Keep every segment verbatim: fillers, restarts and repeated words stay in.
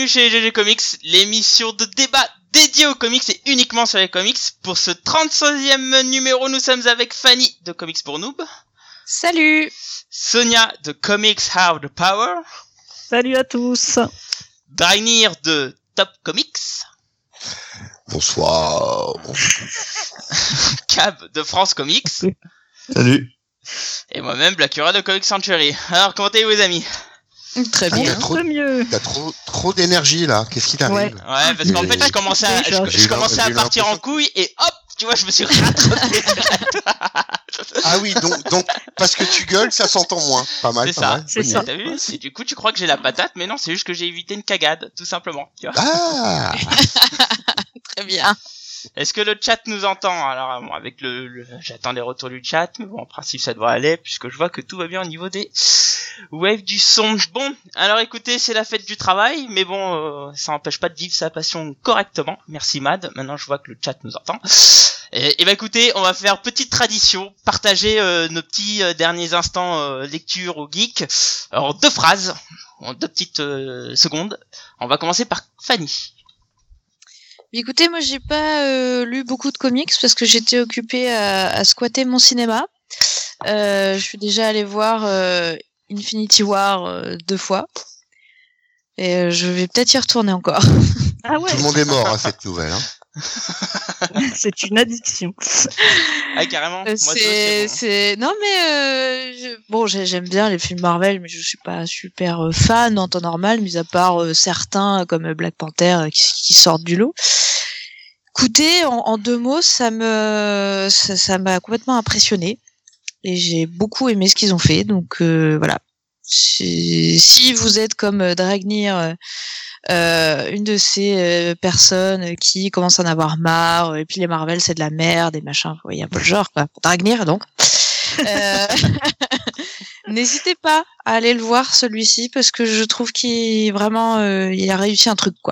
chez G G Comics, l'émission de débat dédiée aux comics et uniquement sur les comics. Pour ce trente-seizième numéro, nous sommes avec Fanny de Comics pour Noob. Salut. Sonia de Comics Have the Power. Salut à tous. Dragnir de Top Comics. Bonsoir. Cab de France Comics. Salut. Et moi-même, Blackura de Comics Century. Alors, comment allez-vous, les amis? Très bien. T'as trop, Un peu mieux. t'as trop, trop d'énergie là. Qu'est-ce qui t'arrive? Ouais. Ouais, parce qu'en fait, je commençais à, je, J'ai je eu commençais à l'impression- partir en couille et hop, tu vois, je me suis rattrapé. Ah oui, donc, donc parce que tu gueules, ça s'entend moins. Pas mal. C'est pas ça. mal. C'est Oui. ça. T'as vu? Et du coup, tu crois que j'ai la patate, mais non, c'est juste que j'ai évité une cagade, tout simplement. Tu vois. Ah. Très bien. Est-ce que le chat nous entend? Alors, bon, avec le, le- j'attends les retours du chat, mais bon, en principe, ça devrait aller, puisque je vois que tout va bien au niveau des waves du son. Bon, alors écoutez, c'est la fête du travail, mais bon, euh, ça n'empêche pas de vivre sa passion correctement. Merci Mad. Maintenant, je vois que le chat nous entend. Et, et bah écoutez, on va faire petite tradition, partager euh, nos petits euh, derniers instants euh, lecture au geek en deux phrases, en deux petites euh, secondes. On va commencer par Fanny. Mais écoutez, moi j'ai pas euh, lu beaucoup de comics parce que j'étais occupée à, à squatter mon cinéma. Euh, je suis déjà allée voir euh, Infinity War euh, deux fois. Et euh, je vais peut-être y retourner encore. Ah ouais. Tout le monde est mort à cette nouvelle. Hein. C'est une addiction. Ah carrément. Euh, Moi, c'est, c'est bon. c'est, non mais euh, je- bon, j'ai- j'aime bien les films Marvel, mais je suis pas super euh, fan en temps normal, mis à part euh, certains comme euh, Black Panther euh, qui, qui sortent du lot. Écoutez, en, en deux mots, ça me, ça, ça m'a complètement impressionné et j'ai beaucoup aimé ce qu'ils ont fait. Donc euh, voilà. Si si vous êtes comme euh, Dragnir, euh, euh, une de ces euh, personnes qui commencent à en avoir marre, et puis les Marvel c'est de la merde et machin, vous voyez un peu le genre, quoi. Dragnir donc. Euh, N'hésitez pas à aller le voir celui-ci parce que je trouve qu'il vraiment euh, il a réussi un truc quoi.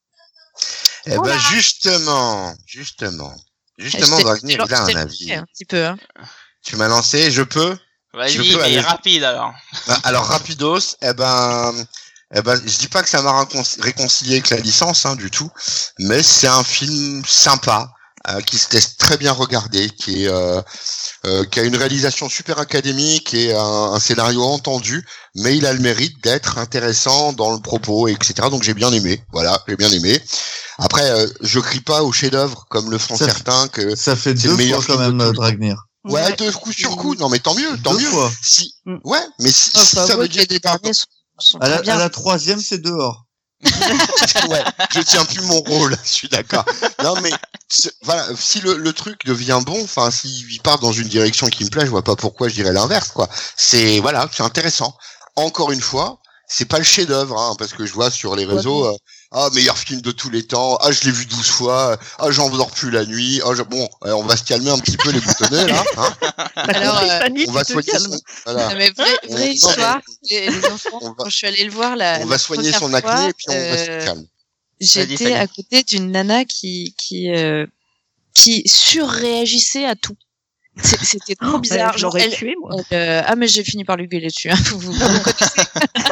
Eh Voilà. ben justement, justement, justement, Je t'ai- Dragnir, il a je t'ai un lancé avis. un petit peu. Hein. Tu m'as lancé, je peux. Vas-y, Je peux mais aller- rapide alors. Bah, alors rapidos, eh ben, eh ben, je dis pas que ça m'a réconcilié, réconcilié avec la licence, hein, du tout, mais c'est un film sympa, euh, qui se laisse très bien regarder, qui est, euh, euh, qui a une réalisation super académique et un, un scénario entendu, mais il a le mérite d'être intéressant dans le propos, et cetera. Donc j'ai bien aimé, voilà, j'ai bien aimé. Après, euh, je crie pas au chef-d'œuvre comme le font Ça fait- certains que. Ça fait C'est deux le meilleur fois quand film de même, tout le temps. Dragnir. Ouais, de coup sur coup. Non, mais tant mieux, tant Deux mieux. fois. Si, Mm. ouais, mais si, si Enfin, ça ouais, veut dire les deux que par- derniers sont, sont À la, très bien. à la troisième, c'est dehors. ouais, je tiens plus mon rôle, je suis d'accord. Non mais c'est- voilà, si le, le truc devient bon, enfin s'il part dans une direction qui me plaît, je vois pas pourquoi je dirais l'inverse quoi. C'est voilà, c'est intéressant. Encore une fois, c'est pas le chef-d'œuvre hein, parce que je vois sur les réseaux euh, ah meilleur film de tous les temps, ah je l'ai vu douze fois, ah j'en dors plus la nuit, ah je... bon, euh, on va se calmer un petit peu les boutonneux là, hein. Alors, compris, euh, Fanny, On va tu te soigner calmes. son voilà, Non, mais vraie, On- vraie non, histoire, les, les enfants, on va- quand je suis allée le voir la, on la va soigner première son acné fois, et puis on va euh, se calmer. j'étais Fanny. à côté d'une nana qui qui euh, qui surréagissait à tout. C'est- C'était trop bizarre. Ouais, je Genre, l'aurais elle- tué, moi. elle, euh, ah mais j'ai fini par lui gueuler dessus. Hein. Vous, vous, vous connaissez.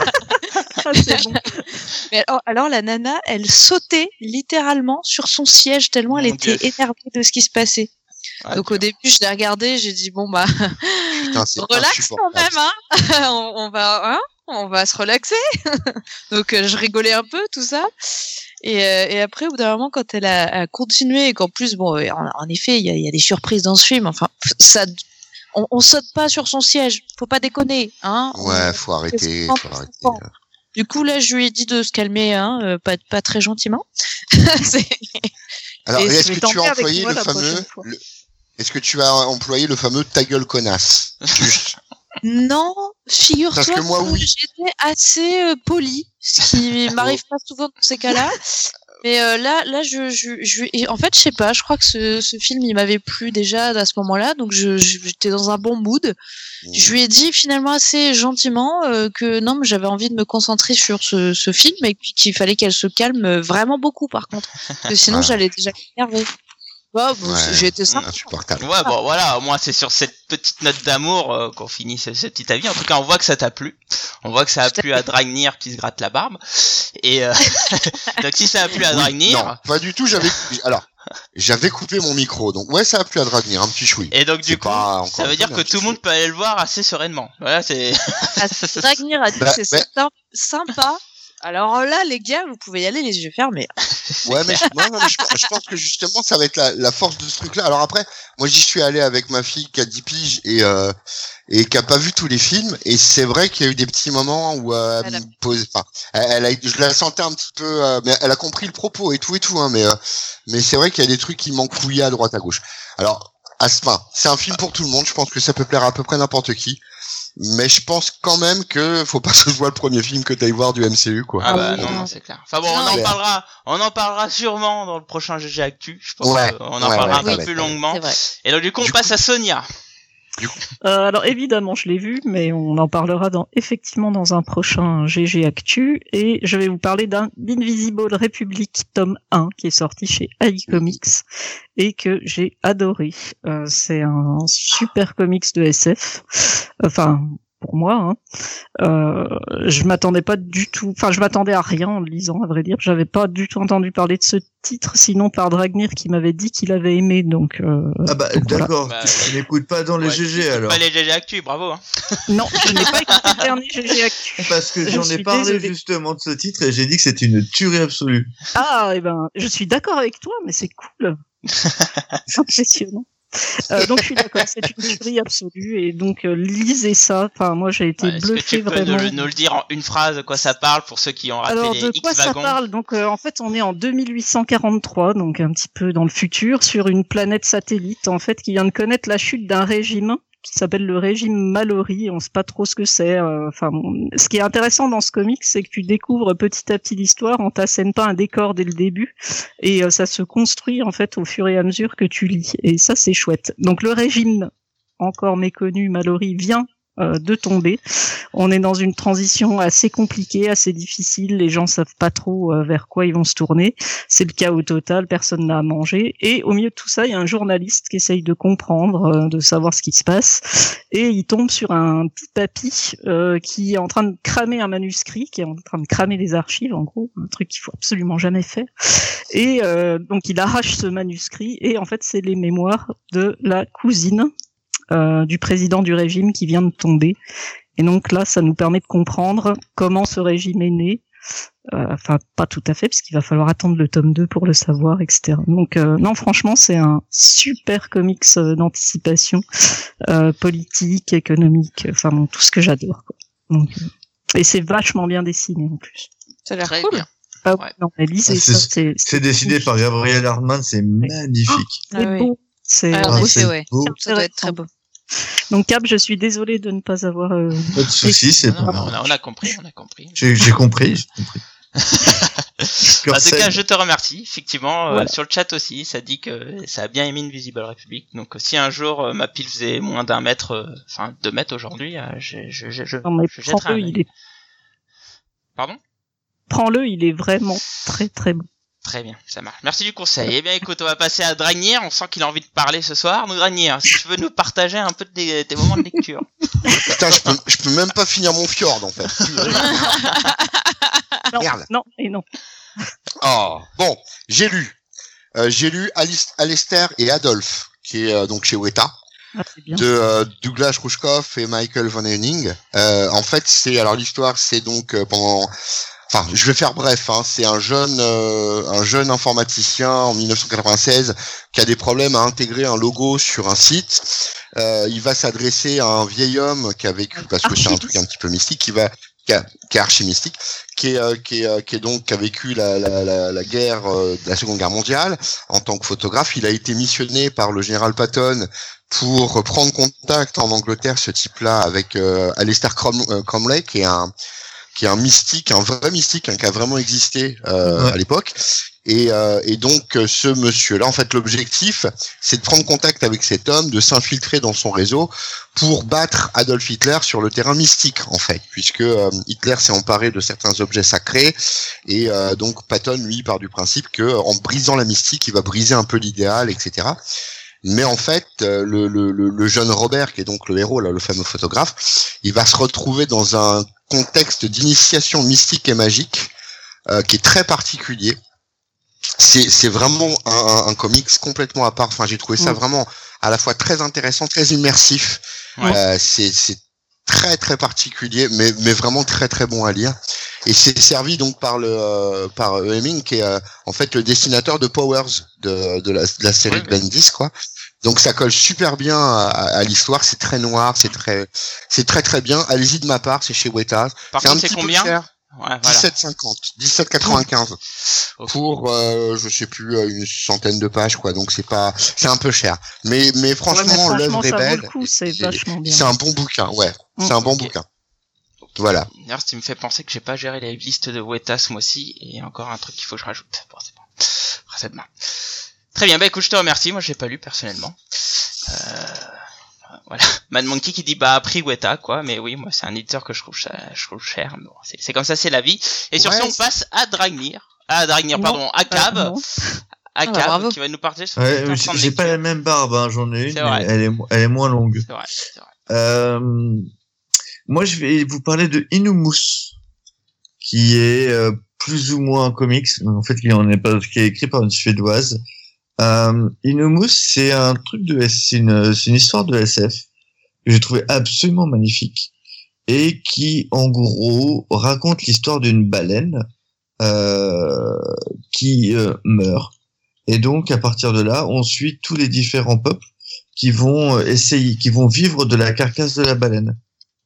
Ah, c'est bon. Mais alors, alors, la nana, elle sautait littéralement sur son siège tellement elle Mon était Dieu. énervée de ce qui se passait. Ah, Donc au début je l'ai regardé, j'ai dit bon bah Putain, c'est relax quand insupportable. même hein. on, on va hein, on va se relaxer. Donc euh, je rigolais un peu tout ça. Et, euh, et après au bout d'un moment quand elle a, a continué et qu'en plus bon euh, en, en effet il y a, il y a des surprises dans ce film. Enfin ça on, on saute pas sur son siège, faut pas déconner hein. Ouais, On- faut arrêter, c'est faut arrêter. franchement. Du coup là je lui ai dit de se calmer hein, euh, pas pas très gentiment. C'est- Alors, Et est-ce je vais que tu tenter as avec employé moi le la fameux, prochaine fois. le- est-ce que tu as employé le fameux ta gueule connasse? Juste. Non, figure-toi Parce que moi, oui. j'étais assez euh, polie, ce qui m'arrive pas souvent dans ces cas-là. Mais euh, là, là, je, je, je, et en fait, je sais pas. Je crois que ce, ce film, il m'avait plu déjà à ce moment-là, donc je, je- j'étais dans un bon mood. Je lui ai dit finalement assez gentiment euh, que non, mais j'avais envie de me concentrer sur ce, ce film et puis qu'il fallait qu'elle se calme vraiment beaucoup, par contre, parce que sinon Voilà. j'allais déjà m'énerver. Ouais, bon, Ouais. j'ai été sympa. Insupportable. Ouais, bon, voilà, au moins c'est sur cette petite note d'amour euh, qu'on finit ce, ce petit avis. En tout cas, on voit que ça t'a plu. On voit que ça a plu à Dragnir qui se gratte la barbe. Et euh... donc si ça a plu à Oui, Dragnir... non, pas du tout. J'avais, alors, j'avais coupé mon micro, donc ouais, ça a plu à Dragnir, un petit chouï. Et donc C'est du coup, pas encore ça veut dire une, que un tout le petit monde peut aller le voir assez sereinement. Voilà, c'est... Ah, Dragnir a dit Bah, que c'est mais- sympa- sympa. Alors là, les gars, vous pouvez y aller les yeux fermés. Ouais, mais, je, non, non, mais je, je pense que justement, ça va être la, la force de ce truc-là. Alors après, moi, j'y suis allé avec ma fille qui a dix piges et euh, et qui a pas vu tous les films. Et c'est vrai qu'il y a eu des petits moments où euh, elle, Elle a- me pose, enfin, elle, elle a, je la sentais un petit peu, euh, mais elle a compris le propos et tout et tout. Hein, mais euh, mais c'est vrai qu'il y a des trucs qui m'encouillaient à droite à gauche. Alors, à ce fin, c'est un film pour tout le monde. Je pense que ça peut plaire à peu près n'importe qui. Mais je pense quand même que faut pas que ce soit le premier film que t'ailles voir du M C U, quoi. Ah bah oui, non, non. non, c'est clair. Enfin bon, on Non, en mais- parlera, on en parlera sûrement dans le prochain G G Actu. Je pense Ouais, qu'on en ouais, parlera ouais, un peu ouais, plus ouais. longuement. C'est vrai. Et donc du coup, on Du passe à Sonia. Euh, alors évidemment, je l'ai vu, mais on en parlera dans, effectivement dans un prochain G G Actu. Et je vais vous parler d'un Invisible Republic tome un qui est sorti chez iComics et que j'ai adoré. Euh, c'est un super comics de S F. Enfin, pour moi, hein. Euh, je m'attendais pas du tout, enfin je m'attendais à rien en le lisant, à vrai dire. J'avais pas du tout entendu parler de ce titre, sinon par Dragnir qui m'avait dit qu'il avait aimé. Donc, euh, Ah bah donc voilà. d'accord, Bah, tu n'écoutes pas dans les Ouais, G G c'est alors. Pas les G G Actu, bravo. Hein. Non, je n'ai pas écouté le dernier G G Actu. Parce que Je j'en ai suis parlé désolée. justement de ce titre et j'ai dit que c'était une tuerie absolue. Ah, eh ben, je suis d'accord avec toi, mais c'est cool. C'est impressionnant. Euh, donc je suis d'accord, c'est une tuerie absolue et donc euh, lisez ça. Enfin, moi j'ai été Ouais, Est-ce que bluffé tu peux vraiment. nous, nous le dire en une phrase de quoi ça parle pour ceux qui ont raté Alors les de quoi ça X-Wagons? parle? Donc euh, en fait on est en deux mille huit cent quarante-trois, donc un petit peu dans le futur, sur une planète satellite en fait qui vient de connaître la chute d'un régime qui s'appelle le régime Mallory. On sait pas trop ce que c'est. euh, Enfin, bon, ce qui est intéressant dans ce comic, c'est que tu découvres petit à petit l'histoire. On t'assène pas un décor dès le début et euh, ça se construit en fait au fur et à mesure que tu lis. Et ça c'est chouette. Donc le régime encore méconnu Mallory vient euh, de tomber. On est dans une transition assez compliquée, assez difficile. Les gens savent pas trop euh, vers quoi ils vont se tourner. C'est le chaos total, personne n'a à manger. Et au milieu de tout ça, il y a un journaliste qui essaye de comprendre, euh, de savoir ce qui se passe. Et il tombe sur un petit papy euh, qui est en train de cramer un manuscrit, qui est en train de cramer les archives, en gros, un truc qu'il faut absolument jamais faire. Et euh, donc il arrache ce manuscrit et en fait c'est les mémoires de la cousine euh, du président du régime qui vient de tomber. Et donc là, ça nous permet de comprendre comment ce régime est né. Euh, enfin, pas tout à fait, parce qu'il va falloir attendre le tome deux pour le savoir, et cetera. Donc euh, non, franchement, c'est un super comics euh, d'anticipation euh, politique, économique, enfin bon, tout ce que j'adore, quoi. Donc, euh, et c'est vachement bien dessiné en plus. Ça a l'air Très cool. bien. Ah, Ouais. non, mais lisez Ah, c'est- ça, c'est C'est décidé par Gabriel Hardman, c'est magnifique. Ah c'est oui. beau. C'est Ah, en Ah, effet, c'est ouais. beau. Ça doit être très beau. Donc Cap, je suis désolée de ne pas avoir. Euh... Pas de soucis, c'est Non, pas non, on, a, on a compris, on a compris. J'ai j'ai compris, j'ai compris. En tout cas, je te remercie. Effectivement, euh, Voilà. sur le chat aussi, ça dit que ça a bien aimé Invisible Republic. Donc, euh, si un jour euh, ma pile faisait moins d'un mètre, euh, enfin deux mètres aujourd'hui, euh, je, je, je, je, Non mais je jetterai un prends-le, œil. il est. Pardon? Prends-le, il est vraiment très très bon. Très bien, ça marche. Merci du conseil. Eh bien, écoute, on va passer à Dragnir. On sent qu'il a envie de parler ce soir. Nous, Dragnir, si tu veux nous partager un peu de tes, tes moments de lecture. Putain, je peux, je peux même pas finir mon fjord, en fait. Non, Merde. non et non. Oh, bon, j'ai lu. Euh, j'ai lu Alice, Alistair et Adolphe, qui est euh, donc chez Weta, Ah, c'est bien. de euh, Douglas Rushkoff et Michael Van Heuning. Euh, en fait, c'est alors l'histoire, c'est donc euh, pendant. Enfin, je vais faire bref. Hein, c'est un jeune, euh, un jeune informaticien en mille neuf cent quatre-vingt-seize qui a des problèmes à intégrer un logo sur un site. Euh, il va s'adresser à un vieil homme qui a vécu, parce que c'est un truc un petit peu mystique, qui va, qui, a, qui est archi mystique, qui est, euh, qui est, euh, qui est donc qui a vécu la, la, la, la guerre, euh, la Seconde Guerre mondiale en tant que photographe. Il a été missionné par le général Patton pour prendre contact en Angleterre, ce type-là, avec euh, Alistair Crom- euh, Cromley, qui est un qui est un mystique, un vrai mystique, hein, qui a vraiment existé euh, Ouais. à l'époque. Et, euh, et donc euh, ce monsieur-là, en fait, l'objectif, c'est de prendre contact avec cet homme, de s'infiltrer dans son réseau pour battre Adolf Hitler sur le terrain mystique, en fait, puisque euh, Hitler s'est emparé de certains objets sacrés, et euh, donc Patton, lui, part du principe que en brisant la mystique, il va briser un peu l'idéal, et cetera. Mais en fait, euh, le, le, le, le jeune Robert, qui est donc le héros, là, le fameux photographe, il va se retrouver dans un contexte d'initiation mystique et magique euh, qui est très particulier. C'est, c'est vraiment un, un, un comics complètement à part. Enfin, j'ai trouvé ça Mm. vraiment à la fois très intéressant, très immersif. Ouais. Euh, c'est, c'est très très particulier, mais mais vraiment très très bon à lire. Et c'est servi donc par le euh, par Hemming, qui est euh, en fait le dessinateur de Powers de de la, de la série Ouais, de Bendis, quoi. Donc ça colle super bien à, à l'histoire. C'est très noir, c'est très c'est très très bien. Allez-y de ma part, c'est chez Weta. Par C'est un contre, c'est petit peu combien? cher. Ouais, voilà. dix-sept cinquante, dix-sept quatre-vingt-quinze Ok. pour euh, je sais plus euh, une centaine de pages, quoi. Donc c'est pas c'est un peu cher, mais mais Ouais, franchement, mais franchement, l'œuvre est ça vaut belle. le coup, c'est C'est- vachement bien. C'est un bon bouquin, ouais. Mm. C'est un bon Ok. bouquin. Voilà. D'ailleurs, ça me fait penser que j'ai pas géré la liste de Weta ce mois-ci, et encore un truc qu'il faut que je rajoute. Bon, c'est bon. Après, c'est demain. Très bien, bah écoute, je te remercie. Moi, je l'ai pas lu personnellement. Euh... Voilà. Mad Monkey qui dit bah prix Weta, quoi. Mais oui, moi, c'est un éditeur que je trouve cher. Je trouve cher. Mais bon, c'est, c'est comme ça, c'est la vie. Et sur Ouais, ce, on c'est- passe à Dragnir. À Dragnir, Non. pardon, à Cab. Ah, non. à Ah, bah, Cab, bravo. qui va nous parler sur Ouais, son mais temps de j'ai pas lecture. la même barbe, hein, j'en ai une, C'est mais vrai. elle est, mo- elle est moins longue. C'est vrai, c'est vrai. Euh, moi, je vais vous parler de Inhumus, qui est euh, plus ou moins un comics, en fait, qui en est pas, qui est écrit par une Suédoise. Euh, Inhumus, c'est un truc de S, c'est une, c'est une histoire de S F que j'ai trouvé absolument magnifique et qui, en gros, raconte l'histoire d'une baleine euh, qui euh, meurt. Et donc, à partir de là, on suit tous les différents peuples qui vont essayer, qui vont vivre de la carcasse de la baleine.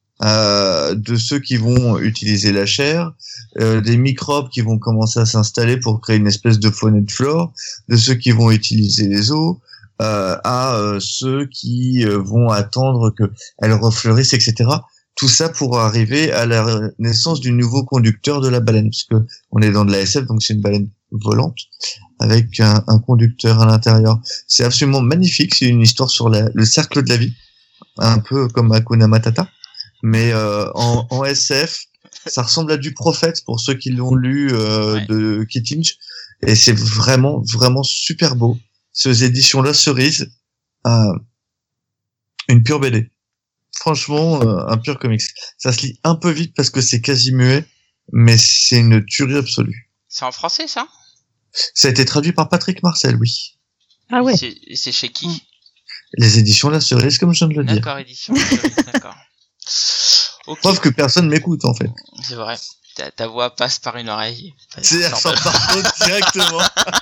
Euh, de ceux qui vont utiliser la chair, euh, des microbes qui vont commencer à s'installer pour créer une espèce de faune et de flore, de ceux qui vont utiliser les os, euh, à euh, ceux qui euh, vont attendre que elle refleurisse, et cetera. Tout ça pour arriver à la naissance du nouveau conducteur de la baleine, puisque on est dans de la S F, donc c'est une baleine volante avec un, un conducteur à l'intérieur. C'est absolument magnifique. C'est une histoire sur la, le cercle de la vie, un peu comme Hakuna Matata, mais euh, en, en S F. Ça ressemble à du Prophète pour ceux qui l'ont lu euh, Ouais. de Kittinch, et c'est vraiment vraiment super beau. Ces éditions-là, Cerise, euh, une pure B D. Franchement, euh, un pur comics. Ça se lit un peu vite parce que c'est quasi muet, mais c'est une tuerie absolue. C'est en français, ça? Ça a été traduit par Patrick Marcel, oui. Ah ouais. C'est, et c'est chez qui? Mm. Les éditions La Cerise, comme je viens de le dire. D'accord, édition. D'accord. Ok. Preuve que personne m'écoute, en fait. C'est vrai. Ta, ta voix passe par une oreille. C'est Ça ça par l'autre directement.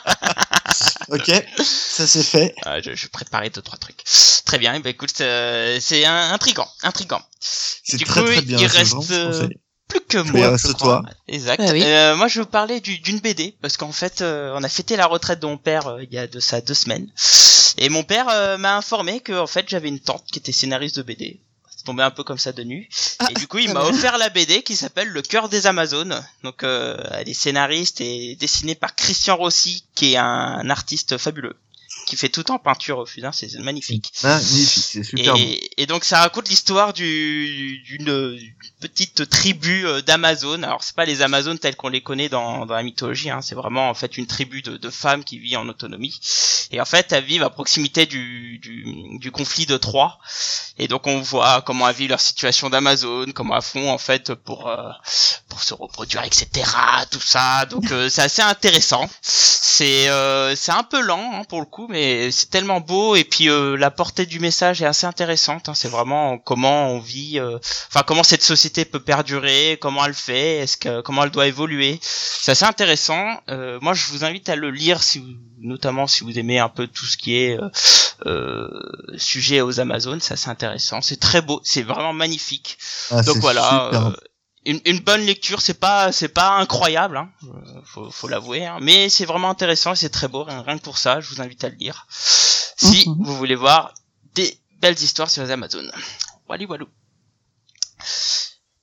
Ok, ça c'est fait. Ah, je, je préparais deux trois trucs. Très bien. Et ben écoute, euh, c'est un, intriguant, intriguant. C'est Du très coup, très bien. il je reste, vraiment euh, conseille. Plus que Mais moi, reste je crois. toi. Exact. Ah oui. Euh, moi, je vais vous parler du, d'une B D parce qu'en fait, euh, on a fêté la retraite de mon père euh, il y a de ça deux semaines. Et mon père euh, m'a informé que en fait, j'avais une tante qui était scénariste de B D. C'est tombé un peu comme ça de nu. Ah, Et du coup, il très m'a bien. offert la B D qui s'appelle Le cœur des Amazones. Donc, euh, elle est scénariste et dessinée par Christian Rossi, qui est un artiste fabuleux, qui fait tout en peinture au fusain. C'est magnifique. Magnifique, c'est super beau. Et, et donc ça raconte l'histoire du, d'une petite tribu euh, d'Amazones. Alors c'est pas les Amazones telles qu'on les connaît dans, dans la mythologie, hein. C'est vraiment en fait une tribu de, de femmes qui vit en autonomie. Et en fait elles vivent à proximité du, du, du conflit de Troie. Et donc on voit comment elles vivent leur situation d'Amazone, comment elles font en fait pour euh, pour se reproduire, et cetera. Tout ça. Donc euh, c'est assez intéressant. C'est euh, c'est un peu lent hein, pour le coup, mais c'est tellement beau et puis euh, la portée du message est assez intéressante. Hein, c'est vraiment comment on vit, euh, enfin comment cette société peut perdurer, comment elle fait, est-ce que comment elle doit évoluer. C'est assez intéressant. Euh, moi, je vous invite à le lire, si vous, notamment si vous aimez un peu tout ce qui est euh, euh, sujet aux Amazones. C'est assez intéressant. C'est très beau, c'est vraiment magnifique. Ah, Donc c'est voilà. super euh, beau. une, une bonne lecture, c'est pas c'est pas incroyable, hein, euh, faut, faut l'avouer, hein, mais c'est vraiment intéressant et c'est très beau. Rien, rien que pour ça, je vous invite à le lire. Si Mhm. vous voulez voir des belles histoires sur les Amazones. Walou walou.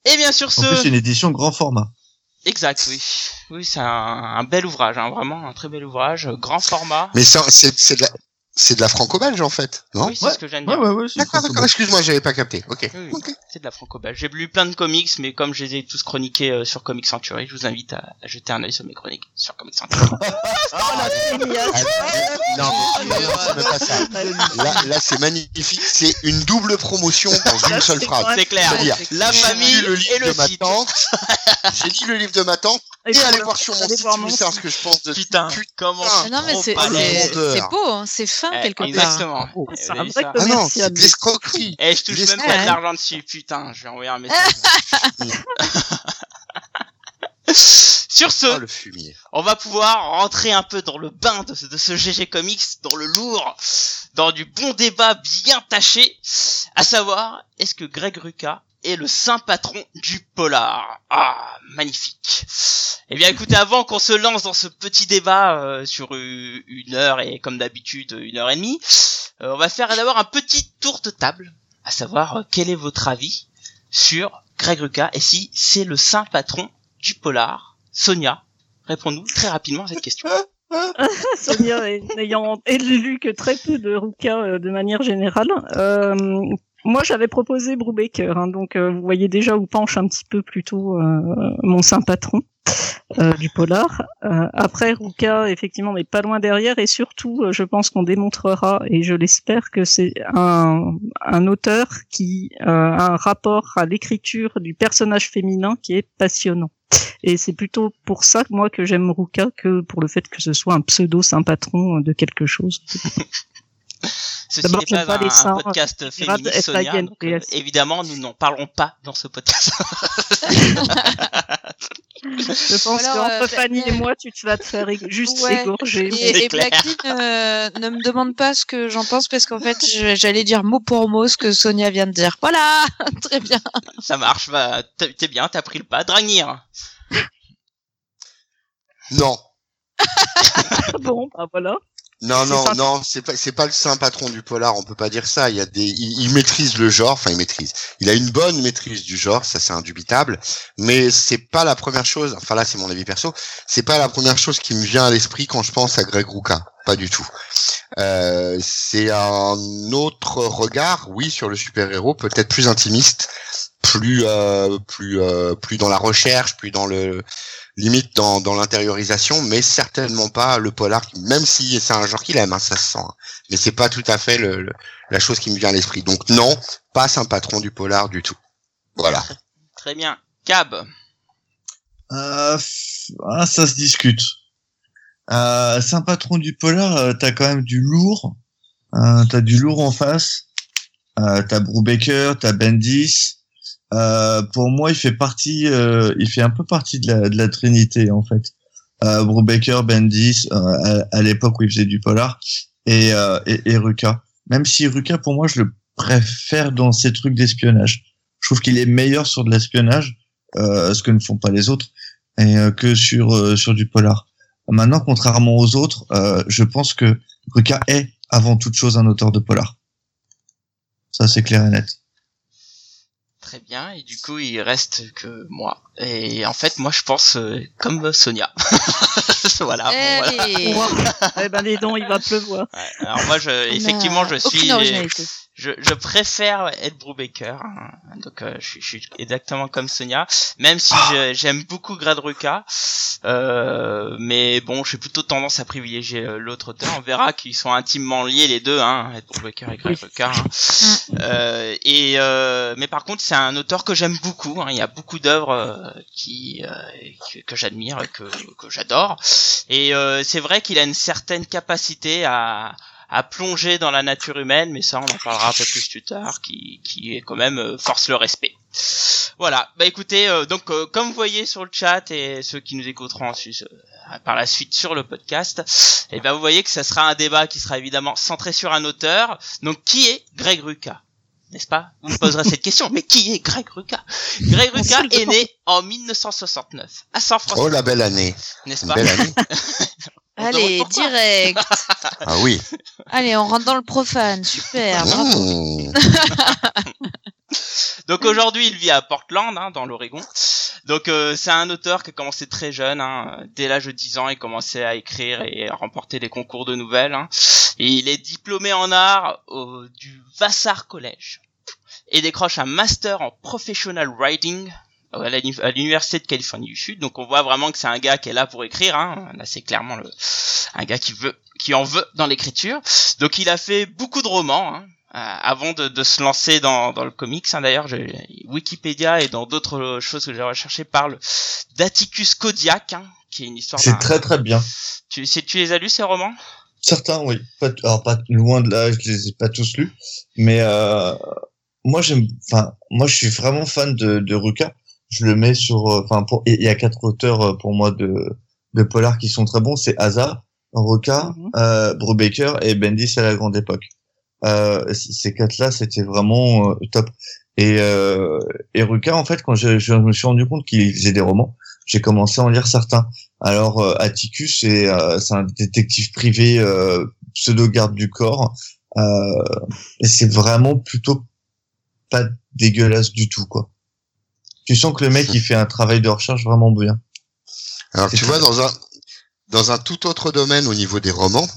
Et bien sur ce... En plus, c'est une édition grand format. Exact, oui. Oui, c'est un, un bel ouvrage, hein, vraiment un très bel ouvrage, grand format. Mais ça, c'est, c'est de la, c'est de la franco-belge en fait, non? Oui, c'est Ouais. ce que je viens de Ouais, dire. ouais, ouais. c'est D'accord, grand d'accord. Excuse-moi, j'avais pas capté. Ok. Oui, oui, Ok. c'est de la franco-belge. J'ai lu plein de comics, mais comme je les ai tous chroniqués euh, sur Comic Century, je vous invite à, à jeter un œil sur mes chroniques sur Comic Century. Ah, non, mais non, c'est même pas ça. Là, là, c'est magnifique. C'est une double promotion dans une seule phrase. C'est clair. C'est-à-dire, La j'ai famille lu le livre et le de ma site. tante. J'ai lu le livre de ma tante. Et puis, allez alors, voir sur mon allez site voir si vous mon savez ce site. que je pense de Putain, comment Ah non, mais trop c'est, pas les c'est, rondeurs. c'est beau, hein, c'est fin Eh, quelque part. Exactement. Oh, Eh, c'est vous un avez vu vrai ça Ah non, commercial. c'est de l'escroquerie. Eh, je touche Il est même smart. pas de l'argent dessus. Putain, je vais envoyer un message. Sur ce, Oh, le fumier. on va pouvoir rentrer un peu dans le bain de ce, de ce G G Comics, dans le lourd, dans du bon débat bien taché, à savoir, est-ce que Greg Rucka est le saint patron du polar? Ah, magnifique. Eh bien écoutez, avant qu'on se lance dans ce petit débat euh, sur euh, une heure et comme d'habitude une heure et demie, euh, on va faire d'abord un petit tour de table, à savoir euh, quel est votre avis sur Greg Rucka et si c'est le saint patron du polar. Sonia, réponds-nous très rapidement à cette question. Sonia, n'ayant lu que très peu de Rucka euh, de manière générale, euh, moi j'avais proposé Brubaker, hein, donc euh, vous voyez déjà où penche un petit peu plutôt euh, mon saint patron euh, du polar. Euh, après, Rucka effectivement n'est pas loin derrière, et surtout euh, je pense qu'on démontrera, et je l'espère, que c'est un, un auteur qui euh, a un rapport à l'écriture du personnage féminin qui est passionnant. Et c'est plutôt pour ça, moi, que j'aime Rucka, que pour le fait que ce soit un pseudo saint patron de quelque chose. Ceci D'abord, n'est j'aime pas pas un, les seins, un podcast euh, féministe, F I Sonia, N donc, P euh, S. évidemment, nous n'en parlons pas dans ce podcast. Je pense Alors, qu'entre euh, Fanny bah, et moi, tu te vas te faire ég- juste Ouais. égorger. Et, C'est et clair. Blacklin euh, ne me demande pas ce que j'en pense parce qu'en fait je- j'allais dire mot pour mot ce que Sonia vient de dire. Voilà, très bien. Ça marche, bah, t'es t'es bien, t'as pris le pas. Dragnir. Non. Bon, bah voilà. Non, C'est non, pas- non, c'est pas, c'est pas le saint patron du polar, on peut pas dire ça. Il y a des, il, il maîtrise le genre, enfin, il maîtrise. Il a une bonne maîtrise du genre, ça c'est indubitable. Mais c'est pas la première chose, enfin là c'est mon avis perso, c'est pas la première chose qui me vient à l'esprit quand je pense à Greg Rucka. Pas du tout. Euh, c'est un autre regard, oui, sur le super-héros, peut-être plus intimiste, plus, euh, plus, euh, plus dans la recherche, plus dans le, limite dans, dans l'intériorisation, mais certainement pas le polar, même si c'est un genre qu'il aime, hein, ça se sent. Hein. Mais c'est pas tout à fait le, le- la chose qui me vient à l'esprit. Donc non, pas un patron du polar du tout. Voilà. Très bien. Cab. Euh, f- ah, ça se discute. Euh, c'est un patron du polar, euh, t'as quand même du lourd. Euh, t'as du lourd en face. Euh, t'as Brubaker, t'as Bendis. Euh, pour moi, il fait partie, euh, il fait un peu partie de la, de la Trinité en fait. Euh, Brubaker, Bendis, euh, à, à l'époque où il faisait du polar, et, euh, et, et Rucka. Même si Rucka, pour moi, je le préfère dans ces trucs d'espionnage. Je trouve qu'il est meilleur sur de l'espionnage, euh, ce que ne font pas les autres, et euh, que sur euh, sur du polar. Maintenant, contrairement aux autres, euh, je pense que Rucka est avant toute chose un auteur de polar. Ça, c'est clair et net. Très bien. Et du coup, il reste que moi. Et en fait, moi, je pense euh, comme Sonia. Voilà. Bon, voilà. Allez. Eh ben, les dons, il va pleuvoir. Ouais, alors moi, je, On a effectivement, je aucune suis, originalité. je, je préfère Ed Brubaker, hein. Donc euh, je, suis, je suis exactement comme Sonia, même si je- j'aime beaucoup Greg Rucka, euh, mais bon, j'ai plutôt tendance à privilégier euh, l'autre auteur. On verra qu'ils sont intimement liés les deux, hein, Ed Brubaker et Greg Rucka. Hein. Euh, et euh, mais par contre, c'est un auteur que j'aime beaucoup. Hein. Il y a beaucoup d'œuvres euh, qui euh, que, que j'admire, que que j'adore. Et euh, c'est vrai qu'il a une certaine capacité à à plonger dans la nature humaine, mais ça on en parlera un peu plus plus tard, qui qui est quand même euh, force le respect. Voilà. Bah écoutez, euh, donc euh, comme vous voyez sur le chat et ceux qui nous écouteront ensuite euh, par la suite sur le podcast, et ben vous voyez que ça sera un débat qui sera évidemment centré sur un auteur. Donc qui est Greg Rucka, n'est-ce pas? Vous me poserez cette question, mais qui est Greg Rucka? Greg Rucka est né en mille neuf cent soixante-neuf à San Francisco, Oh la belle année. n'est-ce Une pas? belle année. On se Allez, demande pourquoi. direct. Ah oui. Allez, on rentre dans le profane. Super, bravo. Mmh. Donc aujourd'hui, il vit à Portland, hein, dans l'Oregon. Donc euh, c'est un auteur qui a commencé très jeune, hein. Dès l'âge de dix ans, il commençait à écrire et à remporter des concours de nouvelles. Hein. Et il est diplômé en art au, du Vassar College et décroche un master en professional writing à l'université de Californie du Sud. Donc on voit vraiment que c'est un gars qui est là pour écrire, hein. Là c'est clairement le un gars qui veut qui en veut dans l'écriture. Donc il a fait beaucoup de romans, hein, avant de, de se lancer dans dans le comics, hein. D'ailleurs, je, Wikipédia et dans d'autres choses que j'ai recherché parlent d'Atticus Kodiak, hein, qui est une histoire C'est d'un... très très bien. Tu tu les as lus ces romans? Certains, oui. Pas, alors pas loin de là, je les ai pas tous lus, mais euh, moi j'aime, enfin moi je suis vraiment fan de, de Ruka. Je le mets sur, enfin pour, il y a quatre auteurs pour moi de de polar qui sont très bons, c'est Asa, Ruka, mm-hmm. euh, Brubaker et Bendis à la grande époque. Euh, ces quatre-là, c'était vraiment euh, top. Et euh, et Ruka, en fait, quand je, je me suis rendu compte qu'il faisait des romans, j'ai commencé à en lire certains. Alors euh, Atticus, c'est euh, c'est un détective privé euh, pseudo garde du corps, euh, et c'est vraiment plutôt pas dégueulasse du tout, quoi. Tu sens que le mec il fait un travail de recherche vraiment bien. Alors c'est tu vois, dans un dans un tout autre domaine au niveau des romans,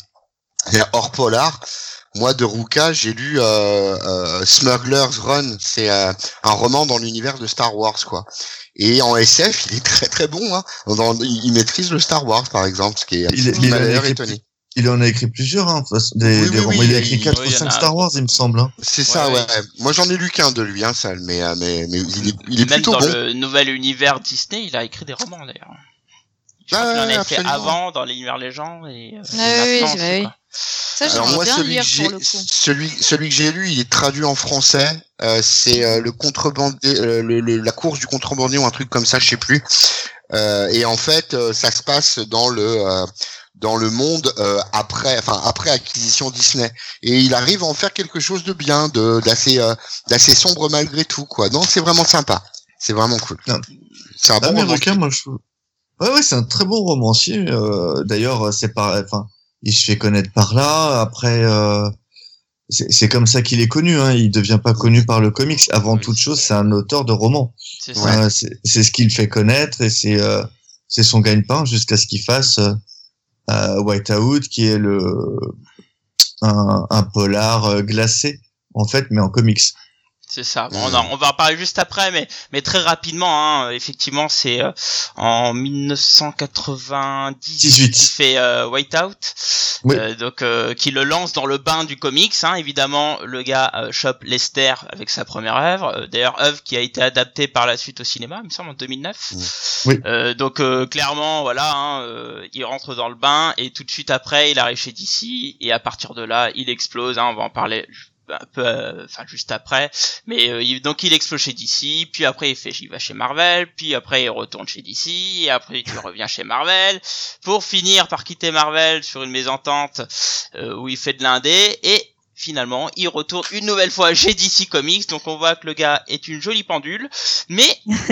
et hors polar, moi de Ruka j'ai lu euh, euh, Smuggler's Run, c'est euh, un roman dans l'univers de Star Wars, quoi. Et en S F, il est très très bon, hein. Dans, il maîtrise le Star Wars, par exemple, ce qui est il, il, il m'a d'ailleurs étonné. Il en a écrit plusieurs, hein, des, oui, des oui, romans. Oui, il a écrit quatre oui, ou cinq Star Wars, il me semble. Hein. C'est ça, ouais. ouais. Moi, j'en ai lu qu'un de lui, hein, seul, mais mais mais il est, il est Même plutôt dans bon. Dans le nouvel univers Disney, il a écrit des romans d'ailleurs. Je crois ah, qu'il en ouais, a absolument. fait avant dans l'univers Légends et, euh, ah, et oui, maintenant oui, aussi, oui. Ça, Alors moi, bien celui lire que j'ai, pour le coup. celui, celui que j'ai lu, il est traduit en français. Euh, c'est euh, le contrebandier, euh, le, le, la course du contrebandier ou un truc comme ça, je sais plus. Euh, et en fait, euh, ça se passe dans le euh, dans le monde euh, après, enfin après acquisition Disney. Et il arrive à en faire quelque chose de bien, de d'assez euh, d'assez sombre malgré tout, quoi. Non, c'est vraiment sympa. C'est vraiment cool. Non. C'est un ah, bon romancier. Moi, je... Ouais, ouais, c'est un très bon romancier. Euh, d'ailleurs, c'est pas, enfin, il se fait connaître par là. Après, euh, c'est, c'est comme ça qu'il est connu. Hein. Il devient pas connu par le comics. Avant oui. toute chose, c'est un auteur de romans. C'est ça. Euh, c'est, c'est ce qu'il fait connaître et c'est, euh, c'est son gagne-pain jusqu'à ce qu'il fasse euh, Whiteout, qui est le un, un polar glacé en fait, mais en comics. C'est ça. Bon, on, en, on va en parler juste après, mais mais très rapidement. Hein, effectivement, c'est euh, en dix-neuf cent quatre-vingt-dix-huit qu'il fait euh, Whiteout, oui. euh, donc euh, qui le lance dans le bain du comics. Hein, évidemment, le gars euh, chope Lester avec sa première œuvre. Euh, d'ailleurs, œuvre qui a été adaptée par la suite au cinéma, il me semble en deux mille neuf. Oui. Euh, donc euh, clairement, voilà, hein, euh, il rentre dans le bain et tout de suite après, il arrive chez D C et à partir de là, il explose. Hein, on va en parler un peu, enfin euh, juste après, mais euh, il, donc il explose chez D C, puis après il fait, il va chez Marvel, puis après il retourne chez D C, et après il revient chez Marvel, pour finir par quitter Marvel sur une mésentente euh, où il fait de l'indé, et finalement il retourne une nouvelle fois chez D C Comics. Donc on voit que le gars est une jolie pendule, mais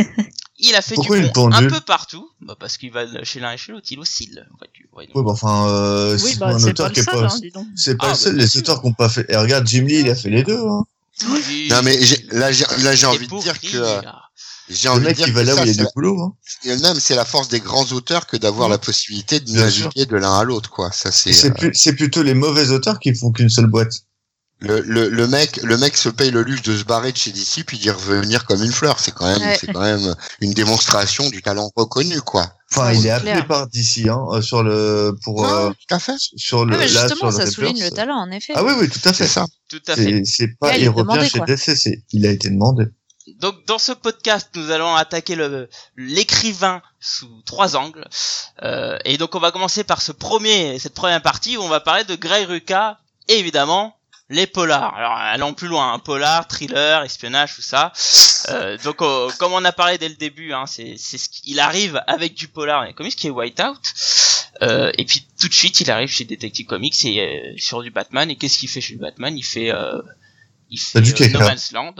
il a fait Pourquoi du bon un peu partout, bah parce qu'il va chez l'un et chez l'autre, il oscille. En fait, ouais, bah enfin, euh, oui, c'est bah, un c'est auteur pas qui est seul, pas, hein, c'est pas ah, le seul, bah, les auteurs qui ont pas fait. Et regarde, Jim Lee, il a fait les deux, hein. Oui. Non mais j'ai, là, j'ai, là, j'ai envie de dire que euh, j'ai envie de dire qui va là où il y a du boulot, hein. Et même, c'est la force des grands auteurs que d'avoir mmh. la possibilité de naviguer de l'un à l'autre, quoi. Ça, c'est. C'est, euh... plus, c'est plutôt les mauvais auteurs qui font qu'une seule boîte. Le, le, le mec, le mec se paye le luxe de se barrer de chez D C puis d'y revenir comme une fleur. C'est quand même, ouais. c'est quand même une démonstration du talent reconnu, quoi. Enfin, ouais, il est appelé clair. par D C, hein, sur le, pour, ah, euh, tout à fait. Sur le, ah, mais là, justement, sur ça le souligne Reapers. le talent, en effet. Ah oui, oui, tout à fait. C'est ça. Tout à fait. C'est, c'est pas, ouais, il, il revient demandé, chez quoi. D C, c'est, il a été demandé. Donc dans ce podcast, nous allons attaquer le l'écrivain sous trois angles. Euh, et donc on va commencer par ce premier, cette première partie où on va parler de Greg Rucka, et évidemment les polars. Alors allons plus loin, hein, polar, thriller, espionnage, tout ça. Euh, donc euh, comme on a parlé dès le début, hein, c'est c'est ce qu'il arrive avec du polar, et comme ce qui est Whiteout. Euh, et puis tout de suite, il arrive chez Detective Comics et euh, sur du Batman. Et qu'est-ce qu'il fait chez Batman? Il fait euh, il fait euh, No Man's Land.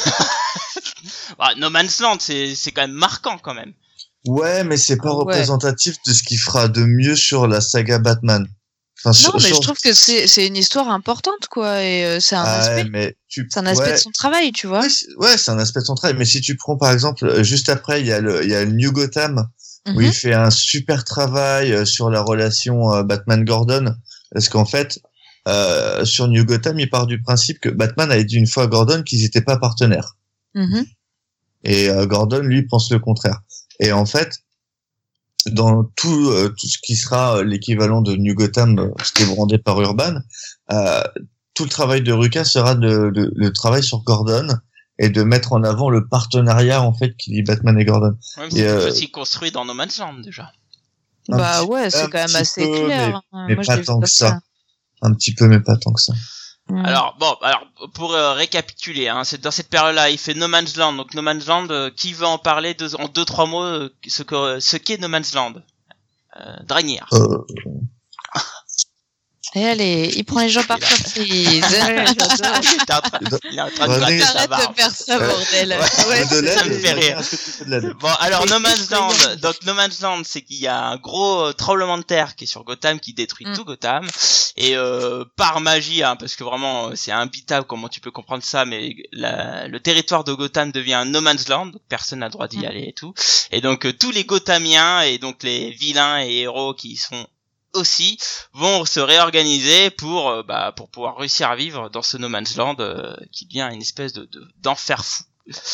bah, No Man's Land, c'est c'est quand même marquant quand même. Ouais, mais c'est pas ouais. représentatif de ce qu'il fera de mieux sur la saga Batman. Enfin, Non, sur- mais sur- je trouve que c'est c'est une histoire importante, quoi, et euh, c'est un Ah, aspect, mais tu... c'est un aspect ouais. de son travail, tu vois. Ouais, c'est, ouais, c'est un aspect de son travail. Mais si tu prends par exemple, euh, juste après, il y a le, il y a le New Gotham où Mhm. il fait un super travail euh, sur la relation euh, Batman-Gordon, parce qu'en fait, euh, sur New Gotham, il part du principe que Batman a dit une fois à Gordon qu'ils n'étaient pas partenaires, Mhm. et euh, Gordon lui pense le contraire. Et en fait, dans tout euh, tout ce qui sera euh, l'équivalent de New Gotham, euh, ce qui est brandé par Urban, euh, tout le travail de Rucka sera de, de, de travail sur Gordon et de mettre en avant le partenariat en fait qui lie Batman et Gordon. Ouais, mais Et, c'est euh, aussi construit dans No Man's Land déjà. Un Bah petit- ouais, un c'est quand même petit assez peu, clair. mais, hein. mais Moi, je pas l'ai vu tant comme que ça. Un petit peu, mais pas tant que ça. Mm. Alors bon, alors pour euh, récapituler, hein, c'est dans cette période-là, il fait No Man's Land. Donc No Man's Land, euh, qui veut en parler deux, en deux trois mots euh, ce que ce qu'est No Man's Land? Euh, Dragnir. Euh, Et allez, il prend les gens par surprise. il, était en train, il est en train de Ouais, gratter sa Arrête barbe. de faire ça, Ouais. bordel. Ouais. Ouais, de l'aide, ça me fait rire. est-ce que tu fais de l'aide Bon, alors No Man's Land, Effrayant. donc No Man's Land, c'est qu'il y a un gros euh, tremblement de terre qui est sur Gotham, qui détruit Mm. tout Gotham, et euh, par magie, hein, parce que vraiment euh, c'est imbitable comment tu peux comprendre ça, mais la, le territoire de Gotham devient un No Man's Land, donc personne n'a le droit d'y Mm. aller et tout, et donc euh, tous les Gothamiens et donc les vilains et héros qui y sont aussi vont se réorganiser pour euh, bah pour pouvoir réussir à vivre dans ce No Man's Land euh, qui devient une espèce de, de d'enfer fou.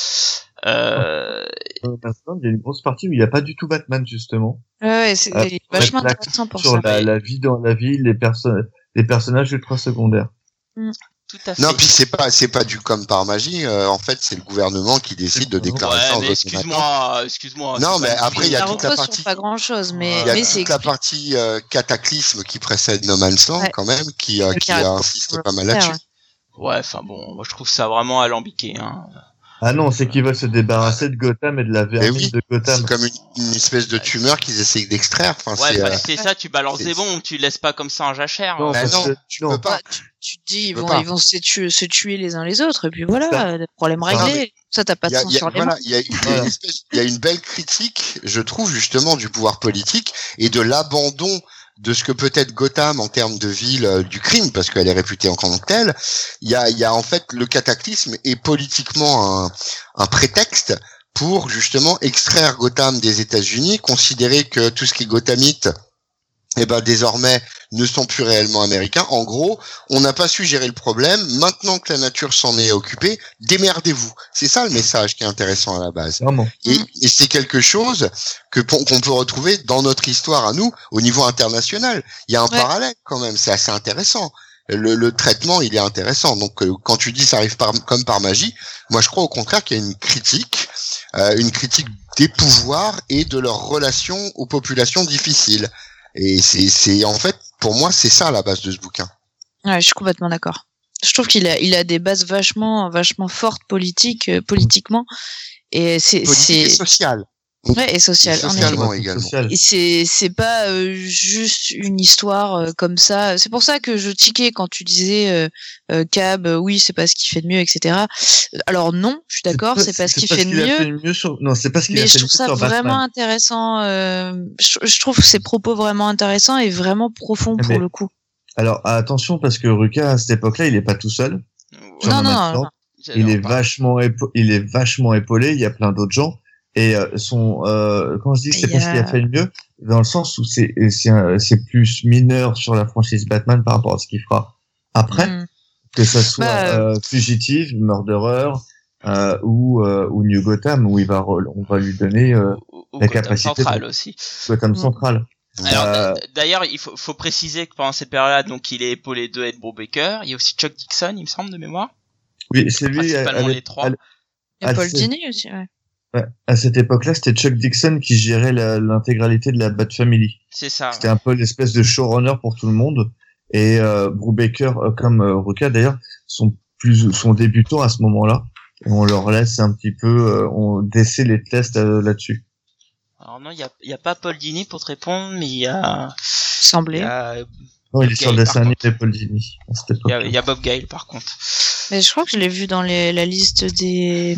Euh, Euh, Batman, il y a une grosse partie où il n'y a pas du tout Batman justement. Ouais, ouais, c'est Euh, il est vachement mettre intéressant pour sur ça. la, la vie dans la ville, les personnes, les personnages ultra secondaires. tout à fait. Non, puis c'est pas, c'est pas du comme par magie. euh, en fait, c'est le gouvernement qui décide de déclarer ça Ouais, en mais vote ce matin. excuse-moi, excuse-moi. Non, c'est mais pas une après, il y a Ça toute la repose partie- sur pas grand chose, mais, Il y a mais toute c'est la expliqué. partie euh, cataclysme qui précède No Man's Land Ouais. quand même, qui, euh, Le qui caractère insiste pour pas mal le faire, là-dessus. ouais. Ouais, enfin bon, moi je trouve ça vraiment alambiqué. Hein. Ah non, c'est qu'ils veulent se débarrasser de Gotham et de la vermine oui, de Gotham. C'est comme une, une espèce de tumeur qu'ils essayent d'extraire. Enfin, Ouais, c'est, bah, euh, c'est ça, tu balances c'est- des bombes, tu laisses pas comme ça en jachère. Non, hein. bah parce non, que- tu non. peux pas. Bah, tu, tu te dis, ils peux vont, pas. ils vont se tuer, se tuer les uns les autres, et puis voilà, Ça. euh, problème Non, réglé. mais Ça, t'as pas Il de y a, sang il y a- sur les voilà, mains. il y a, il y a Voilà. une espèce, il y a une belle critique, je trouve justement du pouvoir politique et de l'abandon de ce que peut être Gotham en termes de ville euh, du crime, parce qu'elle est réputée en tant que telle. Il y a, il y a en fait le cataclysme est politiquement un, un prétexte pour justement extraire Gotham des États-Unis, considérer que tout ce qui est gothamite, eh ben désormais ne sont plus réellement américains. En gros, on n'a pas su gérer le problème. Maintenant que la nature s'en est occupée, démerdez-vous. C'est ça le message qui est intéressant à la base. Vraiment. Et, et c'est quelque chose que qu'on peut retrouver dans notre histoire à nous au niveau international. Il y a un Ouais. parallèle quand même. C'est assez intéressant. Le, le traitement, il est intéressant. Donc, euh, quand tu dis ça arrive par, comme par magie, moi je crois au contraire qu'il y a une critique, euh, une critique des pouvoirs et de leurs relations aux populations difficiles. Et c'est, c'est en fait, pour moi, c'est ça la base de ce bouquin. Ouais, je suis complètement d'accord. Je trouve qu'il a, il a des bases vachement, vachement fortes politiques, euh, politiquement, et c'est, Politique et c'est, sociale. ouais, et social. Et en effet. socialement également. Social. Et c'est c'est pas euh, juste une histoire euh, comme ça. C'est pour ça que je tiquais quand tu disais euh, euh, Cab, euh, oui, c'est pas ce qu'il fait de mieux, et cetera. Alors non, je suis d'accord, c'est pas ce qu'il fait de qu'il a mieux. fait de mieux sur... Non, c'est pas ce qu'il a Mais fait je de trouve mieux ça sur vraiment Batman. intéressant. Euh, je, je trouve ses propos vraiment intéressants et vraiment profonds pour Mais- le coup. Alors attention parce que Rucka à cette époque-là, il est pas tout seul. Sur Non, No non, Man's non, Land. J'adore Il est pas. vachement épa- il est vachement épaulé. Il y a plein d'autres gens et euh, son euh, quand je dis que c'est Il y pas ce qu'il a a- fait de mieux, dans le sens où c'est c'est un- c'est plus mineur sur la franchise Batman par rapport à ce qu'il fera après, Mm. que ça soit Bah, euh, Fugitive, Murderer euh, ou euh, ou New Gotham où il va re- on va lui donner euh, Ou, ou la Gotham capacité Central de- aussi. Gotham Mm. Central. Alors Euh, d- d'ailleurs, il faut, faut préciser que pendant cette période-là, donc il est épaulé de Ed Brubaker. Il y a aussi Chuck Dixon, il me semble de mémoire. Oui, c'est lui. Principalement à- à- les trois. à- Il y a Ah, Paul c'est- Dini aussi. Ouais. Ouais. À cette époque-là, c'était Chuck Dixon qui gérait la- l'intégralité de la Bat Family. C'est ça. C'était un peu l'espèce de showrunner pour tout le monde. Et euh, Brubaker, euh, comme euh, Rucka d'ailleurs, sont plus sont débutants à ce moment-là. Et on leur laisse un petit peu, euh, on décès les tests euh, là-dessus. Alors non, il y a, il y a pas Paul Dini pour te répondre, mais il y a, il y Semblait. a, Non, il est sur le Gale, dessin par animé contre. de Paul Dini à cette il y époque. a, il y a Bob Gale par contre. Mais je crois que je l'ai vu dans les, la liste des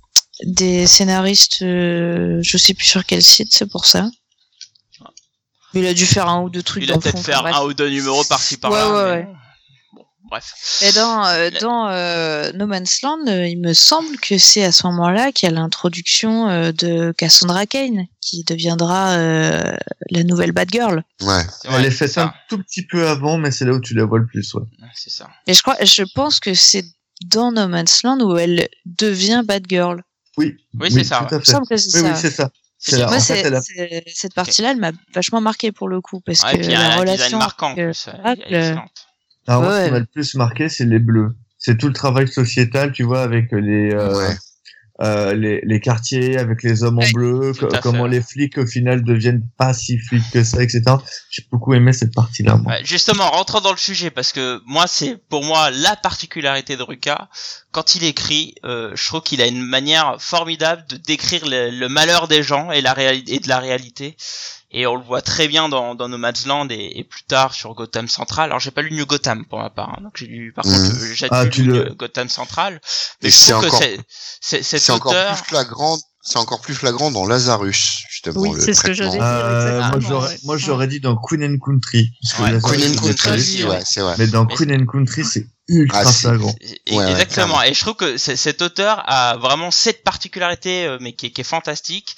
des scénaristes. Euh, je sais plus sur quel site, c'est pour ça. Mais il a dû faire un ou deux trucs Il a dans le peut-être fond, faire bref. un ou deux numéros par-ci par-là. Ouais, ouais, mais ouais. bon. Bon, bref. Et dans, euh, dans euh, No Man's Land, euh, il me semble que c'est à ce moment-là qu'il y a l'introduction euh, de Cassandra Cain, qui deviendra euh, la nouvelle Batgirl. Ouais. C'est Elle vrai, est c'est faite ça. un tout petit peu avant, mais c'est là où tu la vois le plus, ouais. Ouais, c'est ça. Et je crois, je pense que c'est dans No Man's Land où elle devient Batgirl. Oui. Oui, c'est ça, Tout ouais. à Il me fait. semble que c'est Oui, ça. oui, c'est ça. C'est C'est bien. là. Moi, En fait, c'est, elle a- c'est- cette partie-là, elle m'a vachement marqué pour le coup, parce Ouais, que et puis il y a la un relation design marquant en avec, euh, plus. Elle est Oracle, excellente. Alors, moi, Ouais. ce qui m'a le plus marqué, c'est les bleus. C'est tout le travail sociétal, tu vois, avec les, euh, Ouais. euh, les, les quartiers, avec les hommes en Ouais. bleu, Tout co- à comment fait. les flics, au final, deviennent pas si flics que ça, et cetera. J'ai beaucoup aimé cette partie-là, moi. Ouais, justement, rentrons dans le sujet, parce que moi, c'est pour moi la particularité de Ruka. Quand il écrit, euh, je trouve qu'il a une manière formidable de décrire le, le malheur des gens et la réalité et de la réalité. Et on le voit très bien dans, dans No Man's Land et, et plus tard sur Gotham Central. Alors j'ai pas lu New Gotham pour ma part, hein, donc j'ai lu par Mhm. contre euh, j'ai Ah, lu tu New le- Gotham Central. Mais Et je c'est trouve que encore- c'est, c'est, cet C'est encore auteur. plus flagrant. C'est encore plus flagrant dans Lazarus, justement. Oui, le c'est ce que traitement. j'allais dire. Euh, moi, exactement, j'aurais, ouais. moi, j'aurais dit dans Queen and Country. Parce que Ouais, Lazarus, Queen and je l'ai Country pas lu. aussi, ouais, c'est vrai. Mais dans Mais Queen and Country, c'est ultra Ah, c'est- flagrant. Et- Ouais, ouais, Exactement. clairement. Et je trouve que c- cet auteur a vraiment cette particularité, euh, mais qui est, qui est fantastique,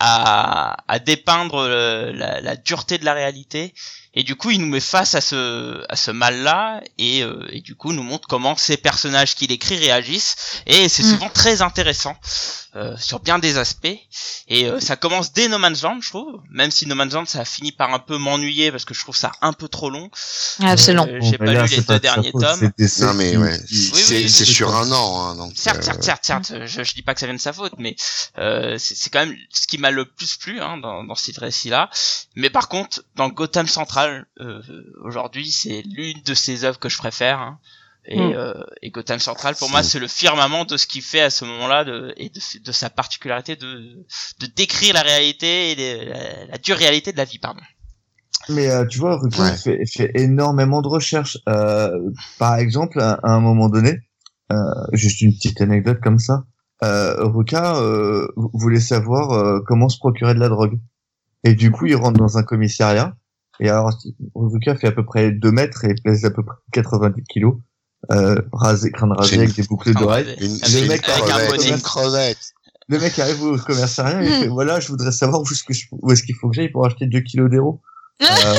à, à dépeindre euh, la, la dureté de la réalité. Et du coup, il nous met face à ce à ce mal-là, et, euh, et du coup, nous montre comment ces personnages qu'il écrit réagissent. Et c'est Mm. souvent très intéressant euh, sur bien des aspects. Et euh, ça commence dès No Man's Land, je trouve. Même si No Man's Land, ça a fini par un peu m'ennuyer parce que je trouve ça un peu trop long. Ah, c'est long. Euh, Bon, j'ai mais pas là, lu c'est les pas deux de sa derniers faute, tomes. c'est des Non mais qui- ouais, qui- Oui, c'est oui, c'est oui. sur un an, hein, donc. Certes, euh, certes, certes, certes, je, je dis pas que ça vient de sa faute, mais euh, c'est, c'est quand même ce qui m'a le plus plu hein, dans, dans ce récit-là. Mais par contre, dans Gotham Central, euh, aujourd'hui, c'est l'une de ses œuvres que je préfère. Hein. Et, Mm. euh, et Gotham Central, pour moi, c'est le firmament de ce qu'il fait à ce moment-là de, et de, de sa particularité de, de décrire la réalité et les- la, la dure réalité de la vie, pardon. Mais euh, tu vois, Ruka Ouais. fait, fait énormément de recherches. Euh, par exemple, à, à un moment donné, euh, juste une petite anecdote comme ça, euh, Ruka euh, voulait savoir euh, comment se procurer de la drogue. Et du coup, il rentre dans un commissariat. Et alors, Ruka fait à peu près deux mètres et pèse à peu près quatre-vingt-dix kilos. Euh, rasé, crâne rasé C'est- avec des boucles d'oreilles. Une, Avec- Le mec avec un crevette, bonnet. une crevette. Le mec arrive au commissariat et il fait, voilà, je voudrais savoir où est-ce que je- où est-ce qu'il faut que j'aille pour acheter deux kilos d'héros. Euh,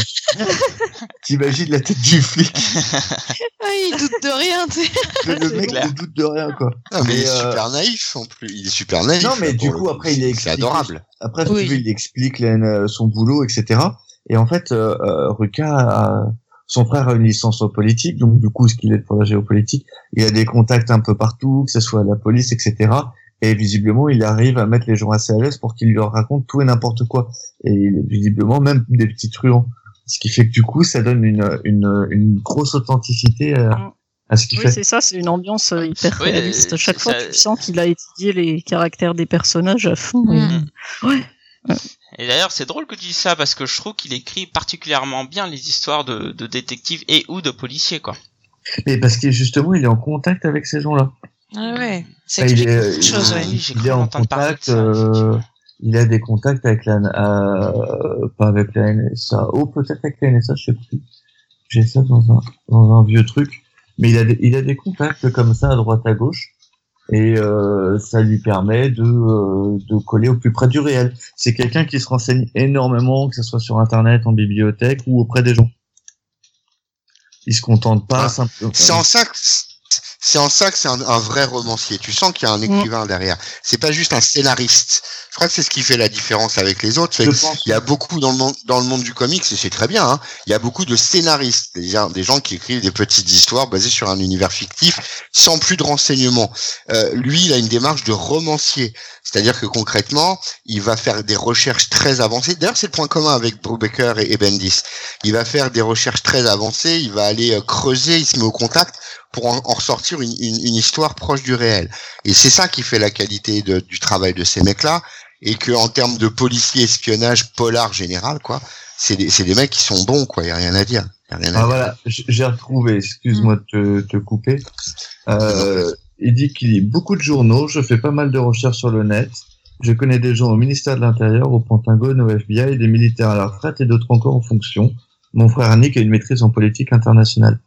T'imagines la tête du flic. Ah, il doute de rien, tu sais. Le mec clair. ne doute de rien, quoi. Non, mais Mais, il est euh, super naïf en plus. Il est super naïf. Non, mais là, du pour coup, le après, il est C'est expliqué. adorable. Après, si Oui. tu veux, il explique la- euh, son boulot, et cetera. Et en fait, euh, euh, Ruka a, son frère a une licence en politique, donc du coup, ce qu'il est pour la géopolitique, il a des contacts un peu partout, que ce soit à la police, et cetera. Et visiblement, il arrive à mettre les gens assez à l'aise pour qu'ils leur racontent tout et n'importe quoi. Et il- visiblement, même des petits truands. Ce qui fait que du coup, ça donne une, une, une grosse authenticité à, à ce qu'il Oui, fait. c'est ça, c'est une ambiance euh, hyper Oui, réaliste. À chaque c'est fois, ça. tu sens qu'il a étudié les caractères des personnages à fond. Mm. Et- Ouais. Et d'ailleurs, c'est drôle que tu dises ça parce que je trouve qu'il écrit particulièrement bien les histoires de, de détectives et ou de policiers, quoi. Et parce que justement, il est en contact avec ces gens-là. Ah ouais. Ça Enfin, il explique est, beaucoup de choses, ouais. Oui, j'ai il cru est en entendre parler de contact, ça, euh, effectivement. il a des contacts avec la, euh, pas avec la N S A, oh, peut-être avec la N S A, je sais plus. J'ai ça dans un, dans un vieux truc. Mais il a des, il a des contacts comme ça à droite à gauche. Et, euh, ça lui permet de, euh, de coller au plus près du réel. C'est quelqu'un qui se renseigne énormément, que ce soit sur Internet, en bibliothèque ou auprès des gens. Il se contente pas Ah, simplement. C'est en ça que c'est en ça que c'est un, un vrai romancier. Tu sens qu'il y a un écrivain derrière. C'est pas juste un scénariste. Je crois que c'est ce qui fait la différence avec les autres. C'est Je que pense. il y a beaucoup dans le monde, dans le monde du comics, et c'est très bien, hein. Il y a beaucoup de scénaristes, des gens, des gens qui écrivent des petites histoires basées sur un univers fictif, sans plus de renseignements. Euh, lui, il a une démarche de romancier. C'est-à-dire que concrètement, il va faire des recherches très avancées. D'ailleurs, c'est le point commun avec Brubaker et, et Bendis. Il va faire des recherches très avancées, il va aller euh, creuser, il se met au contact pour en, en ressortir une, une, une histoire proche du réel. Et c'est ça qui fait la qualité de, du travail de ces mecs-là, et que en termes de policier, espionnage, polar général, quoi, c'est des, c'est des mecs qui sont bons, quoi. Il y a rien à dire. Y a rien à Ah dire. voilà, j- j'ai retrouvé, excuse-moi de te, te couper. Euh, il dit qu'il lit beaucoup de journaux, je fais pas mal de recherches sur le net. Je connais des gens au ministère de l'Intérieur, au Pentagone, au F B I, des militaires à la retraite et d'autres encore en fonction. Mon frère Nick a une maîtrise en politique internationale.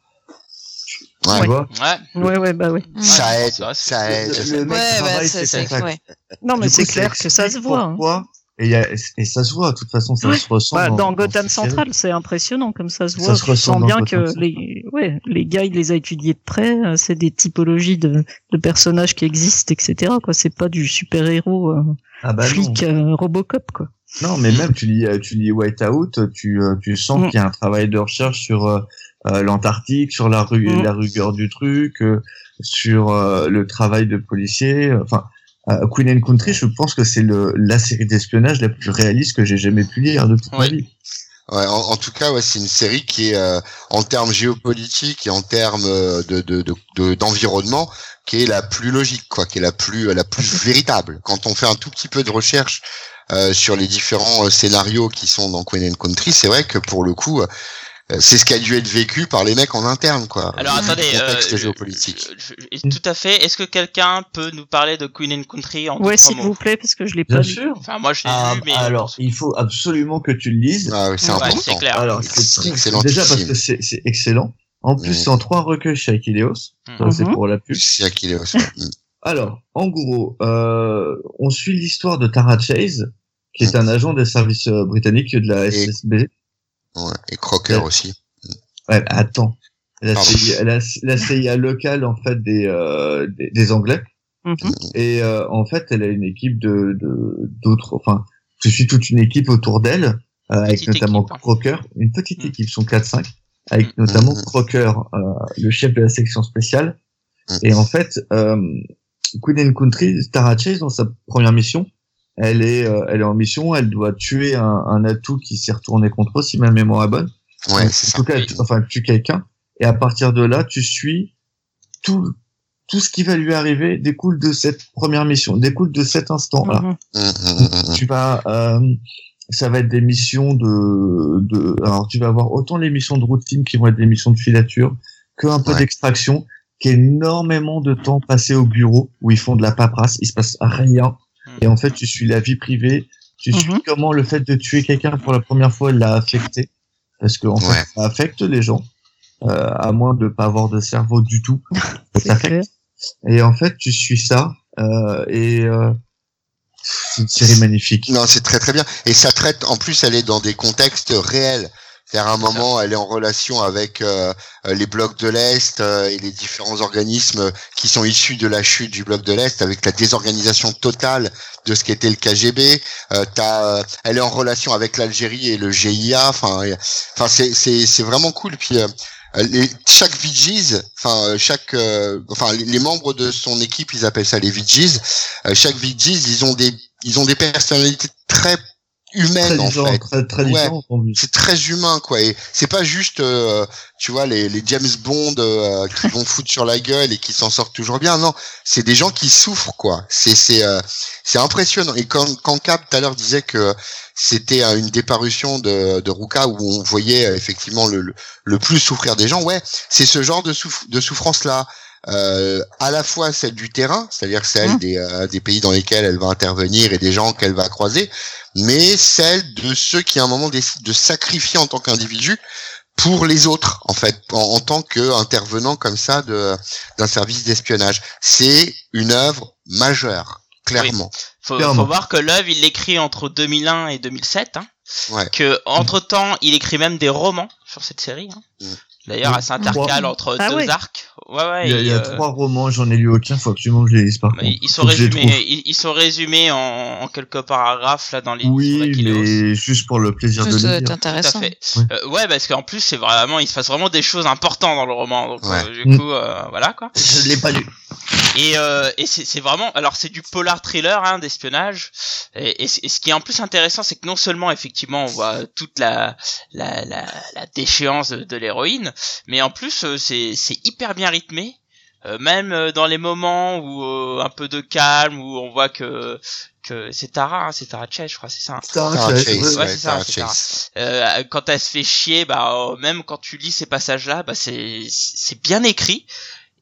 Ouais. Tu vois Ouais. Ouais, ouais, bah ouais. Ça aide, c'est vrai, c'est- ça aide. Le mec Ouais, travaille, bah, c'est c'est, c'est, contact. ouais. Non, mais Du c'est coup, clair que ça se explique voit. hein. pourquoi. Et, y a, et ça se voit, de toute façon, ça Ouais. se ressent. Bah, dans cette Gotham série. Central, c'est impressionnant comme ça se Ça voit. se Tu ressent sens dans bien Gotham que Central. les, ouais, les gars, ils les a étudiés de près. euh, C'est des typologies de, de personnages qui existent, et cetera. Quoi, c'est pas du super-héros euh, Ah bah non. flic euh, Robocop, quoi. Non, mais même tu lis, tu lis Whiteout, tu, euh, tu sens Mm. qu'il y a un travail de recherche sur euh, euh, l'Antarctique, sur la, ru- Mm. la rigueur du truc, euh, sur euh, le travail de policier. Enfin, euh, Queen and Country, je pense que c'est le la série d'espionnage la plus réaliste que j'ai jamais pu lire de toute ma Oui. vie. Ouais, en, en tout cas, ouais, c'est une série qui est euh, en termes géopolitiques et en termes euh, de, de, de, de- d'environnement, qui est la plus logique, quoi, qui est la plus la plus véritable. Quand on fait un tout petit peu de recherche euh, sur les différents euh, scénarios qui sont dans Queen and Country, c'est vrai que pour le coup, euh, c'est ce qui a dû être vécu par les mecs en interne, quoi. Alors Le attendez, contexte euh, géopolitique. je- je- tout à fait. Est-ce que quelqu'un peut nous parler de Queen and Country en Ouais, deux, trois s'il mots vous plaît, parce que je l'ai Bien pas lu. sûr. Enfin, moi je l'ai Ah, lu, mais alors, il faut absolument que tu le lises. Ah, oui, c'est Ouais, important. c'est clair. Alors, c'est C'est très excellent. déjà parce que c'est c'est excellent. En plus, Mm. c'est en trois recueils chez Achilleos. Ça, Mhm. c'est pour la pub. C'est Achilleos, ouais. Mm. Alors, en gros, euh, on suit l'histoire de Tara Chase, qui est un agent des services euh, britanniques de la S S B. Ouais. Et Crocker Ouais. aussi. Ouais, attends. La Pardon. C I A, la, la C I A locale, en fait, des, euh, des, des Anglais. Mhm. Et euh, en fait, elle a une équipe de de- d'autres. Enfin, je suis toute une équipe autour d'elle, euh, avec Petite notamment équipe, hein. Crocker, une petite Mm. équipe, ils sont quatre cinq, avec notamment Mm. Crocker, euh, le chef de la section spéciale. Mm. Et en fait, euh, Queen and Country, Tara Chase, dans sa première mission, elle est, euh, elle est en mission, elle doit tuer un, un atout qui s'est retourné contre eux, si ma mémoire est bonne. Ouais, Donc, c'est en ça. tout cas, tu, enfin, tu quelqu'un, et à partir de là, tu suis tout, tout ce qui va lui arriver découle de cette première mission, découle de cet instant-là. Mhm. Mm, mm, mm, mm. Tu vas, euh, ça va être des missions de, de, alors tu vas avoir autant les missions de routine qui vont être des missions de filature, que un peu Ouais. d'extraction, qu'énormément de temps passé au bureau où ils font de la paperasse, il se passe rien, et en fait, tu suis la vie privée, tu suis Mhm. comment le fait de tuer quelqu'un pour la première fois l'a affecté, parce que en Ouais. fait, ça affecte les gens, euh, à moins de pas avoir de cerveau du tout, ça C'est t'affecte. clair. Et en fait, tu suis ça, euh, et euh, c'est une série magnifique. Non, c'est très très bien. Et ça traite, en plus, elle est dans des contextes réels. C'est-à-dire, à un moment, elle est en relation avec euh, les blocs de l'Est euh, et les différents organismes qui sont issus de la chute du bloc de l'Est, avec la désorganisation totale de ce qu'était le K G B. Euh, t'as, euh, elle est en relation avec l'Algérie et le G I A. Enfin, et- enfin, c'est c'est c'est vraiment cool. Puis euh, les, chaque V Gs, enfin euh, chaque, euh, enfin les, les membres de son équipe, ils appellent ça les V Gs. Euh, chaque V Gs, ils ont des ils ont des personnalités très humaines Très en différent, fait. très, très Ouais. différent, en plus. C'est très humain, quoi. Et c'est pas juste, euh, tu vois, les, les James Bond euh, qui vont foutre sur la gueule et qui s'en sortent toujours bien. Non, c'est des gens qui souffrent, quoi. C'est c'est euh, c'est impressionnant. Et quand quand Cap tout à l'heure disait que c'était euh, une déparution de de Ruka où on voyait euh, effectivement le, le le plus souffrir des gens, ouais, c'est ce genre de souff de souffrance là. Euh, à la fois celle du terrain, c'est-à-dire celle Mmh. des, euh, des pays dans lesquels elle va intervenir et des gens qu'elle va croiser, mais celle de ceux qui à un moment décident de sacrifier en tant qu'individu pour les autres, en fait, en, en tant qu'intervenant comme ça de d'un service d'espionnage. C'est une œuvre majeure, clairement. Faut, Clairement. faut voir que l'œuvre, il l'écrit entre deux mille un et deux mille sept, hein. Ouais. Que entre temps, il écrit même des romans sur cette série. Hein. Mm. D'ailleurs, Mm. elle s'intercale entre Ah deux ouais. arcs. Ouais, ouais. Il y a, il y a et, euh, trois romans, j'en ai lu aucun, faut absolument que je les lise par mais contre. ils sont Faut que je les résumés, trouve. ils, ils sont résumés en, en quelques paragraphes là dans les. Oui, sur Achilleos. mais juste pour le plaisir de Ça doit le être lire. Tout à intéressant. fait. Ouais. Euh, ouais, parce qu'en plus, c'est vraiment, il se passe vraiment des choses importantes dans le roman. Donc, Ouais. euh, du Mm. coup, euh, voilà quoi. Je l'ai pas lu. Et, euh, et c'est, c'est vraiment, alors c'est du polar thriller, hein, d'espionnage. Et, et, c- et ce qui est en plus intéressant, c'est que non seulement effectivement on voit toute la la la, la déchéance de, de l'héroïne, mais en plus euh, c'est c'est hyper bien rythmé. Euh, même euh, dans les moments où euh, un peu de calme, où on voit que que c'est Tara, hein, c'est Tara Chase, je crois, c'est ça. hein. Star Tara Chase, Chase, ouais. Ouais, ouais, c'est ça, Tara c'est Tara. Chase. Euh, quand elle se fait chier, bah euh, même quand tu lis ces passages-là, bah c'est c'est bien écrit.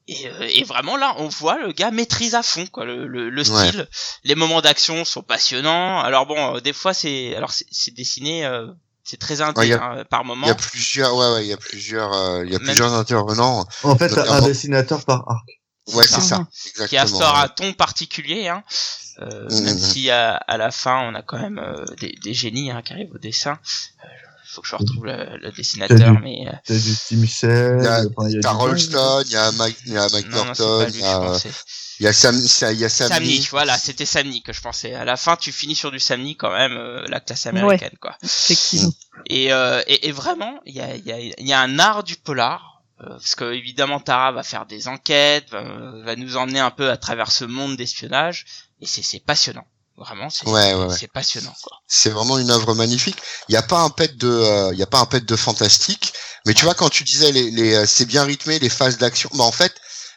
Et, euh, et vraiment là, on voit le gars maîtrise à fond quoi le, le, le Ouais. style. Les moments d'action sont passionnants. Alors bon, euh, des fois c'est, alors c'est, c'est dessiné, euh, c'est très indé Ouais, y a- hein, par moment. Il y a plusieurs, ouais, ouais, il y a plusieurs, euh, il y a Même- plusieurs intervenants. En fait, Notamment- un dessinateur par arc. Ouais, c'est ça. ça, Qui exactement. instaure un ton particulier, hein. Euh, Mhm. même si à, à la fin on a quand même euh, des, des génies hein, qui arrivent au dessin. Euh, faut que je retrouve le, le dessinateur, T'as du- mais euh, T'as du Tim Sale, Il y a, enfin, il y a t'as du- Rolston, il y a Mike, il y a Mike non, non, c'est Norton, pas il lui, y je a, pensais. il y a Sam, ça- il y a Sam, Sam Neill. Neill, voilà, c'était Sam Neill que je pensais. À la fin, tu finis sur du Sam Neill quand même, euh, la classe américaine, quoi. Effectivement. Et, euh, et, et vraiment, il y a, il y, a, il y a un art du polar, euh, parce que évidemment Tara va faire des enquêtes, va, va nous emmener un peu à travers ce monde d'espionnage, et c'est, c'est passionnant. Vraiment, c'est, Ouais, ouais, ouais. c'est passionnant, quoi. C'est vraiment une œuvre magnifique. Il y a pas un pet de, euh, il y a pas un pet de fantastique. Mais tu vois, quand tu disais les, les, euh, c'est bien rythmé, les phases d'action. Bah, en fait,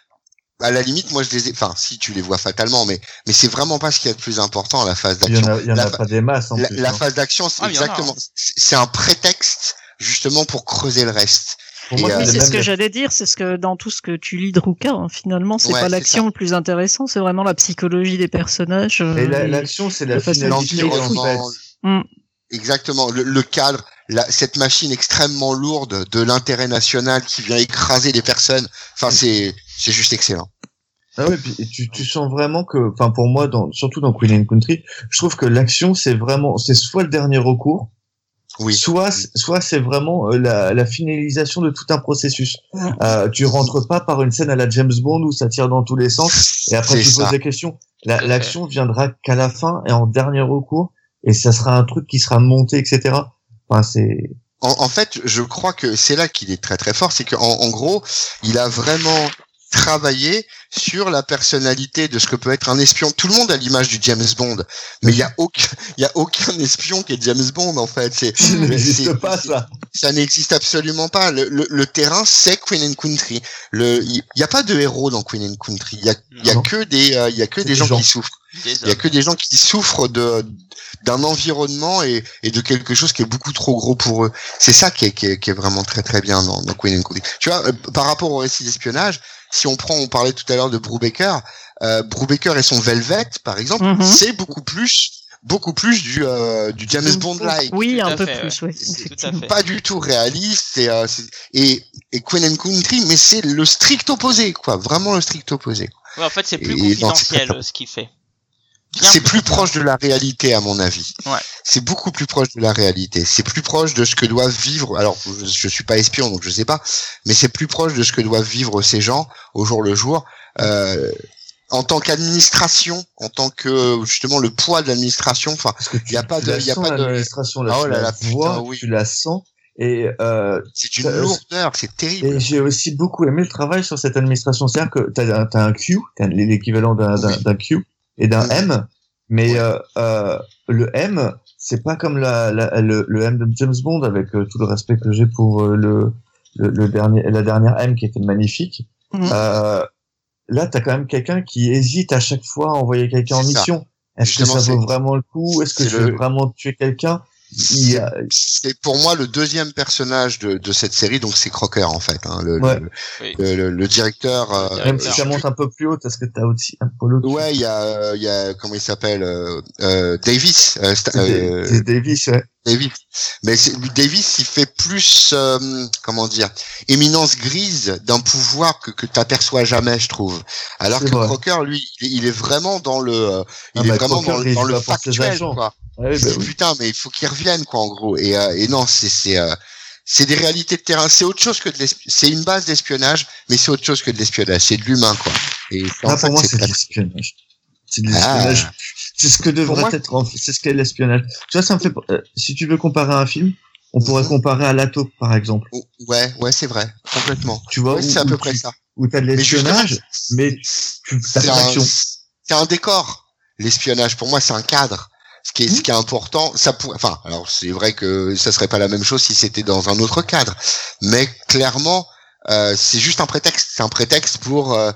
à la limite, moi, je les ai, enfin, si tu les vois fatalement, mais, mais c'est vraiment pas ce qu'il y a de plus important, la phase Il y en d'action. a, il y en La a fa- pas des masses en La, plus. la hein. phase d'action, c'est Ah, il y en a, exactement, hein. c'est c'est un prétexte, justement, pour creuser le reste. Pour Et, moi, euh, Oui, c'est c'est même ce que la- j'allais dire, c'est ce que dans tout ce que tu lis de Ruka, hein, finalement, c'est Ouais, pas c'est l'action ça. le plus intéressant, c'est vraiment la psychologie des personnages. euh, Et la- et- l'action, c'est la le façon finalité, en l'environnement, fait. Mm. exactement, le, le cadre, la, cette machine extrêmement lourde de l'intérêt national qui vient écraser les personnes. Enfin, c'est, c'est juste excellent. Ah ouais, puis et tu, tu sens vraiment que, enfin pour moi, dans, surtout dans Queen and Country, je trouve que l'action c'est vraiment, c'est soit le dernier recours, Oui. soit soit c'est vraiment euh, la, la finalisation de tout un processus. Euh, tu rentres pas par une scène à la James Bond où ça tire dans tous les sens et après C'est tu ça. poses des questions. La- Tout à fait. L'action viendra qu'à la fin et en dernier recours et ça sera un truc qui sera monté, et cetera. Enfin c'est En, en fait, je crois que c'est là qu'il est très très fort, c'est qu'en en gros, il a vraiment travaillé sur la personnalité de ce que peut être un espion. Tout le monde a l'image du James Bond, mais il y a aucun, il y a aucun espion qui est James Bond en fait. C'est, ça n'existe c'est- pas c'est- ça. ça n'existe absolument pas. Le, le, le terrain, c'est Queen and Country. Le, il y a pas de héros dans Queen and Country. Il y a, il y a Non. que des, euh, il y a que C'est des des gens gens. qui souffrent. Des Il y a hommes. que des gens qui souffrent de d'un environnement et, et de quelque chose qui est beaucoup trop gros pour eux. C'est ça qui est, qui est, qui est vraiment très très bien dans, dans Queen and Country. Tu vois, euh, par rapport au récit d'espionnage, si on prend, on parlait tout à l'heure de Brubaker, euh, Brubaker et son Velvet, par exemple, Mhm. c'est beaucoup plus, beaucoup plus du euh, du James Bond-like. Oui, Tout un à peu fait, plus, ouais. oui, C'est- tout à effectivement. fait. Pas du tout réaliste. C'est, euh, c'est- et et Queen and Country, mais c'est le strict opposé, quoi. Vraiment le strict opposé. Ouais, en fait, c'est plus Et dans- confidentiel euh, ce qu'il fait. Bien C'est plus confidentiel. proche de la réalité, à mon avis. Ouais. C'est beaucoup plus proche de la réalité. C'est plus proche de ce que doivent vivre. Alors, je, je suis pas espion, donc je sais pas, mais c'est plus proche de ce que doivent vivre ces gens au jour le jour, euh, en tant qu'administration, en tant que justement le poids de l'administration. Enfin, Parce que tu, y a pas tu de- la y a sens, pas de- l'administration, là, Oh tu là la là, putain, vois, oui. tu la sens et euh, c'est une Ça, euh, lourdeur, c'est terrible. Et j'ai aussi beaucoup aimé le travail sur cette administration. C'est-à-dire que t'as un, t'as un Q, t'as l'équivalent d'un, d'un, Oui. d'un Q et d'un Mhm. M, mais Ouais. euh, euh, le M, c'est pas comme la, la, le, le M de James Bond, avec euh, tout le respect que j'ai pour euh, le, le, le dernier, la dernière M qui était magnifique. Mhm. Euh, là, t'as quand même quelqu'un qui hésite à chaque fois à envoyer quelqu'un en C'est ça. mission. Est-ce que Justement, ça vaut c'est- vraiment le coup? Est-ce que c'est je vais le- vraiment tuer quelqu'un? Il y C'est, a- c'est pour moi le deuxième personnage de, de cette série, donc c'est Crocker en fait, hein, le, Ouais. le, Oui. le, le- le directeur. euh, Le Même directeur. si ça monte un peu plus haut, parce que t'as aussi un polo. Ouais, il y a, euh, il y a, comment il s'appelle, euh, euh, Davis, euh, sta- euh, C'est Davis, ouais. Davis. Mais c'est, lui, Davis, il fait plus, euh, comment dire, éminence grise d'un pouvoir que que t'aperçois jamais, je trouve. Alors C'est que vrai. Crocker, lui, il est, il est vraiment dans le, euh, il Ah est bah, vraiment Crocker, dans, le- il dans se le bat pour ses factuel, agents. quoi. Ouais, bah oui. Putain, mais il faut qu'il revienne, quoi, en gros. Et, euh, et non, c'est, c'est, euh, c'est des réalités de terrain. C'est autre chose que de l'espionnage. C'est une base d'espionnage, mais c'est autre chose que de l'espionnage. C'est de l'humain, quoi. Et c'est en Ah, ça pour que moi, c'est c'est de très- l'espionnage. C'est de Ah. l'espionnage. C'est ce que devrait moi- être, en- c'est ce qu'est l'espionnage. Tu vois, ça me fait, euh, si tu veux comparer un film, on pourrait Mhm. comparer à Lato, par exemple. Oh, ouais, ouais, c'est vrai. Complètement. Tu vois, Ouais, où- c'est à où peu tu- près ça. Où t'as de Mais justement, l'espionnage, mais tu, t'as c'est pas un, d'action. c'est un décor. L'espionnage, pour moi, c'est un cadre. Ce qui est, ce qui est important, ça pourrait, enfin, alors c'est vrai que ça serait pas la même chose si c'était dans un autre cadre, mais clairement, euh, c'est juste un prétexte. C'est un prétexte pour euh,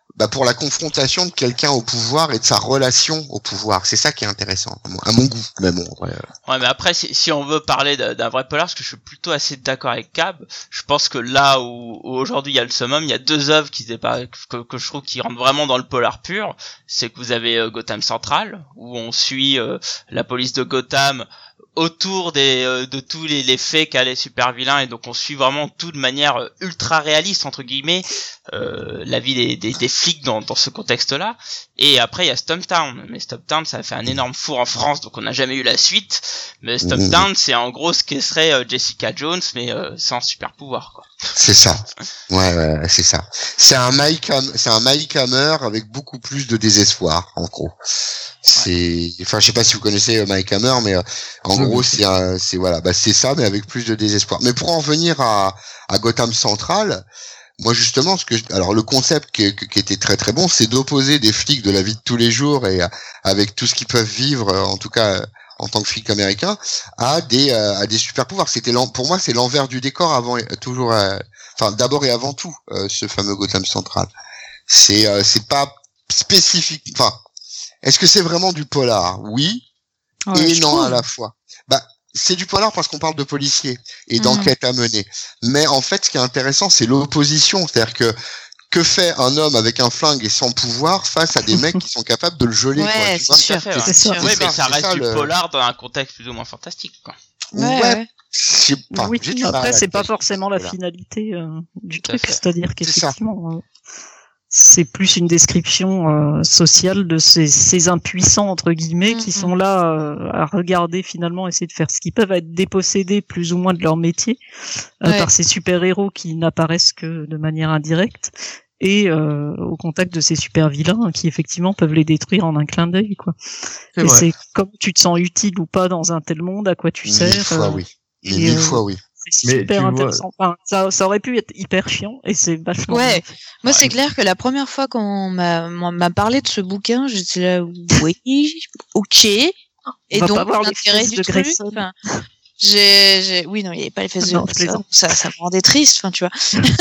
bah pour la confrontation de quelqu'un au pouvoir et de sa relation au pouvoir. C'est ça qui est intéressant, à mon goût. Mais bon, ouais. Ouais, mais après, si, si on veut parler d'un, d'un vrai polar, parce que je suis plutôt assez d'accord avec Cab, je pense que là où, où aujourd'hui il y a le summum, il y a deux œuvres qui que, que je trouve qui rentrent vraiment dans le polar pur. C'est que vous avez euh, Gotham Central, où on suit euh, la police de Gotham autour des euh, de tous les, les faits qu'a les super vilains, et donc on suit vraiment tout de manière euh, ultra réaliste entre guillemets euh, la vie des, des, des flics dans, dans ce contexte-là. Et après il y a Stumptown, mais Stumptown ça a fait un énorme four en France, donc on n'a jamais eu la suite. Mais Stumptown c'est en gros ce que serait euh, Jessica Jones, mais euh, sans super pouvoir quoi. C'est ça. Ouais, ouais, c'est ça. C'est un Mike Ham- c'est un Mike Hammer avec beaucoup plus de désespoir en gros. C'est, enfin, je sais pas si vous connaissez Mike Hammer, mais euh, en gros, c'est, euh, c'est voilà, bah c'est ça, mais avec plus de désespoir. Mais pour en venir à, à Gotham Central, moi justement, ce que, je, alors le concept qui, qui était très très bon, c'est d'opposer des flics de la vie de tous les jours et euh, avec tout ce qu'ils peuvent vivre, euh, en tout cas euh, en tant que flics américains, à des euh, à des super pouvoirs. C'était pour moi, c'est l'envers du décor avant, toujours, euh, enfin d'abord et avant tout, euh, ce fameux Gotham Central. C'est euh, c'est pas spécifique, enfin. Est-ce que c'est vraiment du polar? Oui, ouais, et non trouve. À la fois. Bah, c'est du polar parce qu'on parle de policiers et d'enquête mmh. à mener. Mais en fait, ce qui est intéressant, c'est l'opposition. C'est-à-dire que que fait un homme avec un flingue et sans pouvoir face à des mecs qui sont capables de le geler? Ouais, quoi, c'est, sûr, c'est, fait, c'est sûr. Oui, mais ça c'est reste ça, du le... polar dans un contexte plus ou moins fantastique, quoi. Ouais. ouais. C'est pas, oui, j'ai après, c'est pas forcément la finalité euh, du Tout truc, c'est-à-dire qu'effectivement, euh, c'est plus une description euh, sociale de ces, ces impuissants entre guillemets mm-hmm. qui sont là euh, à regarder finalement, essayer de faire ce qu'ils peuvent, être dépossédés plus ou moins de leur métier euh, ouais. par ces super-héros qui n'apparaissent que de manière indirecte et euh, au contact de ces super-vilains qui effectivement peuvent les détruire en un clin d'œil, quoi. C'est et vrai. C'est comme tu te sens utile ou pas dans un tel monde, à quoi tu sers. Mille fois, euh, oui. Et mille euh, fois, oui. C'est super intéressant. Vois... Enfin, ça, ça aurait pu être hyper chiant et c'est vachement. Ouais. Bien. Moi, ouais. c'est clair que la première fois qu'on m'a, m'a parlé de ce bouquin, j'étais là, oui, ok. Et on va donc, pas voir l'intérêt du truc. Enfin, j'ai, j'ai, oui, non, il n'y avait pas les fesses de Grayson. Ça, ça me rendait triste, enfin, tu vois.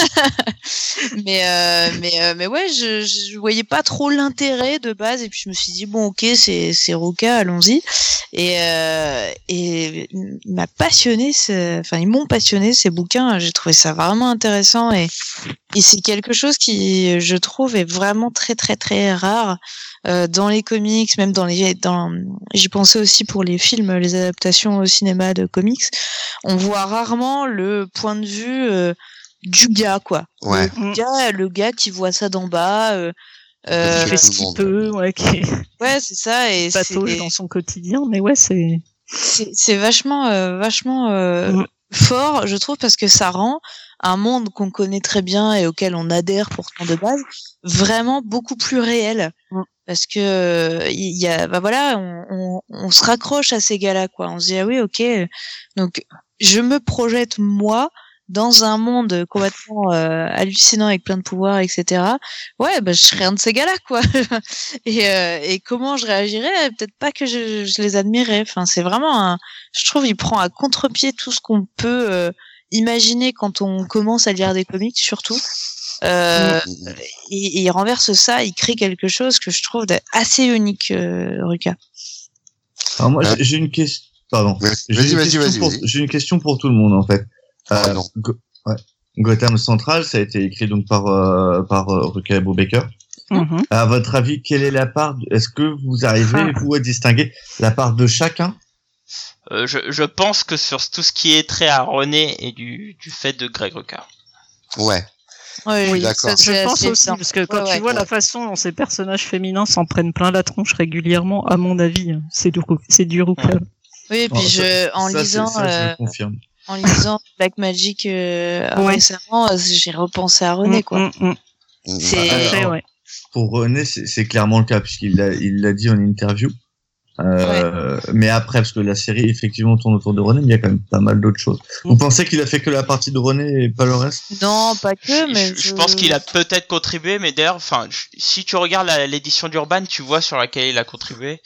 mais, euh, mais, euh, mais ouais, je, je voyais pas trop l'intérêt de base et puis je me suis dit, bon, ok, c'est, c'est Rucka, allons-y. Et, euh, et il m'a passionné, ce, enfin, ils m'ont passionné ces bouquins. J'ai trouvé ça vraiment intéressant et, et c'est quelque chose qui, je trouve, est vraiment très, très, très rare. Euh, dans les comics, même dans les, dans, j'y pensais aussi pour les films, les adaptations au cinéma de comics, on voit rarement le point de vue euh, du gars, quoi. Ouais. Le gars, le gars qui voit ça d'en bas, euh, euh, qui fait ce qu'il peut, ouais, qui ouais, c'est ça, et patauge c'est dans son quotidien, mais ouais, c'est, c'est, c'est vachement, euh, vachement euh, mmh. fort, je trouve, parce que ça rend un monde qu'on connaît très bien et auquel on adhère pourtant de base, vraiment beaucoup plus réel. Mmh. Parce que il y a, bah voilà, on, on, on se raccroche à ces gars-là, quoi. On se dit ah oui, ok. Donc je me projette moi dans un monde complètement euh, hallucinant avec plein de pouvoirs, et cetera. Ouais, bah je serais un de ces gars-là, quoi. et, euh, et comment je réagirais? Peut-être pas que je, je les admirais. Enfin, c'est vraiment un. Je trouve il prend à contre-pied tout ce qu'on peut euh, imaginer quand on commence à lire des comics, surtout. Euh, mmh. et, et il renverse ça, il crée quelque chose que je trouve assez unique, euh, Rucka. Alors moi, j'ai, j'ai une question. Pardon. Vas-y, j'ai, vas-y, une vas-y, vas-y, pour, vas-y. j'ai une question pour tout le monde en fait. Ah, euh, non. Go- ouais. Gotham Central, ça a été écrit donc par euh, par euh, Rucka Brubaker. Mmh. À votre avis, quelle est la part de... Est-ce que vous arrivez ah. vous à distinguer la part de chacun? euh, je, je pense que sur tout ce qui est trait à René et du du fait de Greg Rucka. Ouais. Ouais, oui, d'accord. Ça, je pense aussi, parce que quand ouais, tu ouais, vois ouais. la façon dont ces personnages féminins s'en prennent plein la tronche régulièrement, à mon avis, c'est du, c'est du Rucka. Ouais. Oui, et puis oh, je, ça, en ça, lisant, ça, je euh, le confirme. En lisant Black Magic euh, ouais. récemment, j'ai repensé à René, quoi. Mm, mm. C'est Alors, ouais. Pour René, c'est, c'est clairement le cas puisqu'il l'a, il l'a dit en interview. Euh, ouais. Mais après, parce que la série effectivement tourne autour de René, mais il y a quand même pas mal d'autres choses. Mmh. Vous pensez qu'il a fait que la partie de René et pas le reste? Non, pas que, mais je, je... je pense qu'il a peut-être contribué, mais d'ailleurs, enfin, si tu regardes la, l'édition d'Urban, tu vois sur laquelle il a contribué.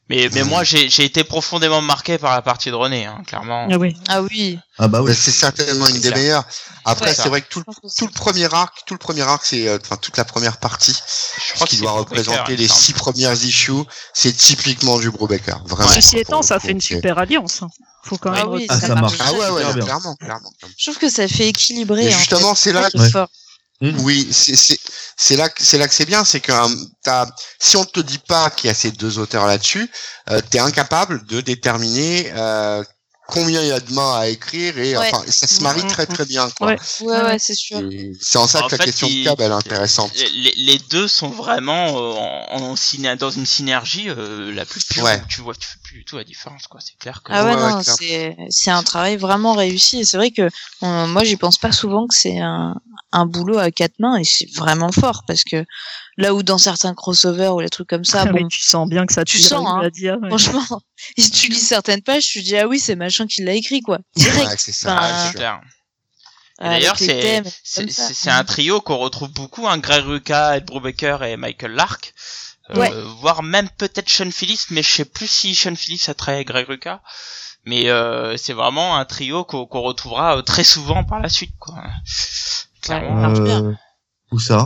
Mais, mais Mm. moi, j'ai, j'ai été profondément marqué par la partie de René, hein, clairement. Ah oui. Ah oui. Ah bah oui. Mais c'est certainement une C'est des clair. meilleures. Après, Ouais. c'est vrai que tout, le- tout le premier arc, tout le premier arc, c'est, euh, enfin, toute la première partie, Je crois qui que doit c'est représenter Brubaker, il les me semble. six premières issues, c'est typiquement du Brubaker. Vraiment. Ouais. Ceci quoi, étant, pour- ça pour- fait une c'est- super alliance. hein. Faut quand Ah même. oui, Ah, ça ça marche. marche. Ah ouais, ouais, Super bien. clairement, clairement. Je trouve que ça fait équilibrer. Mais en justement, fait. c'est là qui que- est fort. Oui, c'est c'est c'est là que c'est là que c'est bien, c'est que euh, t'as si on te dit pas qu'il y a ces deux auteurs là-dessus, euh, t'es incapable de déterminer euh, combien il y a de mains à écrire et Ouais. enfin ça se marie Mhm. très très bien quoi. Ouais. Ouais, ouais, c'est sûr. Et c'est en ça En que la fait, question il- de Cab elle est intéressante. Les, les deux sont vraiment euh, en, en syné- dans une synergie euh, la plus pure. Ouais. Où tu vois, tu fais plus du tout la différence, quoi. C'est clair que. Ah ouais, Ouais, ouais, non, clair. c'est c'est un travail vraiment réussi. Et c'est vrai que on- moi, j'y pense pas souvent que c'est un, un boulot à quatre mains et c'est vraiment fort parce que là où dans certains crossovers ou les trucs comme ça, Ah, mais bon, tu sens bien que ça Tu tire sens, hein. à dire. Ouais. franchement, si tu lis certaines pages, tu te dis ah oui, c'est machin qui l'a écrit quoi, direct. Ouais, c'est ça. Enfin, Ah, c'est c'est sûr. clair. Et avec d'ailleurs, les c'est thèmes, c'est comme ça. c'est c'est un trio qu'on retrouve beaucoup, hein, Greg Rucka, Ed Brubaker et Michael Lark. Euh, Ouais. Voire même peut-être Sean Phillips, mais je sais plus si Sean Phillips a travaillé avec Greg Rucka. Mais euh, c'est vraiment un trio qu'on qu'on retrouvera euh, très souvent par la suite, quoi. Clairement. marche bien. Euh, où ça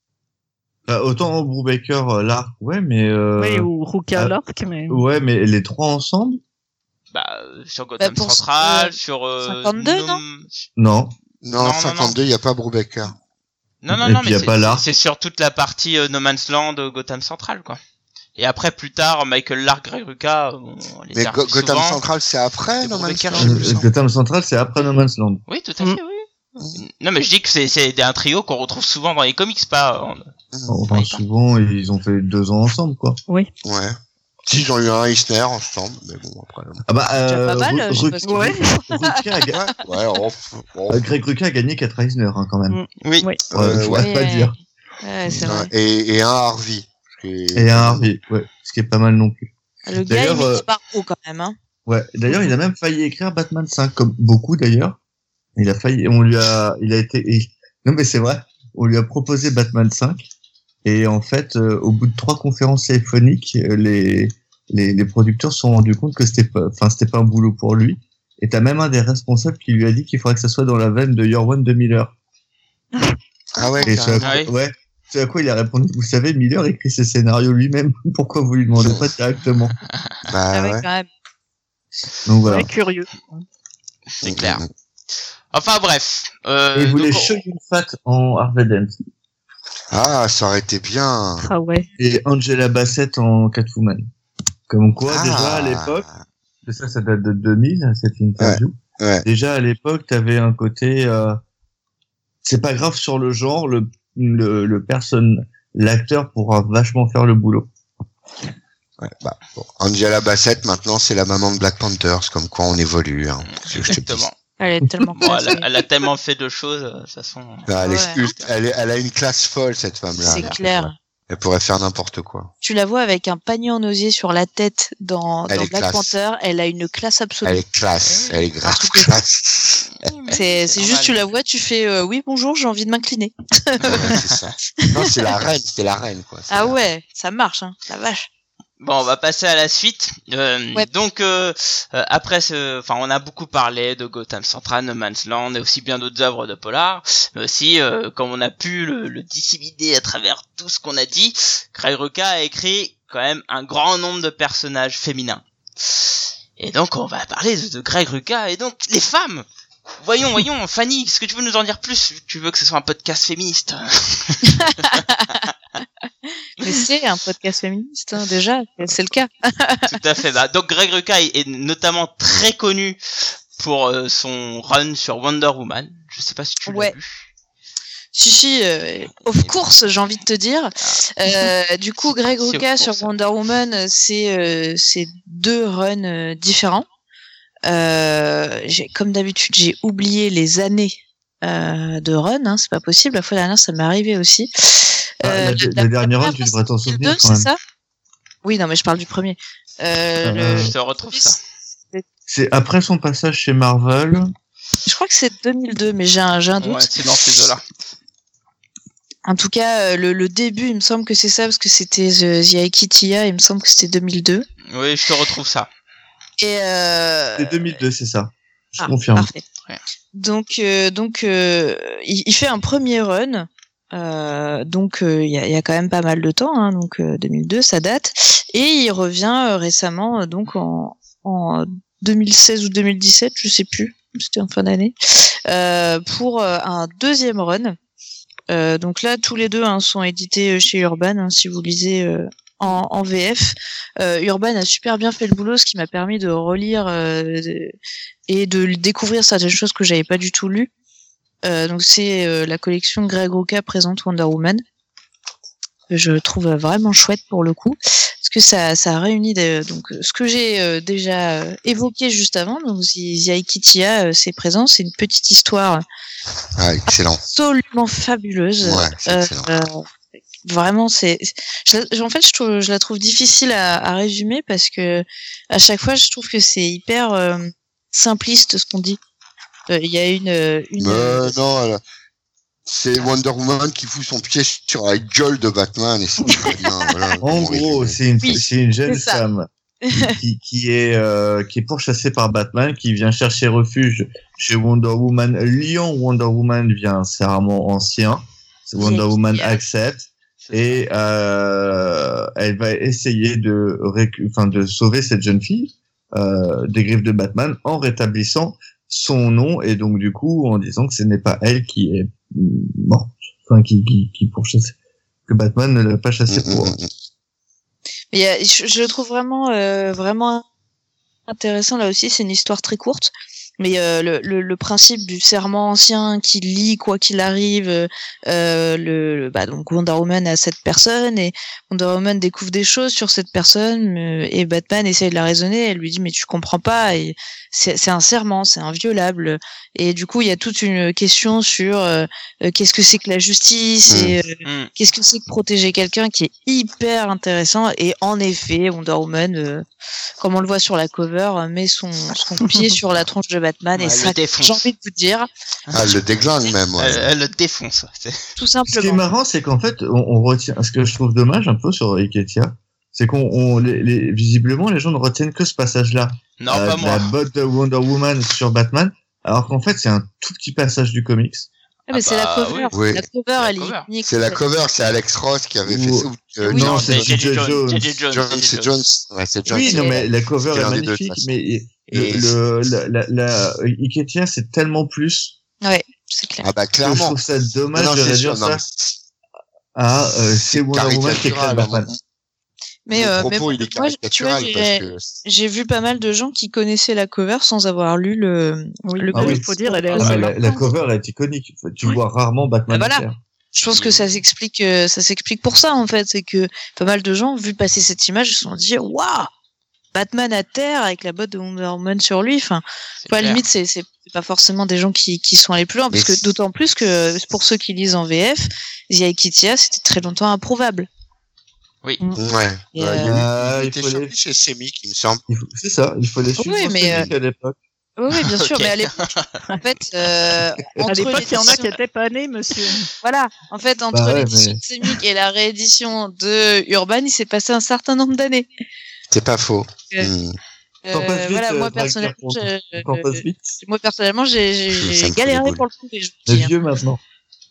Bah, autant Brubaker, euh, l'arc, ouais, mais euh, Oui, ou Ruka ah, Lark, mais. ouais, mais les trois ensemble, Bah, euh, sur Gotham pour Central, euh, sur euh, cinquante-deux, non Nom- non. Non, Non, non, cinquante-deux, il y a pas Brubaker. Non, non, Et non, puis mais y a c'est- pas c'est Lark. c'est sur toute la partie euh, No Man's Land, euh, Gotham Central, quoi. Et après, plus tard, Michael Lark, Greg Rucka, euh, bon, on les Mais a Go- revus Gotham souvent. Central c'est après Et No Man's Brubaker, Land. je sais plus. Euh, Gotham Central, c'est après No Man's Land. Oui, tout à Mm. fait, oui. Non, mais je dis que c'est c'est un trio qu'on retrouve souvent dans les comics, pas. en- Enfin, Ouais. souvent, ils ont fait deux ans ensemble, quoi. Oui. Ouais. Si ils ont eu un Eisner ensemble, mais bon après. Ah bah, C'est déjà euh, pas mal, Ru- je sais Ru- pas ce que Ouais. Rucka a ga- Ouais, ouais, oh, oh. euh, Greg Rucka a gagné quatre Eisner, hein, quand même. Mm. Oui. Oui. Ouais, Euh, je ouais. pourrais pas Ouais. dire. Ouais, c'est Ouais, vrai. Et, et un Harvey. Et, Et un Harvey, ouais, ce qui est pas mal non plus. Le gars, il D'ailleurs, met euh, des barreaux quand même, hein. Ouais. D'ailleurs, il a même failli écrire Batman cinq, comme beaucoup d'ailleurs. Il a failli, on lui a, il a été, il- non mais c'est vrai, on lui a proposé Batman cinq. Et en fait, euh, au bout de trois conférences téléphoniques, euh, les, les, les producteurs se sont rendus compte que c'était pas, enfin, c'était pas un boulot pour lui. Et t'as même un des responsables qui lui a dit qu'il faudrait que ça soit dans la veine de Your One de Miller. Ah ouais, Et ce à carrément. quoi, Ah oui. ouais. Ce à quoi il a répondu, vous savez, Miller écrit ses scénarios lui-même. Pourquoi vous lui demandez pas directement? Bah Ah ouais, ouais. quand même. Donc voilà. Ouais, curieux. C'est clair. Enfin bref. Euh, Et il voulait donc, on- Shogun Fat en Harvey Dent. Ah, ça aurait été bien. Ah ouais. Et Angela Bassett en Catwoman. Comme quoi, Ah. déjà à l'époque, ça, ça date de deux mille, cette interview. Ouais. Déjà à l'époque, t'avais un côté, euh, c'est pas grave sur le genre, le, le, le personne, l'acteur pourra vachement faire le boulot. Ouais, bah, bon. Angela Bassett, maintenant, c'est la maman de Black Panthers, comme quoi on évolue. Hein. Je- je te dis. Exactement. Elle est tellement Bon, elle, classe. a, elle a tellement fait de choses, euh, de toute façon. Ah, elle, est Ouais. ult- elle, est- elle a une classe folle, cette femme-là. C'est Elle- clair. Elle pourrait faire n'importe quoi. Tu la vois avec un panier en osier sur la tête dans, Elle dans est Black classe. Panther. Elle a une classe absolue. Elle est classe. Elle est grave truc de- classe. C'est c'est juste, tu la vois, tu fais euh, oui, bonjour, j'ai envie de m'incliner. Ouais, c'est ça. Non, c'est la reine. C'est la reine, quoi. C'est Ah la- ouais, ça marche, hein, la vache. Bon, on va passer à la suite. Euh, Ouais. Donc, euh, euh, après ce, enfin, on a beaucoup parlé de Gotham Central, No Man's Land et aussi bien d'autres œuvres de polar. Mais aussi, euh, comme on a pu le, le disséminer à travers tout ce qu'on a dit, Greg Rucka a écrit quand même un grand nombre de personnages féminins. Et donc, on va parler de, de Greg Rucka et donc les femmes. Voyons, voyons, Fanny, est-ce que tu veux nous en dire plus? Tu veux que ce soit un podcast féministe? Mais c'est un podcast féministe, hein, déjà, c'est le cas. Tout à fait. Bah, donc Greg Rucka est notamment très connu pour euh, son run sur Wonder Woman. Je sais pas si tu l'as Ouais. vu. Si, si, euh, of course, j'ai envie de te dire. Euh, du coup, Greg Si, of Rucka course. sur Wonder Woman, c'est euh, c'est deux runs euh, différents. Euh, j'ai- comme d'habitude, j'ai oublié les années euh, de run. Hein, c'est pas possible. La fois dernière, ça m'est arrivé aussi. Ah, la- la dernière run, tu devrais t'en souvenir, deux, quand c'est même. ça? Oui, non, mais je parle du premier. Euh, Euh, le- Je te retrouve ça. C'est après son passage chez Marvel. Je crois que c'est deux mille deux, mais j'ai un, j'ai un doute. Ouais, c'est dans ces eaux-là. En tout cas, le, le début, il me semble que c'est ça, parce que c'était The, The Aikitiya, il me semble que c'était deux mille deux. Oui, je te retrouve ça. Et euh... C'est deux mille deux, c'est ça. Je ah, confirme. Parfait. Ouais. Donc, euh, donc, euh, il, il fait un premier run. Euh, donc, il euh, y, a, y a quand même pas mal de temps. Hein, donc, euh, deux mille deux, ça date. Et il revient euh, récemment, euh, donc en, en deux mille seize ou deux mille dix-sept, je sais plus. C'était en fin d'année. Euh, pour euh, un deuxième run. Euh, donc là, tous les deux hein, sont édités chez Urban. Hein, si vous lisez euh, en, en V F, euh, Urban a super bien fait le boulot, ce qui m'a permis de relire euh, de, et de découvrir certaines choses que j'avais pas du tout lues. Euh, donc c'est euh, la collection Greg Rucka présente Wonder Woman. Je trouve vraiment chouette pour le coup, parce que ça, ça a réuni des, donc ce que j'ai euh, déjà évoqué juste avant. Donc The Aikitiya, euh, c'est présent, c'est une petite histoire. Ah, excellent. Absolument fabuleuse. Ouais, c'est euh, excellent. euh, vraiment, c'est. Je la, en fait, je, trouve, je la trouve difficile à, à résumer parce que à chaque fois, je trouve que c'est hyper euh, simpliste ce qu'on dit. Il euh, y a une. une Mais non, elle... c'est Wonder Woman qui fout son pied sur la gueule de Batman et c'est très bien. Voilà, En gros, c'est une, oui, c'est une jeune c'est femme qui, qui, qui est euh, qui est pourchassée par Batman, qui vient chercher refuge chez Wonder Woman. Lion Wonder Woman vient un serment ancien. Wonder oui, Woman oui. accepte et euh, elle va essayer de récu- enfin de sauver cette jeune fille euh, des griffes de Batman en rétablissant son nom et donc du coup en disant que ce n'est pas elle qui est morte, enfin qui qui, qui pourchasse, que Batman ne l'a pas chassée pour. Mmh, mmh, mmh. Mais euh, je, je le trouve vraiment, euh, vraiment intéressant là aussi. C'est une histoire très courte, mais euh, le, le, le principe du serment ancien qui lie quoi qu'il arrive, euh, le, bah donc Wonder Woman à cette personne et Wonder Woman découvre des choses sur cette personne euh, et Batman essaye de la raisonner. Elle lui dit mais tu comprends pas. Et c'est, c'est un serment, c'est inviolable. Et du coup il y a toute une question sur euh, euh, qu'est-ce que c'est que la justice Mmh. et euh, Mm. qu'est-ce que c'est que protéger quelqu'un, qui est hyper intéressant. Et en effet, Wonder Woman, euh, comme on le voit sur la cover, euh, met son, son pied sur la tronche de Batman Ouais, et elle ça, le défonce. j'ai envie de vous dire, Ah, elle le déglingue même. Ouais. Elle, elle le défonce. C'est- tout Ce qui est simplement. marrant, c'est qu'en fait, on, on retient. Ce que je trouve dommage un peu sur Aikitiya, c'est qu'on, on, les, les, visiblement, les gens ne retiennent que ce passage-là. Non, Euh, pas de moi. La botte de Wonder Woman sur Batman, alors qu'en fait, c'est un tout petit passage du comics. Ah, mais Ah c'est bah, la cover. oui. La cover, la elle est cover. unique. C'est la cover, c'est Alex Ross qui avait fait Ou- ça. ou- euh, Oui. non, Non, c'est c'est J J. J J. Jones. J J. Jones. Jones, J J. c'est Jones. Ouais, c'est Jones. Oui, non, c'est- mais la cover c'est est un des deux, de toute magnifique, façon. mais Et- le, le, la, la, la, Aikitiya, c'est tellement plus. Ouais, c'est clair. Ah bah que Je clairement. trouve ça dommage Non, non, de c'est réduire sûr, non, ça mais à euh, c'est Wonder Woman qui écrit caricatural. Batman. hein. Mais, Le euh, propos, mais il est moi, tu vois, caricatural j'ai, parce que j'ai vu pas mal de gens qui connaissaient la cover sans avoir lu le, Oui, le Ah oui. il faut dire, elle est Ah, assez mais la, marquante. la cover est iconique. Tu Oui. vois rarement Batman Ah, voilà. faire. Je pense que ça s'explique, euh, ça s'explique pour ça en fait, c'est que pas mal de gens, vu passer cette image, se sont dit waouh, Batman à terre avec la botte de Wonder Woman sur lui. Enfin, C'est à la clair. limite, c'est, c'est c'est pas forcément des gens qui qui sont allés plus loin, parce Mais que c'est- d'autant plus que pour ceux qui lisent en V F, The Aikitiya, c'était très longtemps improuvable. ouais. Et, Ouais, il, y a eu- euh, il il était faut sorti les- chez Semic, il me semble. Il faut- C'est ça, il faut les suivre Oui, en mais, comics à l'époque. oui, oui, bien sûr, Ok. mais à l'époque, en fait, euh, À entre l'époque, il y en a l'édition- qui étaient pas nés, monsieur. voilà, en fait, entre Bah ouais, l'édition mais- de Semic et la réédition de Urban, il s'est passé un certain nombre d'années. C'est pas faux. Euh, Hmm. T'en passes Euh, vite, voilà, euh, moi Drake personnellement, Carpenter. je- T'en passes vite. moi personnellement, j'ai, j'ai, Ça me j'ai fout les galéré boules. pour le trouver. Je Le vous dis, hein. vieux maintenant.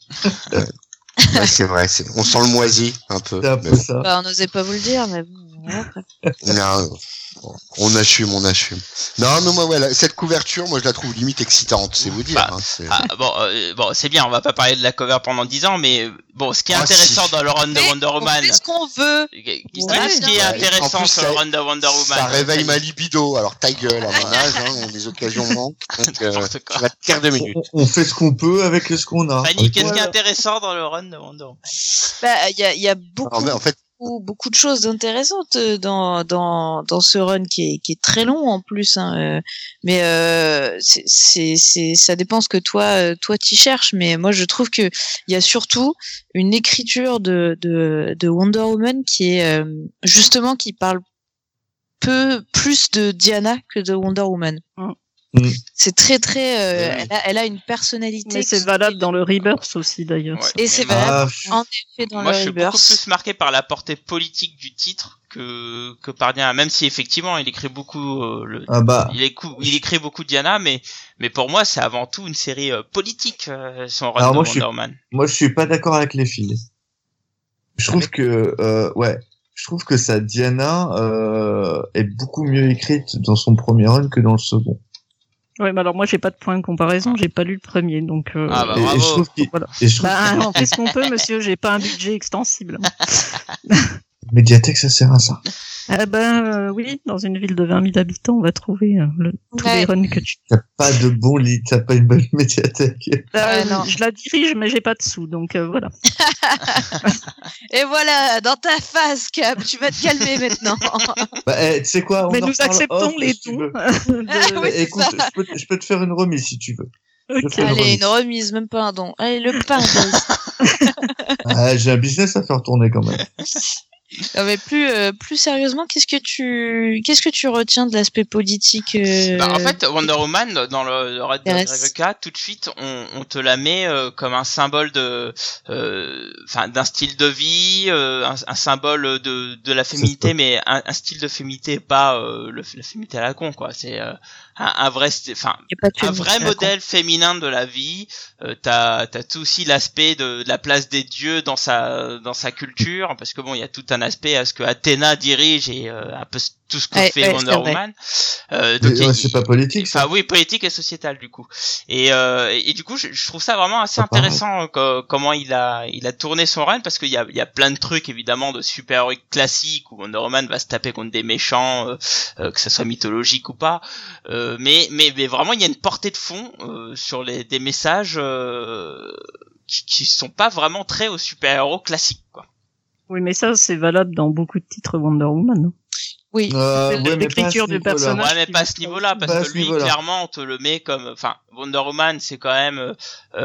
Ouais, c'est vrai, c'est... on sent le moisi un peu. C'est un mais peu ça. Bah, on n'osait pas vous le dire, mais bon. voilà, après. Non, bon, on assume, on assume. Non, mais moi, voilà, cette couverture, moi, je la trouve limite excitante, c'est vous dire. Bah, hein, c'est... Ah, bon, euh, bon, c'est bien, on va pas parler de la cover pendant dix ans, mais euh, bon, ce qui est Ah, intéressant si. dans le run de Mais Wonder on Woman, fait ce qu'on veut. ce qui Ouais, ce qui est ouais. intéressant En plus, sur ça- le run de Wonder Woman, Ça réveille ça- ma libido, alors ta gueule, à mon âge, hein, les occasions manquent, donc euh, N'importe quoi. tu vas te perdre deux minutes. On, on fait ce qu'on peut avec ce qu'on a. Fanny, Ok. qu'est-ce qui est Voilà. intéressant dans le run de Wonder Woman? Bah, il y a, il y a beaucoup, Alors, mais en fait, beaucoup, beaucoup de choses intéressantes euh, dans, dans, dans ce run qui est, qui est très long en plus, hein, euh, mais euh, c'est, c'est, c'est, ça dépend ce que toi, euh, toi t'y cherches. Mais moi, je trouve que il y a surtout une écriture de, de, de Wonder Woman qui est euh, justement qui parle peu plus de Diana que de Wonder Woman. Mm. Mm. C'est très très. Euh, Oui. elle, a, elle a une personnalité. Mais c'est qui- valable dans le Rebirth aussi d'ailleurs. Ouais. Et c'est Moi, valable Ah, en effet dans Moi, le je suis beaucoup Rebirth. plus marqué par la portée politique du titre que que par Diana, même si effectivement il écrit beaucoup euh, le, ah bah, il, écou- il écrit beaucoup Diana, mais mais pour moi c'est avant tout une série euh, politique, euh, son run Alors de moi, je Wonder suis- Woman. moi je suis pas d'accord avec les filles. Je trouve que euh, ouais, je trouve que sa Diana euh, est beaucoup mieux écrite dans son premier run que dans le second. Ouais, mais alors moi j'ai pas de point de comparaison, j'ai pas lu le premier, donc. Euh... Ah bah et, et bravo. je trouve qu'il Voilà. et je trouve Bah, qu'il- on fait ce qu'on peut, monsieur. J'ai pas un budget extensible. Mediatek ça sert à ça. Eh ben euh, oui, dans une ville de vingt mille habitants, on va trouver euh, le, tous Ouais. les runs que tu. T'as pas de bon lit, t'as pas une bonne médiathèque. Euh, non. Je la dirige, mais j'ai pas de sous, donc euh, voilà. Et voilà, dans ta face, Cap, tu vas te calmer maintenant. Bah, eh, tu sais quoi, on Mais en nous reparle acceptons off, les si tu dons. veux. de- Oui, c'est Écoute, ça. je peux, je peux te faire une remise si tu veux. Ok. fais une Allez, remise. une remise, même pas un don. Allez, le pain. Guys. Ah, j'ai un business à faire tourner quand même. Non, mais plus euh, plus sérieusement, qu'est-ce que tu qu'est-ce que tu retiens de l'aspect politique euh... Bah, en fait, Wonder Woman, dans le, le Red de Yes. Greg K, tout de suite, on, on te la met euh, comme un symbole de, euh, enfin, d'un style de vie, euh, un, un symbole de, de la féminité, ça. mais un, un style de féminité, pas euh, le, la féminité à la con, quoi. C'est euh, un, un vrai, st- enfin, Y a pas de un féministe vrai à la modèle féminin de la vie. Euh, t'as, t'as tout aussi l'aspect de, de la place des dieux dans sa, dans sa culture, parce que bon, il y a tout un aspect à ce que Athéna dirige et euh, un peu tout ce que Ouais, fait ouais, Wonder c'est vrai. Woman. Euh, Mais, donc, ouais, il- c'est pas politique, ça. Enfin oui, politique et sociétal du coup. Et, euh, et, et du coup, je, je trouve ça vraiment assez Pas pareil. intéressant euh, co- comment il a il a tourné son run, parce qu'il y a il y a plein de trucs évidemment de super-héros classiques où Wonder Woman va se taper contre des méchants, euh, euh, que ça soit mythologique ou pas. Euh, mais mais mais vraiment il y a une portée de fond euh, sur les des messages euh, qui, qui sont pas vraiment très aux super-héros classiques, quoi. Oui, mais ça c'est valable dans beaucoup de titres Wonder Woman. Oui. Euh, C'est ouais, mais pas à l'écriture ce du niveau-là. personnage. Ouais, mais qui pas à vous ce niveau-là, parce Pas à que ce lui, niveau-là. clairement, on te le met comme, enfin, Wonder Woman, c'est quand même euh,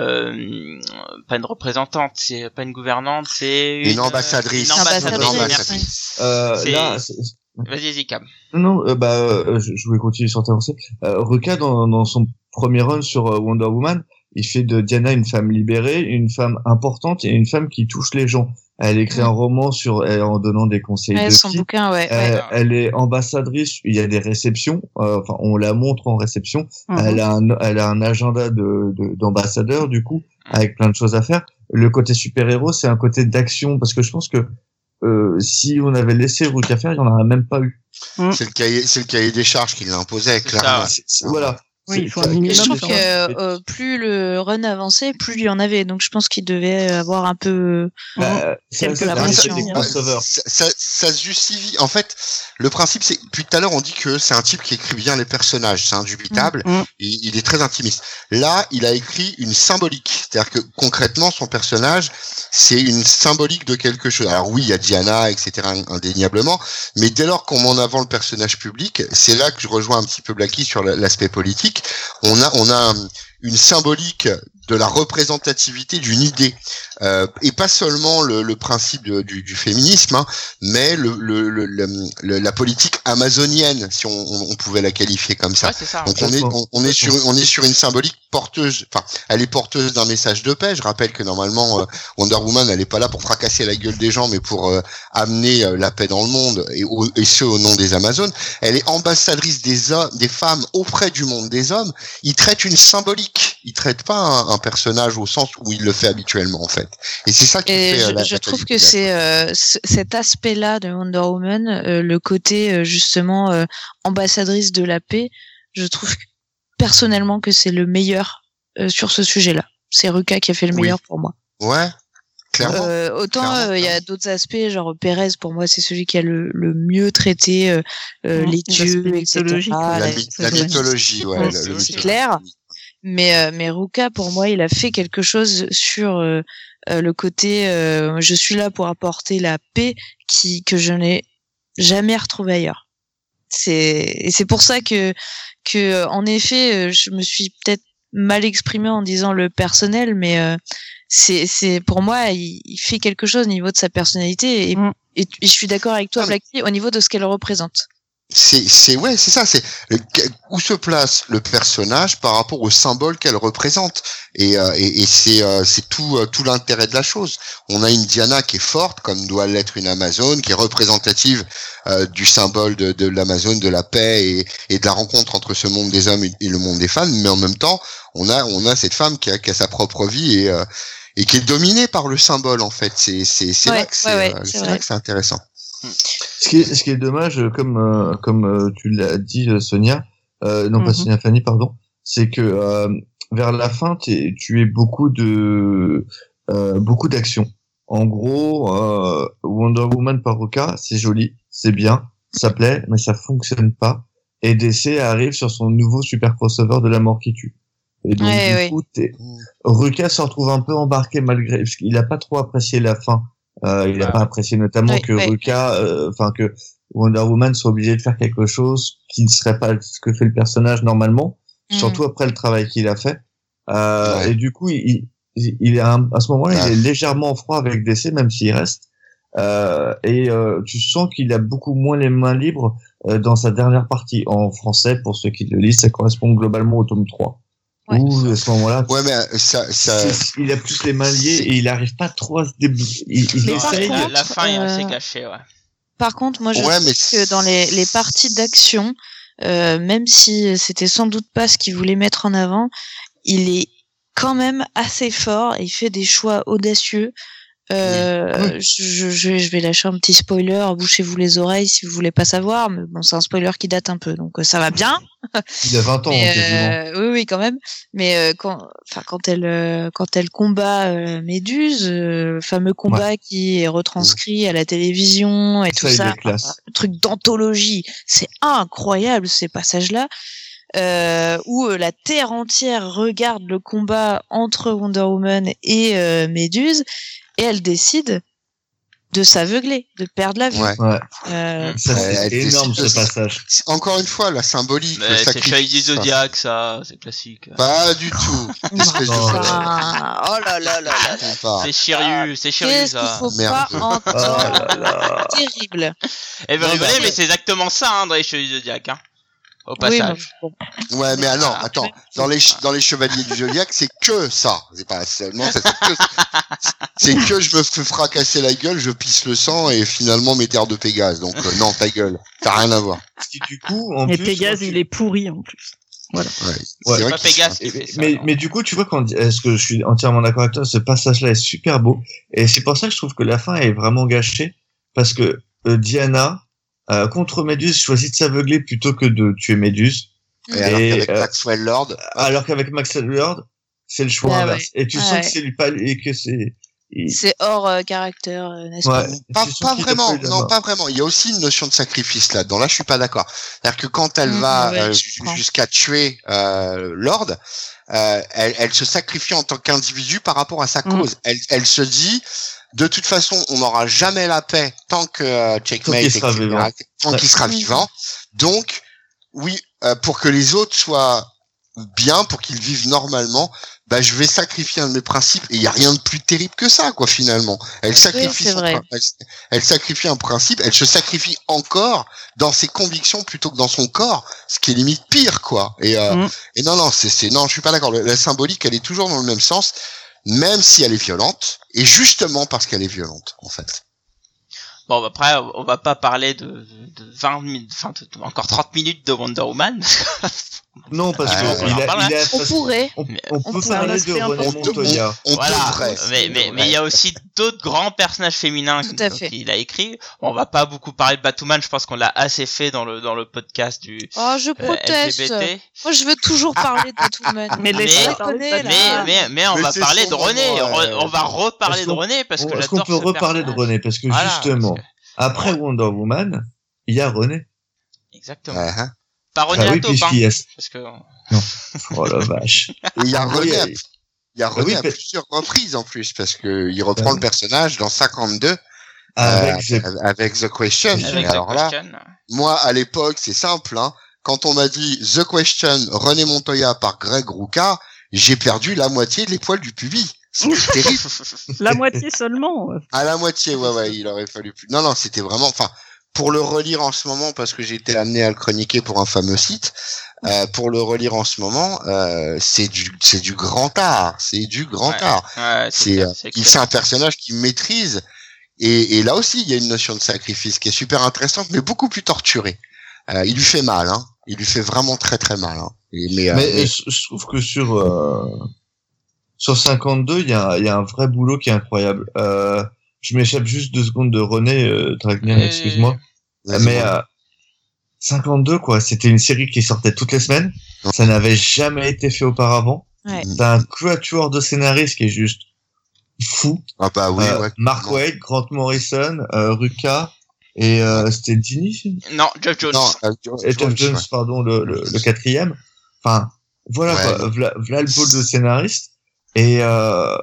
euh, pas une représentante, c'est pas une gouvernante, c'est Une ambassadrice. Une ambassadrice. Ambassadrice. Merci. Euh, C'est- là, c'est- Vas-y, Zikam. non, euh, bah, euh, je, je voulais continuer sur ta lancée. Euh, Ruka, dans, dans son premier run sur euh, Wonder Woman, il fait de Diana une femme libérée, une femme importante et une femme qui touche les gens. Elle écrit Mm. un roman sur elle, en donnant des conseils Ouais, de son vie. bouquin, ouais. ouais. Euh, ouais. elle est ambassadrice. Il y a des réceptions. euh, Enfin, on la montre en réception. Mhm. Elle a un, elle a un agenda de de- d'ambassadeur du coup, Mm. avec plein de choses à faire. Le côté super héros, c'est un côté d'action parce que je pense que euh, si on avait laissé Ruka faire, il y en aurait même pas eu. C'est le cahier, c'est le cahier des charges qui l'imposait, C'est ça, clairement. ouais. C'est- c'est- voilà. Oui, C'est- il faut un c'est- minimum, Je Non, trouve quand que même. euh, plus le run avançait, plus il y en avait. Donc je pense qu'il devait avoir un peu. Bah, ça, Quelques ça, la ça, pression. c'est des Ouais, crossovers. ça, ça, ça se justifie. En fait, le principe, c'est, depuis tout à l'heure, on dit que c'est un type qui écrit bien les personnages, c'est indubitable. Mm. Il, il est très intimiste. Là, il a écrit une symbolique. C'est-à-dire que concrètement, son personnage, c'est une symbolique de quelque chose. Alors oui, il y a Diana, et cetera, indéniablement. Mais dès lors qu'on met en avant le personnage public, c'est là que je rejoins un petit peu Blacky sur l'aspect politique. On a, on a un- une symbolique de la représentativité d'une idée, euh, et pas seulement le, le principe de- du, du féminisme, hein, mais le, le, le, le- le- la politique amazonienne, si on, on, on pouvait la qualifier comme ça. Ouais, c'est ça. Donc on est on, on est sur on est sur une symbolique porteuse, enfin elle est porteuse d'un message de paix. Je rappelle que normalement euh, Wonder Woman elle est pas là pour fracasser la gueule des gens, mais pour euh, amener euh, la paix dans le monde, et, au, et ce au nom des Amazones. Elle est ambassadrice des hommes, des femmes auprès du monde des hommes. Il traite une symbolique, il traite pas un, un personnage au sens où il le fait habituellement en fait. Et c'est ça qui Et fait euh, je, la, je la trouve qualité que de la- c'est euh, c- cet aspect-là de Wonder Woman, euh, le côté euh, justement euh, ambassadrice de la paix. Je trouve personnellement que c'est le meilleur euh, sur ce sujet-là. C'est Ruka qui a fait le Oui. meilleur pour moi. Ouais, clairement. Euh, autant Clairement, euh, il y a clairement. d'autres aspects, genre Pérez pour moi c'est celui qui a le, le mieux traité euh, euh, Mmh, les dieux, l'aspect et cetera. mythologique, ouais. la, la- myth- c'est la vrai. mythologie, ouais. Ouais, le- c'est- le c'est mythologie. clair. Mais euh, mais Ruka pour moi il a fait quelque chose sur euh, euh, le côté euh, je suis là pour apporter la paix qui que je n'ai jamais retrouvée ailleurs. C'est et c'est pour ça que que en effet euh, je me suis peut-être mal exprimée en disant le personnel, mais euh, c'est c'est pour moi il, il fait quelque chose au niveau de sa personnalité et, Mm. et, et je suis d'accord avec toi Ah, mais- Blacky au niveau de ce qu'elle représente. c'est c'est ouais c'est ça c'est où se place le personnage par rapport au symbole qu'elle représente et euh, et, et c'est euh, c'est tout euh, tout l'intérêt de la chose. On a une Diana qui est forte comme doit l'être une Amazone, qui est représentative euh, du symbole de de l'Amazone, de la paix et et de la rencontre entre ce monde des hommes et, et le monde des femmes, mais en même temps on a on a cette femme qui a qui a sa propre vie et euh, et qui est dominée par le symbole en fait. C'est c'est c'est Ouais, là que c'est, ouais, ouais, euh, c'est c'est vrai. là que c'est intéressant. Ce qui est, ce qui est dommage, comme euh, comme euh, tu l'as dit, euh, Sonia, euh, non pas Mhm. Sonia, Fanny, pardon, c'est que euh, vers la fin, t'es- tu es beaucoup de euh, beaucoup d'action. En gros, euh, Wonder Woman par Ruka, c'est joli, c'est bien, ça plaît, mais ça fonctionne pas. Et D C arrive sur son nouveau super crossover de la mort qui tue. Et donc Ouais, du ouais. coup, t'es... Ruka se retrouve un peu embarqué malgré, parce qu'il a pas trop apprécié la fin. Euh, il n'a Ouais. pas apprécié notamment Ouais, que ouais. Ruka, enfin que Wonder Woman soit obligée de faire quelque chose qui ne serait pas ce que fait le personnage normalement, Mm. surtout après le travail qu'il a fait. Euh, Ouais. Et du coup, il, il, il est à, un- à ce moment-là, Ouais. il est légèrement en froid avec D C, même s'il reste. Euh, et euh, tu sens qu'il a beaucoup moins les mains libres euh, dans sa dernière partie. En français, pour ceux qui le lisent, ça correspond globalement au tome trois. Ouais. Où à ce moment-là, Ouais, mais euh, ça, ça, c'est- il a plus les mains liées et il arrive pas trop à se débrouiller. Il, il Mais Non, par essaye. la, contre, la fin est assez euh, gâchée, ouais. Par contre, moi, je Ouais, trouve mais que dans les, les parties d'action, euh, même si c'était sans doute pas ce qu'il voulait mettre en avant, il est quand même assez fort et il fait des choix audacieux. Euh, je, je, je vais lâcher un petit spoiler, bouchez-vous les oreilles si vous voulez pas savoir, mais bon, c'est un spoiler qui date un peu, donc euh, ça va bien. Il a vingt ans Mais, quasiment. euh, oui, oui, quand même. Mais euh, quand, enfin, quand elle, euh, quand elle combat euh, Méduse, euh, le fameux combat qui est retranscrit à la télévision et Ça, tout il ça, est classe. le truc d'anthologie, c'est incroyable ces passages-là. Euh, où euh, la terre entière regarde le combat entre Wonder Woman et euh, Méduse, et elle décide de s'aveugler, de perdre la vue. ouais. Ouais. Euh, Ça, Ouais, c'est elle énorme décide de- ce passage. C'est- Encore une fois, la symbolique, le Mais c'est sacrifice. Chevalier du Zodiac, ça, c'est classique. Pas du tout. Espèce de Non, voleur. enfin, oh là là là là. Raconte pas. C'est Shiryu, c'est Shiryu, Qu'est-ce qu'il ça. faut Merde. pas entendre. Oh là là. Terrible. Et vous Non, rigolez, mais- mais c'est exactement ça, hein, dans les Chevaliers du Zodiac, hein. Au Oui, passage. mais bon. Ouais, mais ah non, Ah, attends. Dans les ch- dans les Chevaliers du Zodiac, c'est que ça. C'est pas seulement ça. C'est que, c'est que je me fais fracasser la gueule, je pisse le sang et finalement mes terres de Pégase. Donc euh, non, ta gueule. T'as rien à voir. Parce que du coup, en Et plus, Pégase, quand tu- il est pourri en plus. Ouais. Ouais. C'est vrai Pas qu'il- Pégase qui Et- fait ça. mais, non. mais du coup, tu vois, quand, est-ce que je suis entièrement d'accord avec toi, ce passage-là est super beau. Et c'est pour ça que je trouve que la fin est vraiment gâchée. Parce que euh, Diana, euh, contre Méduse, choisit de s'aveugler plutôt que de tuer Méduse. Et alors Et, qu'avec euh, Maxwell Lord, Alors qu'avec Max Lord, c'est le choix Ah inverse. Et tu Ah sens ouais. que c'est lui pas, et que c'est... il- C'est hors euh, caractère, euh, n'est-ce pas? Ouais. pas, Tu sens pas qu'il a vraiment, pas eu la non, main. pas vraiment. Il y a aussi une notion de sacrifice là-dedans. Là, je suis pas d'accord. C'est-à-dire que quand elle Mhm, va ouais, euh, je ju- comprends. jusqu'à tuer euh, Lord, euh, elle, elle se sacrifie en tant qu'individu par rapport à sa Mhm. cause. Elle, elle se dit, de toute façon, on n'aura jamais la paix tant que euh, Checkmate, qu'il sera et cetera, vivant. tant Ouais. qu'il sera Mhm. vivant. Donc, oui, euh, pour que les autres soient bien, pour qu'ils vivent normalement, bah je vais sacrifier un de mes principes et il y a rien de plus terrible que ça quoi finalement. Elle sacrifie c'est son vrai. prin- elle, elle sacrifie un principe, elle se sacrifie encore dans ses convictions plutôt que dans son corps, ce qui est limite pire quoi. Et euh, Mm. et non non, c'est c'est non, je suis pas d'accord. Le- La symbolique, elle est toujours dans le même sens même si elle est violente et justement parce qu'elle est violente en fait. Bon, après, on va pas parler de, de vingt minutes, enfin, de- de- encore trente minutes de Wonder Woman. Non, parce Ah, que on il en a, parle, il a, On pourrait. on, Mais- on on peut pourrait parler de rester un peu- René On, Montoya. on Voilà. devrait. Mais, mais, mais il y a aussi d'autres grands personnages féminins Tout à fait. qu'il a écrits. On va pas beaucoup parler de Batwoman, je pense qu'on l'a assez fait dans le, dans le podcast du Oh, je euh, proteste. L G B T. Moi, je veux toujours parler de Batwoman. Mais Mais- laissez Mais- parler de mais- Mais, Batman. mais, mais on Mais va c'est parler son de René. moment, Re- euh, on va reparler est-ce de qu'on- René parce que Est-ce j'adore qu'on peut ce reparler de personnage. René? Parce que Voilà, justement, parce que- après Ouais. Wonder Woman, il y a René. Exactement. Ouais, hein. Pas René Ah oui, à taupe, hein, puisqu'il y a... parce que Oh la vache. Et il y a Oui, René, à- il- il y a René oui, à mais- plusieurs reprises en plus parce que il reprend Ah le oui. personnage dans cinquante-deux Avec euh, The- avec The Question. avec Et The alors là, Question. moi à l'époque c'est simple, hein, quand on m'a dit The Question, René Montoya par Greg Rucka, j'ai perdu la moitié de les poils du pubis. C'était terrible. La moitié seulement. À la moitié, ouais, ouais, il aurait fallu plus. Non, non, c'était vraiment, enfin, pour le relire en ce moment, parce que j'ai été amené à le chroniquer pour un fameux site, euh, pour le relire en ce moment, euh, c'est du, c'est du grand art, c'est du grand Ouais. art. Ouais, C'est, c'est, euh, c'est il- c'est excellent. un personnage qui maîtrise, et, et là aussi, il y a une notion de sacrifice qui est super intéressante, mais beaucoup plus torturée. Euh, il lui fait mal, hein. Il lui fait vraiment très très mal, hein. Et, mais, euh, Mais, mais- je, je trouve que sur euh, sur cinquante-deux, il y a, il y a un vrai boulot qui est incroyable. Euh, je m'échappe juste deux secondes de René euh, Dragnian, Euh, excuse-moi. vas-y, Mais voilà. euh, cinquante-deux, quoi, c'était une série qui sortait toutes les semaines. Ouais. Ça n'avait jamais été fait auparavant. Ouais. T'as un quatuor de scénaristes qui est juste fou. Ah bah oui, Euh, ouais. Mark Non. Waid, Grant Morrison, euh, Ruka et euh, c'était Dini Non, Geoff Jones. Non, euh, et Jeff Jones, ouais. pardon, le, le, le quatrième. Enfin, voilà, Ouais. quoi, v'là, v'là le pôle de scénariste. Et euh,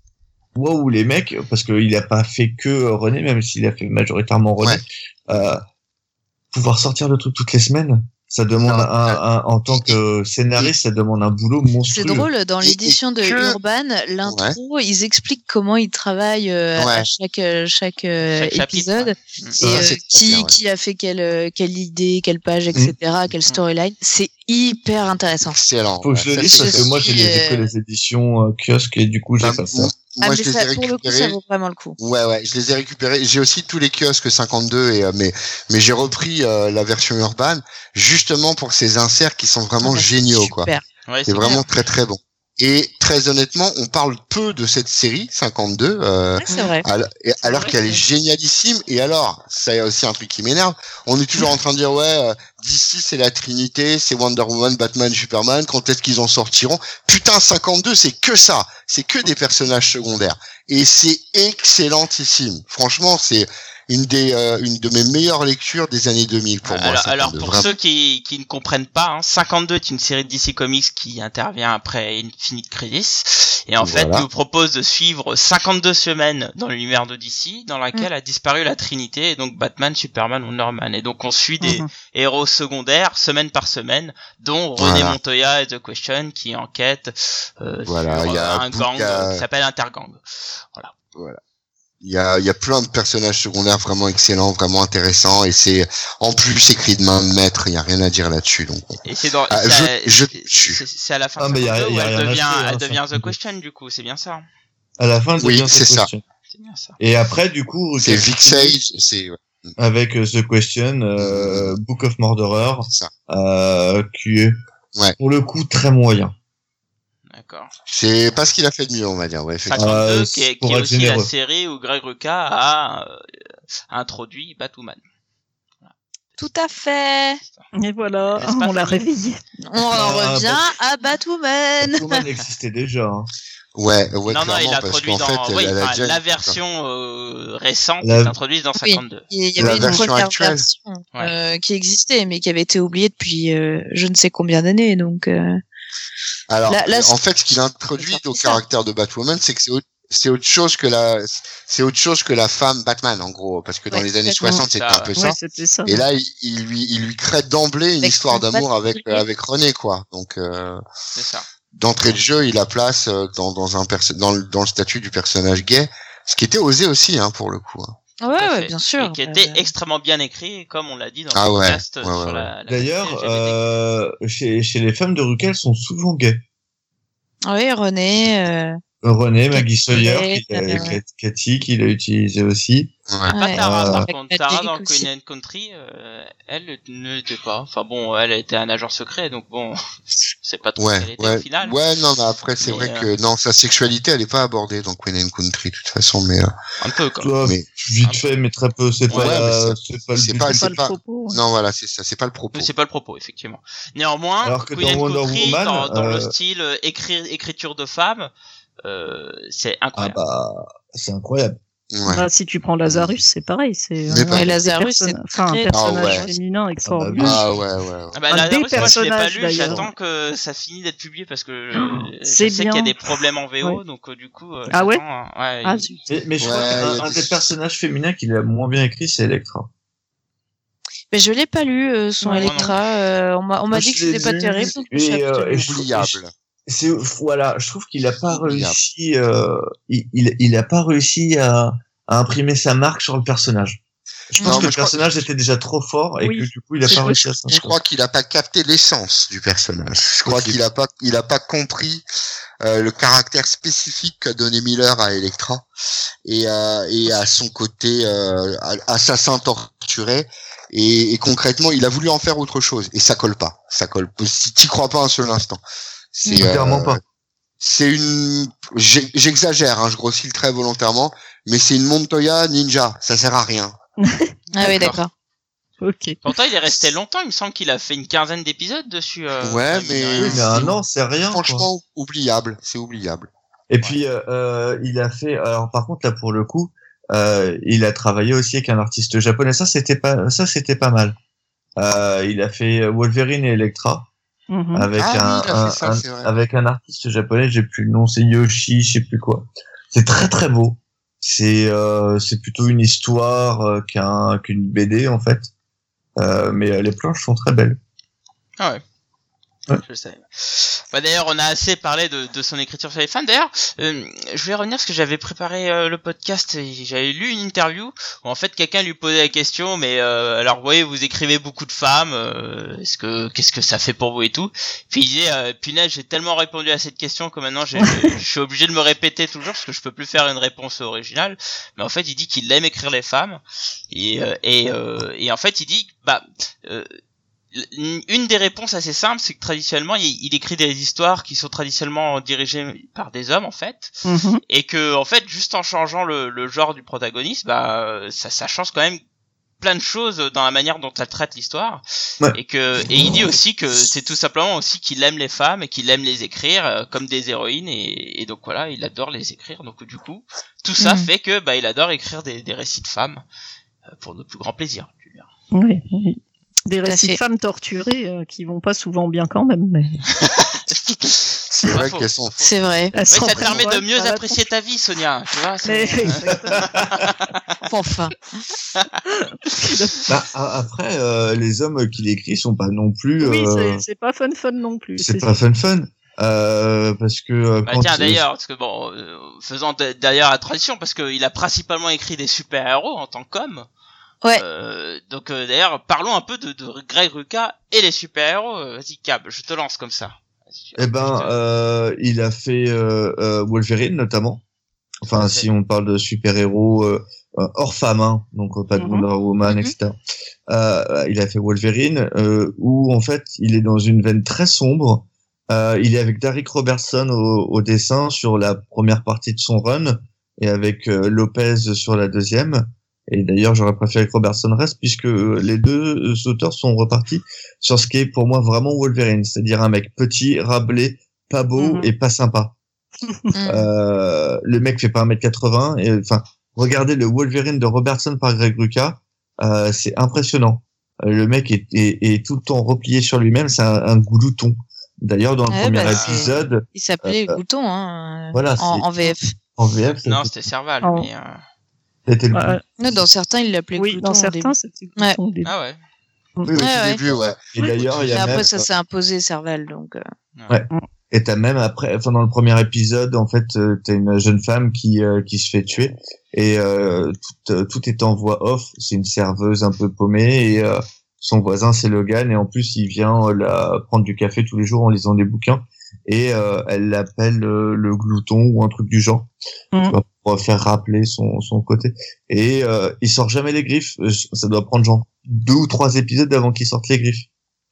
waouh, les mecs, parce qu'il a pas fait que euh, René, même s'il a fait majoritairement René, Ouais. euh, pouvoir sortir le truc toutes les semaines, ça demande Non, un, un, en tant que scénariste, ça demande un boulot monstrueux. C'est drôle, dans Et- l'édition de et que- Urban, l'intro, ils expliquent comment ils travaillent euh, Ouais. à chaque euh, chaque, euh, Chaque chapitre, épisode ouais. et Ça, euh, c'est très qui bien, ouais. qui a fait quelle euh, quelle idée, quelle page, et cetera, quelle storyline. C'est hyper intéressant. Excellent. Faut que je Ouais, le ça, lise c'est- parce que moi j'ai suis, les, j'ai que euh, les éditions euh, kiosque et du coup j'ai Bah, pas ça. moi, Ah, moi, mais je les ça, ai pour le coup, ça récupérés. vaut vraiment le coup. Ouais, ouais, je les ai récupérés. J'ai aussi tous les kiosques cinquante-deux, et, euh, mais, mais j'ai repris euh, la version urbaine justement pour ces inserts qui sont vraiment Ah, bah, géniaux, quoi. super. Ouais, C'est vraiment très très bon. Et très honnêtement, on parle peu de cette série cinquante-deux, euh, Ouais, c'est vrai. al- et- alors vrai, qu'elle est c'est- génialissime. Et alors, ça y a aussi un truc qui m'énerve. On est toujours en train de dire ouais, euh, D C c'est la Trinité, c'est Wonder Woman, Batman, Superman. Quand est-ce qu'ils en sortiront? Putain, cinquante-deux, c'est que ça. C'est que des personnages secondaires. Et c'est excellentissime. Franchement, c'est une des euh, une de mes meilleures lectures des années deux mille pour moi. alors, alors cinquante-deux, pour vraiment. ceux qui, qui ne comprennent pas, hein, cinquante-deux est une série de D C Comics qui intervient après Infinite Crisis, et en fait Voilà. nous propose de suivre cinquante-deux semaines dans l'univers de D C, dans laquelle a disparu la Trinité, et donc Batman, Superman, Wonder Man, et donc on suit des Mhm. héros secondaires semaine par semaine, dont René Voilà. Montoya et The Question qui enquête euh, Voilà, sur il y a un gang Bouka- euh, qui s'appelle Intergang. Il y a, il y a plein de personnages secondaires vraiment excellents, vraiment intéressants, et c'est en plus écrit de main de maître. Il y a rien à dire là-dessus. Donc Et c'est dans, Ah, c'est je- à- je c'est- tue. c'est- c'est à la fin Ah, de mais y a- cinquante-deux y a où elle rien à devient, tuer, hein, elle devient The cinquante-deux. Question, du coup, c'est bien ça. À la fin, elle Oui, devient c'est The ça. Question. C'est bien ça. Et après, du coup, c'est Ruka Vic Sage, c'est ouais, avec euh, The Question, euh, Book of Murderer, c'est ça. euh, qui est Ouais. pour le coup très moyen. D'accord. C'est pas ce qu'il a fait de mieux, on va dire. Ouais, effectivement. cinquante-deux, Euh, qui est, pour qui est être aussi généreux. la série où Greg Rucka a euh, introduit Batwoman. Tout à fait. Et voilà, N'est-ce pas, on l'a Fanny réveillé. On en Ah, revient à Batwoman. Batwoman existait déjà. Hein. Ouais, ouais, non, non, clairement, il l'a parce introduit qu'en dans fait, oui, elle, elle a enfin, déjà la une- version euh, récente La- est introduite dans Oui. cinquante-deux. Il y La avait une version première actuelle. version euh, qui existait, mais qui avait été oubliée depuis euh, je ne sais combien d'années. Donc, euh, Alors, La- la- en fait, ce qu'il introduit c'est au ça. caractère de Batwoman, c'est que c'est autre, c'est autre chose que la, c'est autre chose que la femme Batman, en gros, parce que dans Ouais, les années complètement. soixante, c'était Ça, un peu ouais. ça. Ouais, c'était ça. Et là, il, il lui, il lui crée d'emblée une Avec histoire son d'amour avec, particulier. avec René, quoi. Donc, euh, C'est ça. d'entrée de jeu, il la place euh, dans, dans un perso- dans le, dans le statut du personnage gay, ce qui était osé aussi, hein, pour le coup. hein. ouais, Tout à ouais, fait. bien sûr. Et qui était Euh, extrêmement bien écrit, comme on l'a dit dans Ah le ouais, podcast ouais, sur ouais, la, la D'ailleurs, communauté L G B T. euh, chez, chez les femmes de Ruka, elles sont souvent gays. Oui, René. Euh, René, Maggie Cathy, Sawyer, qui l'a- euh, Cat- Cathy, qui l'a utilisé aussi. Ouais. Pas ouais, Tara, euh, par avec contre. Matt Tara Derrick dans aussi. Queen and Country, euh, elle ne l'était pas. Enfin bon, elle était un agent secret, donc bon, c'est pas trop ce Ouais, qu'elle était au ouais, final. ouais, non, mais après, c'est Mais, vrai euh, que, non, sa sexualité, elle est pas abordée dans Queen and Country, de toute façon, mais, euh, Un peu, quoi. Toi, mais- vite fait, mais très peu. C'est Ouais, pas, mais la- c'est- c'est pas le c'est but. pas- C'est pas le pas- propos. ouais. non, voilà, c'est ça, c'est pas le propos. Mais c'est pas le propos, effectivement. Néanmoins, Alors que Queen dans and Wonder Country, Woman, dans, dans le euh, style euh, écri- écriture de femme, euh, c'est Ah incroyable. bah, c'est incroyable. Ouais. Bah, si tu prends Lazarus, c'est pareil. C'est Mais euh, pas- Ouais, un Lazarus, perso- c'est enfin, un très- personnage Ah ouais. féminin extraordinaire. Ah ouais, ouais, ouais. Ah bah, Un la des Lazarus, moi je l'ai pas personnages, lu, d'ailleurs. j'attends que ça finisse d'être publié parce que je, je c'est sais qu'il y a bien. des problèmes en V O, Ouais. donc euh, du coup, euh, Ah ouais j'attends, euh, ouais, Ah, il- zut. Mais, mais je Ouais, crois il y qu'un a un des- des personnages féminins qu'il a moins bien écrit, c'est Electra. Mais je l'ai pas lu euh, son Ouais, moi non Electra. Euh, on m'a on m'a Moi, dit je que c'était l'ai pas lu, terrible. Donc et, je suis euh, absolument- et je- Oubliable. C'est voilà, je trouve qu'il a pas Oubliable. réussi, euh, il, il il a pas réussi à, à imprimer sa marque sur le personnage. Je pense Non, que mais le je crois- personnage était déjà trop fort et Oui, que du coup il a c'est pas vrai. réussi à Je s'en crois qu'il a pas capté l'essence du personnage. Je crois Possible. qu'il a pas, il a pas compris euh, le caractère spécifique qu'a donné Miller à Elektra et, euh, et à son côté euh, assassin torturé. Et, et concrètement, il a voulu en faire autre chose et ça colle pas. Ça colle. Si t'y crois pas un seul instant. C'est Clairement euh, pas. C'est une, j'ai- j'exagère, hein, je grossis le trait volontairement, mais c'est une Montoya Ninja. Ça sert à rien. Ah oui, d'accord. Ok. Pourtant, il est resté longtemps. Il me semble qu'il a fait une quinzaine d'épisodes dessus. Euh, Ouais, mine de mais- rien. Oui, mais un an, c'est rien. quoi. Franchement, oubliable. C'est oubliable. Et puis euh, euh, il a fait. Alors par contre là pour le coup, euh, il a travaillé aussi avec un artiste japonais. Ça c'était pas, ça c'était pas mal. Euh, il a fait Wolverine et Elektra Mhm. avec Ah oui, un, il a un- fait ça, un- c'est vrai. avec un artiste japonais. J'ai plus le nom. C'est Yoshi, je sais plus quoi. C'est très très beau. C'est euh, c'est plutôt une histoire euh, qu'un qu'une B D en fait. Euh, mais euh, les planches sont très belles. Ah ouais. Ouais. Je sais. Bah d'ailleurs, on a assez parlé de, de son écriture sur les fans. D'ailleurs, euh, je voulais revenir parce que j'avais préparé euh, le podcast et j'avais lu une interview où en fait quelqu'un lui posait la question, mais euh, alors vous voyez, vous écrivez beaucoup de femmes, euh, est-ce que qu'est-ce que ça fait pour vous et tout. Puis il disait, euh, punaise, j'ai tellement répondu à cette question que maintenant j'ai- je suis obligé de me répéter toujours parce que je peux plus faire une réponse originale. Mais en fait, il dit qu'il aime écrire les femmes et euh, et euh, et en fait, il dit bah euh, une des réponses assez simples, c'est que traditionnellement, il, il écrit des histoires qui sont traditionnellement dirigées par des hommes, en fait, Mhm. et que, en fait, juste en changeant le, le genre du protagoniste, bah, ça, ça change quand même plein de choses dans la manière dont elle traite l'histoire, Ouais. et que, et il dit aussi que c'est tout simplement aussi qu'il aime les femmes et qu'il aime les écrire euh, comme des héroïnes, et, et donc voilà, il adore les écrire, donc du coup, tout ça Mhm. fait que, bah, il adore écrire des, des récits de femmes euh, pour notre plus grand plaisir. Je veux dire. Oui, oui. Des Tout à récits de fait. femmes torturées euh, qui vont pas souvent bien quand même. Mais... C'est Pas vrai faux. qu'elles sont. C'est vrai. Elles Oui, s'en ça te prennent permet de pas mieux à la apprécier ta vie, Sonia. Tu vois, c'est- Mais- exactement. Enfin. Bah, a- après, euh, les hommes qui l'écrivent sont pas non plus. Oui, euh, c'est- c'est pas fun fun non plus. c'est pas fun fun. Euh, parce que euh, Bah quand tiens, euh, d'ailleurs, parce que bon, euh, faisant d- d'ailleurs la tradition, parce qu'il a principalement écrit des super-héros en tant qu'homme. Ouais. Euh, donc euh, d'ailleurs, parlons un peu de, de Greg Rucka et les super-héros. Euh, Vas-y, Cab, je te lance comme ça. Vas-y, eh ben, je te- euh, il a fait euh, euh, Wolverine notamment. Enfin, Ouais. si on parle de super-héros euh, euh, hors femme, hein, donc euh, pas de Mhm. Wonder Woman, Mhm. et cetera. Euh, il a fait Wolverine, euh, où en fait, il est dans une veine très sombre. Euh, il est avec Derek Robertson au, au dessin sur la première partie de son run et avec euh, Lopez sur la deuxième. Et d'ailleurs, j'aurais préféré que Robertson reste puisque euh, les deux euh, auteurs sont repartis sur ce qui est pour moi vraiment Wolverine, c'est-à-dire un mec petit, rablé, pas beau Mhm. et pas sympa. Mm. Euh, le mec fait pas un mètre quatre-vingts et enfin regardez le Wolverine de Robertson par Greg Rucka, euh, c'est impressionnant. Euh, le mec est, est, est tout le temps replié sur lui-même, c'est un, un glouton. D'ailleurs dans le Ouais, premier bah, c'est- épisode Il s'appelait Euh, Gouton, hein, voilà, en, c'est- en V F. en V F, Non, c'était c'était Serval, Oh. mais... Euh... c'était le Ouais, Non, dans certains, il l'appelait oui, Gouton. dans au certains, début. c'était Ouais. au début. Ah ouais. Oui, au Ouais, tout ouais. début, ouais. et d'ailleurs il y Mais a après, même ça s'est imposé, Serval, donc... euh, et t'as même après, enfin dans le premier épisode, en fait, euh, t'as une jeune femme qui euh, qui se fait tuer et euh, tout, euh, tout est en voix off. C'est une serveuse un peu paumée et euh, son voisin c'est Logan et en plus il vient euh, la prendre du café tous les jours en lisant des bouquins et euh, elle l'appelle euh, le glouton ou un truc du genre Mhm. tu vois, pour faire rappeler son son côté et euh, il sort jamais les griffes. Euh, Ça doit prendre genre deux ou trois épisodes avant qu'il sorte les griffes.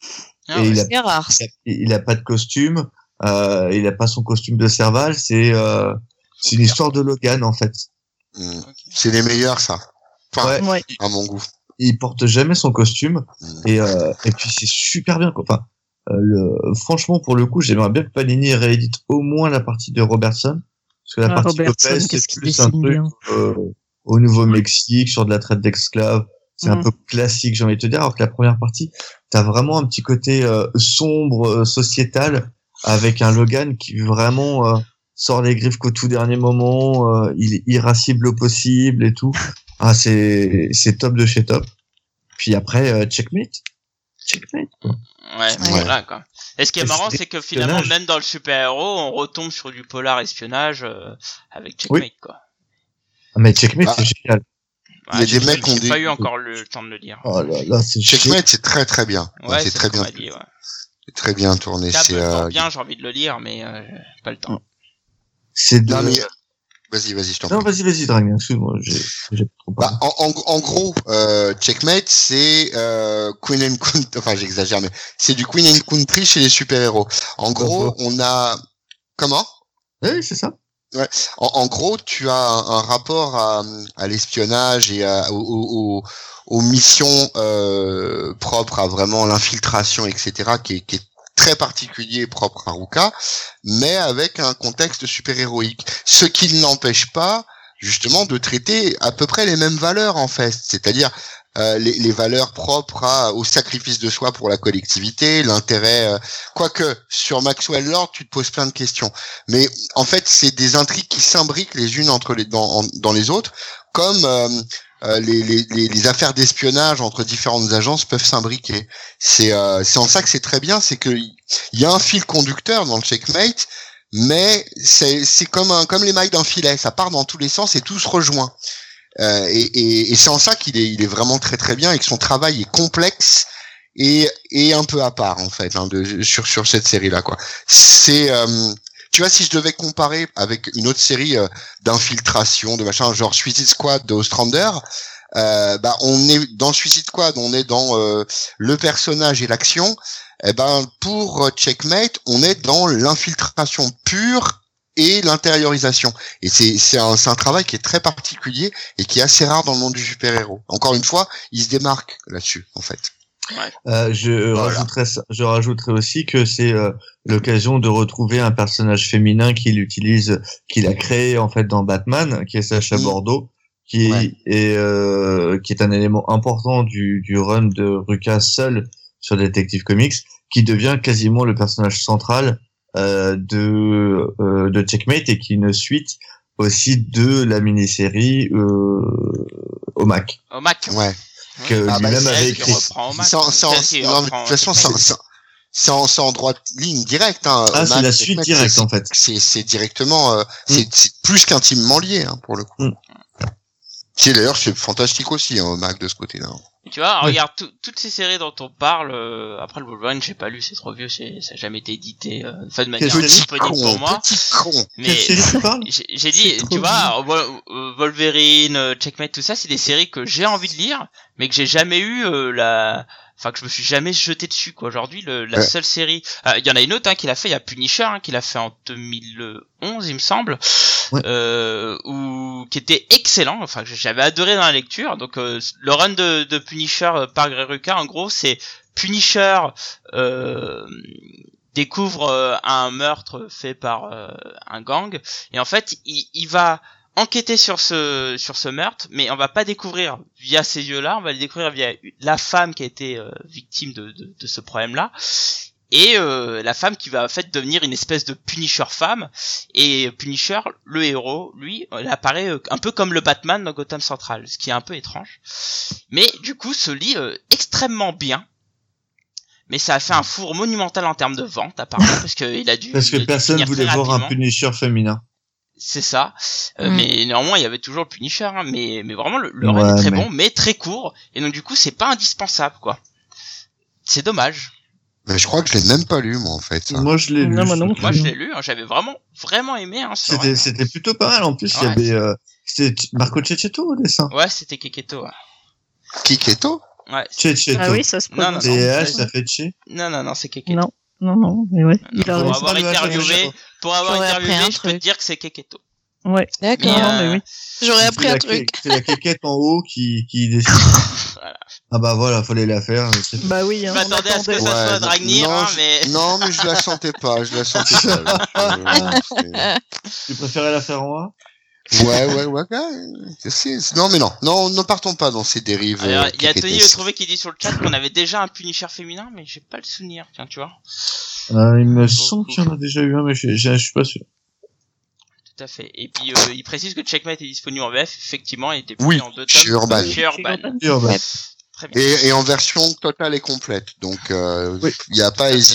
Ah et ouais. il a C'est rare. il a, il a pas de costume, euh, il a pas son costume de Serval, c'est euh, c'est une histoire de Logan en fait. Mm. Ok. C'est les meilleurs, ça. Enfin, Ouais. Ouais. à mon goût. Il porte jamais son costume Mm. et euh, et puis c'est super bien quoi. Enfin, euh, le, franchement pour le coup, j'aimerais bien que Panini réédite au moins la partie de Robertson parce que la Ah, partie Robertson, Lopez qu'est-ce c'est qu'il plus un dessine truc bien. euh, au Nouveau-Mexique sur de la traite d'esclaves. C'est un Mm. peu classique, j'ai envie de te dire, alors que la première partie, t'as vraiment un petit côté euh, sombre, euh, sociétal, avec un Logan qui vraiment euh, sort les griffes qu'au tout dernier moment, euh, il est irascible au possible et tout. Ah, c'est c'est top de chez top. Puis après, euh, checkmate. Checkmate. quoi. Ouais, Ouais. voilà quoi. Et ce qui est Et marrant, c'est c'est que finalement, espionnage. même dans le super-héros, on retombe sur du polar espionnage euh, avec Checkmate, quoi. Ah, mais checkmate, Ah. c'est génial. Ah, il y a j'ai des mecs qui ont j'ai des... pas eu encore le temps de le lire. Oh là là, c'est Checkmate, c'est très très bien. Ouais, c'est c'est très ce qu'on bien. m'a dit, ouais. C'est très bien tourné. Cap, C'est, euh, euh... bien, j'ai envie de le lire, mais euh, j'ai pas le temps. C'est de... Non, mais... Vas-y, vas-y, je t'en Non, prie. vas-y, vas-y, Dragon, excuse-moi, j'ai, j'ai trop parlé. Bah, en, en, en gros, euh, Checkmate, c'est euh, Queen and Country. Enfin, j'exagère, mais c'est du Queen and Country chez les super-héros. En gros, on a comment? Oui, c'est ça. Ouais. En, en gros, tu as un, un rapport à, à l'espionnage et à, aux, aux, aux missions euh, propres à vraiment l'infiltration, et cetera, qui est, qui est très particulier, propre à Ruka, mais avec un contexte super-héroïque. Ce qui ne l'empêche pas, justement, de traiter à peu près les mêmes valeurs, en fait. C'est-à-dire euh, les, les valeurs propres à, au sacrifice de soi pour la collectivité, l'intérêt... Euh, quoique, sur Maxwell Lord, tu te poses plein de questions. Mais en fait, c'est des intrigues qui s'imbriquent les unes entre les dans, en, dans les autres, comme euh, euh, les, les, les, les affaires d'espionnage entre différentes agences peuvent s'imbriquer. C'est euh, c'est en ça que c'est très bien, c'est que il y a un fil conducteur dans le Checkmate, mais c'est c'est comme un comme les mailles d'un filet, ça part dans tous les sens et tout se rejoint. Euh, et, et, et c'est en ça qu'il est il est vraiment très très bien et que son travail est complexe et et un peu à part en fait hein, de, sur sur cette série là quoi. C'est euh, tu vois, si je devais comparer avec une autre série euh, d'infiltration, de machin, genre Suicide Squad de Ostrander, euh, bah on est dans Suicide Squad, on est dans euh, le personnage et l'action. Eh ben pour Checkmate, on est dans l'infiltration pure et l'intériorisation. Et c'est c'est un c'est un travail qui est très particulier et qui est assez rare dans le monde du super-héros. Encore une fois, il se démarque là-dessus en fait. Euh, je Voilà. rajouterais ça- je rajouterais aussi que c'est euh, l'occasion de retrouver un personnage féminin qu'il utilise, qu'il a créé en fait dans Batman, qui est Sacha Mm. Bordeaux, qui Ouais. est euh, qui est un élément important du du run de Ruka seul sur Detective Comics, qui devient quasiment le personnage central euh, de euh, de Checkmate et qui est une suite aussi de la mini-série euh, au Mac Au Mac. Ouais. que Ah bah, lui-même c'est avait elle qui écrit. reprend au Mac. C'est en, c'est en- Enfin, si, non, mais de reprend- toute façon, c'est en- c'est en- c'est en, c'est en droite ligne directe. Hein, Ah, au c'est Mac, la Checkmate, suite directe c'est- en fait. C'est c'est directement, euh, c'est c'est plus qu'intimement lié hein, pour le coup. Mm. C'est d'ailleurs c'est fantastique aussi hein, au Mac de ce côté-là. Et tu vois, Oui. regarde tout- toutes ces séries dont on parle. Euh, après le Wolverine, j'ai pas lu, c'est trop vieux, c'est, ça a jamais été édité euh, enfin, de manière série Petit disponible con, pour moi. petit con. Mais Quelle série tu parles? j'ai j'ai dit, C'est trop tu vois, Wol- euh, Wolverine, euh, Checkmate, tout ça, c'est des séries que j'ai envie de lire, mais que j'ai jamais eu euh, la, enfin que je me suis jamais jeté dessus quoi. Aujourd'hui, le, la Ouais. seule série, euh, il y en a une autre hein, qu'il a fait, il y a Punisher, hein, qu'il a fait en deux mille onze, il me semble, Ouais. euh, ou qui était excellent. Enfin, que j'avais adoré dans la lecture. Donc euh, le run de, de Punisher euh, par Greg Rucka, en gros, c'est Punisher. Euh, découvre euh, un meurtre fait par euh, un gang et en fait il, il va enquêter sur ce sur ce meurtre, mais on va pas découvrir via ces yeux-là, on va le découvrir via la femme qui a été euh, victime de, de, de ce problème-là et euh, la femme qui va en fait devenir une espèce de Punisher femme. Et Punisher, le héros, lui, il apparaît euh, un peu comme le Batman dans Gotham Central, ce qui est un peu étrange, mais du coup se lit euh, extrêmement bien. Mais ça a fait un four monumental en termes de vente, apparemment, parce que il a dû. Parce que il a dû personne finir voulait très voir un rapidement. Punisher féminin. C'est ça. Euh, Mm. Mais néanmoins, il y avait toujours le Punisher, hein, mais mais vraiment le, le Ouais, run est très mais- bon, mais très court, et donc du coup, c'est pas indispensable, quoi. C'est dommage. Mais je crois que je l'ai même pas lu moi en fait. ça. Moi, je l'ai lu. Non, moi non ce plus. Moi, truc. je l'ai lu, hein, j'avais vraiment vraiment aimé. Hein, ce C'était, run. c'était plutôt pas mal. En plus, il y Ouais. avait, euh, c'était Marco Cecchetto au dessin. Ouais, c'était Keketo. Ouais. Kiketo. Ouais. Cecchetto. Ah oui, ça se Non, non, prononce. non. Et H, c'est- ça fait Tché. Non, non, non, c'est Keketo. Non, non, non, mais ouais, il a Pour raison. avoir le H, interviewé, Cecchetto. pour avoir J'aurais appris interviewé, un je peux te truc. dire que c'est Keketo. Ouais. D'accord. Mais, Non, euh, mais oui. J'aurais C'est appris la un qué- truc. C'est la quéquette en haut qui, qui décide. Voilà. Ah bah voilà, fallait la faire. c'est tout. Bah oui, hein, Je on m'attendais à ce que attendait. ça soit Ouais, Dragnir, non, hein, je- mais. Non mais je la sentais pas, je la sentais pas. là. Je- Tu préférais la faire en A? Ouais ouais ouais. ouais. C'est- c'est- Non mais non, non, ne partons pas dans ces dérives. Alors, euh, il y a Tony Le kékétesques. Trouvé qui dit sur le chat qu'on avait déjà un Punisher féminin, mais j'ai pas le souvenir, tiens, tu vois. Euh, il me semble qu'il y en a déjà eu un, mais je, je, je suis pas sûr. Tout à fait. Et puis, euh, il précise que Checkmate est disponible en V F, effectivement, il était Oui, en deux tomes. chez Urban. Chez Urban. Sûr, bah. Ouais. Très bien. Et, et en version totale et complète, donc il euh, Oui. y a pas à hésiter.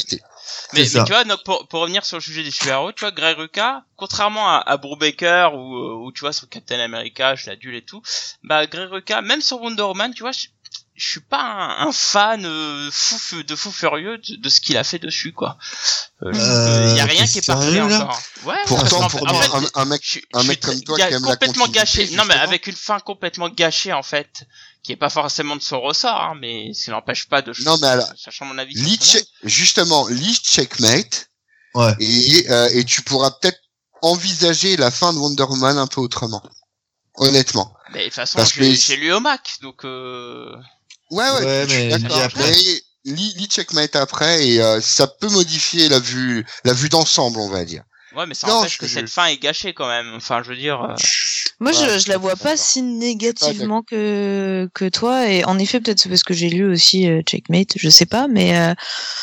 Mais, C'est mais ça. tu vois, donc pour, pour revenir sur le sujet des super-héros, tu vois, Greg Rucka, contrairement à, à Brubaker ou, ou tu vois, sur Captain America, je l'adule et tout, bah Greg Rucka, même sur Wonder Woman, tu vois, je, je suis pas un, un fan euh, fou de fou furieux de, de ce qu'il a fait dessus, quoi. Euh, je trouve qu'il y a Euh, rien t'es qui est parfait sérieux, là encore. Ouais, Pourtant, parce qu'en pour fait- en dire fait, un, un mec, je, un je mec suis comme toi ga- qui aime la complètement continuité, gâché. Non, mais justement. avec une fin complètement gâchée, en fait, qui est pas forcément de son ressort, hein, mais ça n'empêche pas de. Non, mais alors, sachant mon avis. sur Lis son œuvre. check- justement, lis Checkmate, Ouais. et, euh, et tu pourras peut-être envisager la fin de Wonder Woman un peu autrement. Honnêtement. Mais de toute façon, Parce j'ai, que- j'ai lu au Mac, donc. Euh... Ouais, ouais, Ouais, je suis mais d'accord. lis après. Mais lis, lis Checkmate après, et euh, ça peut modifier la vue, la vue d'ensemble, on va dire. Ouais, mais ça Non, empêche je- que je- cette fin est gâchée quand même. Enfin, je veux dire. euh, Moi, Ouais, je, je je suis la pas vois d'accord. pas si négativement que que toi. Et en effet, peut-être c'est parce que j'ai lu aussi euh, Checkmate, je sais pas, mais euh,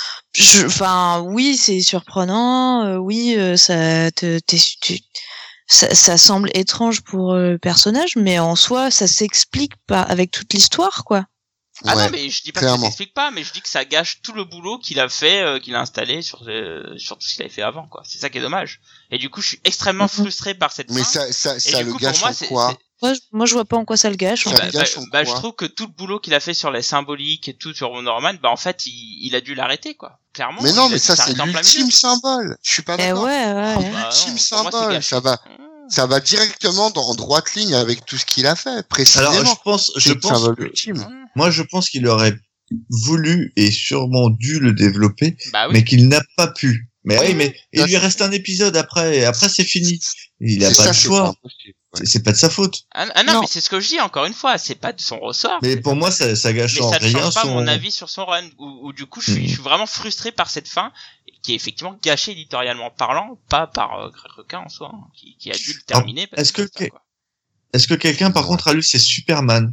je, enfin, oui, c'est surprenant. euh, oui, euh, ça te, t'es, tu, ça, ça semble étrange pour euh, le personnage, mais en soi, ça s'explique pas avec toute l'histoire, quoi. Ah Ouais. non, mais je dis pas que clairement. ça s'explique pas, mais je dis que ça gâche tout le boulot qu'il a fait, euh, qu'il a installé sur, euh, sur tout ce qu'il avait fait avant, quoi. C'est ça qui est dommage. Et du coup, je suis extrêmement Mhm. frustré par cette Mais fin. ça, ça, Et ça du le coup, gâche pour moi, en c'est, quoi? c'est- Moi, je, moi, je vois pas en quoi ça le gâche. En Ça fait. bah, gâche bah, en bah, je quoi trouve que tout le boulot qu'il a fait sur les symboliques et tout sur Wonder Woman, bah en fait, il, il a dû l'arrêter, quoi. Clairement. Mais non, il a mais dû ça, c'est s'arrêter en plein l'ultime milieu. symbole. Je suis pas Eh d'accord. ouais, ouais. Bah non, L'ultime pour moi, c'est symbole. gâché. Ça va, Mmh. ça va directement dans, en droite ligne avec tout ce qu'il a fait, Alors, précisément. je pense, C'est je le pense symbole que, ultime. Mmh. moi, je pense qu'il aurait voulu et sûrement dû le développer, Bah oui. mais qu'il n'a pas pu. Mais Oui, oui, mais il ça, lui c'est- reste un épisode après, et après c'est fini. Il a C'est pas ça, le c'est choix. pas impossible. Ouais. C'est c'est pas de sa faute. Ah, ah non, Non. mais c'est ce que je dis encore une fois, c'est pas de son ressort. Mais c'est pour pas moi, de- ça, ça gâche mais en ça ne rien change pas son. mon avis sur son run, où, où du coup je suis, Mhm. je suis vraiment frustré par cette fin, qui est effectivement gâchée éditorialement parlant, pas par euh, Greg Rucka en soi, hein, qui, qui a dû le terminer. parce est-ce que c'est ça, que- quoi. Est-ce que quelqu'un, par Ouais. contre, a lu c'est Superman?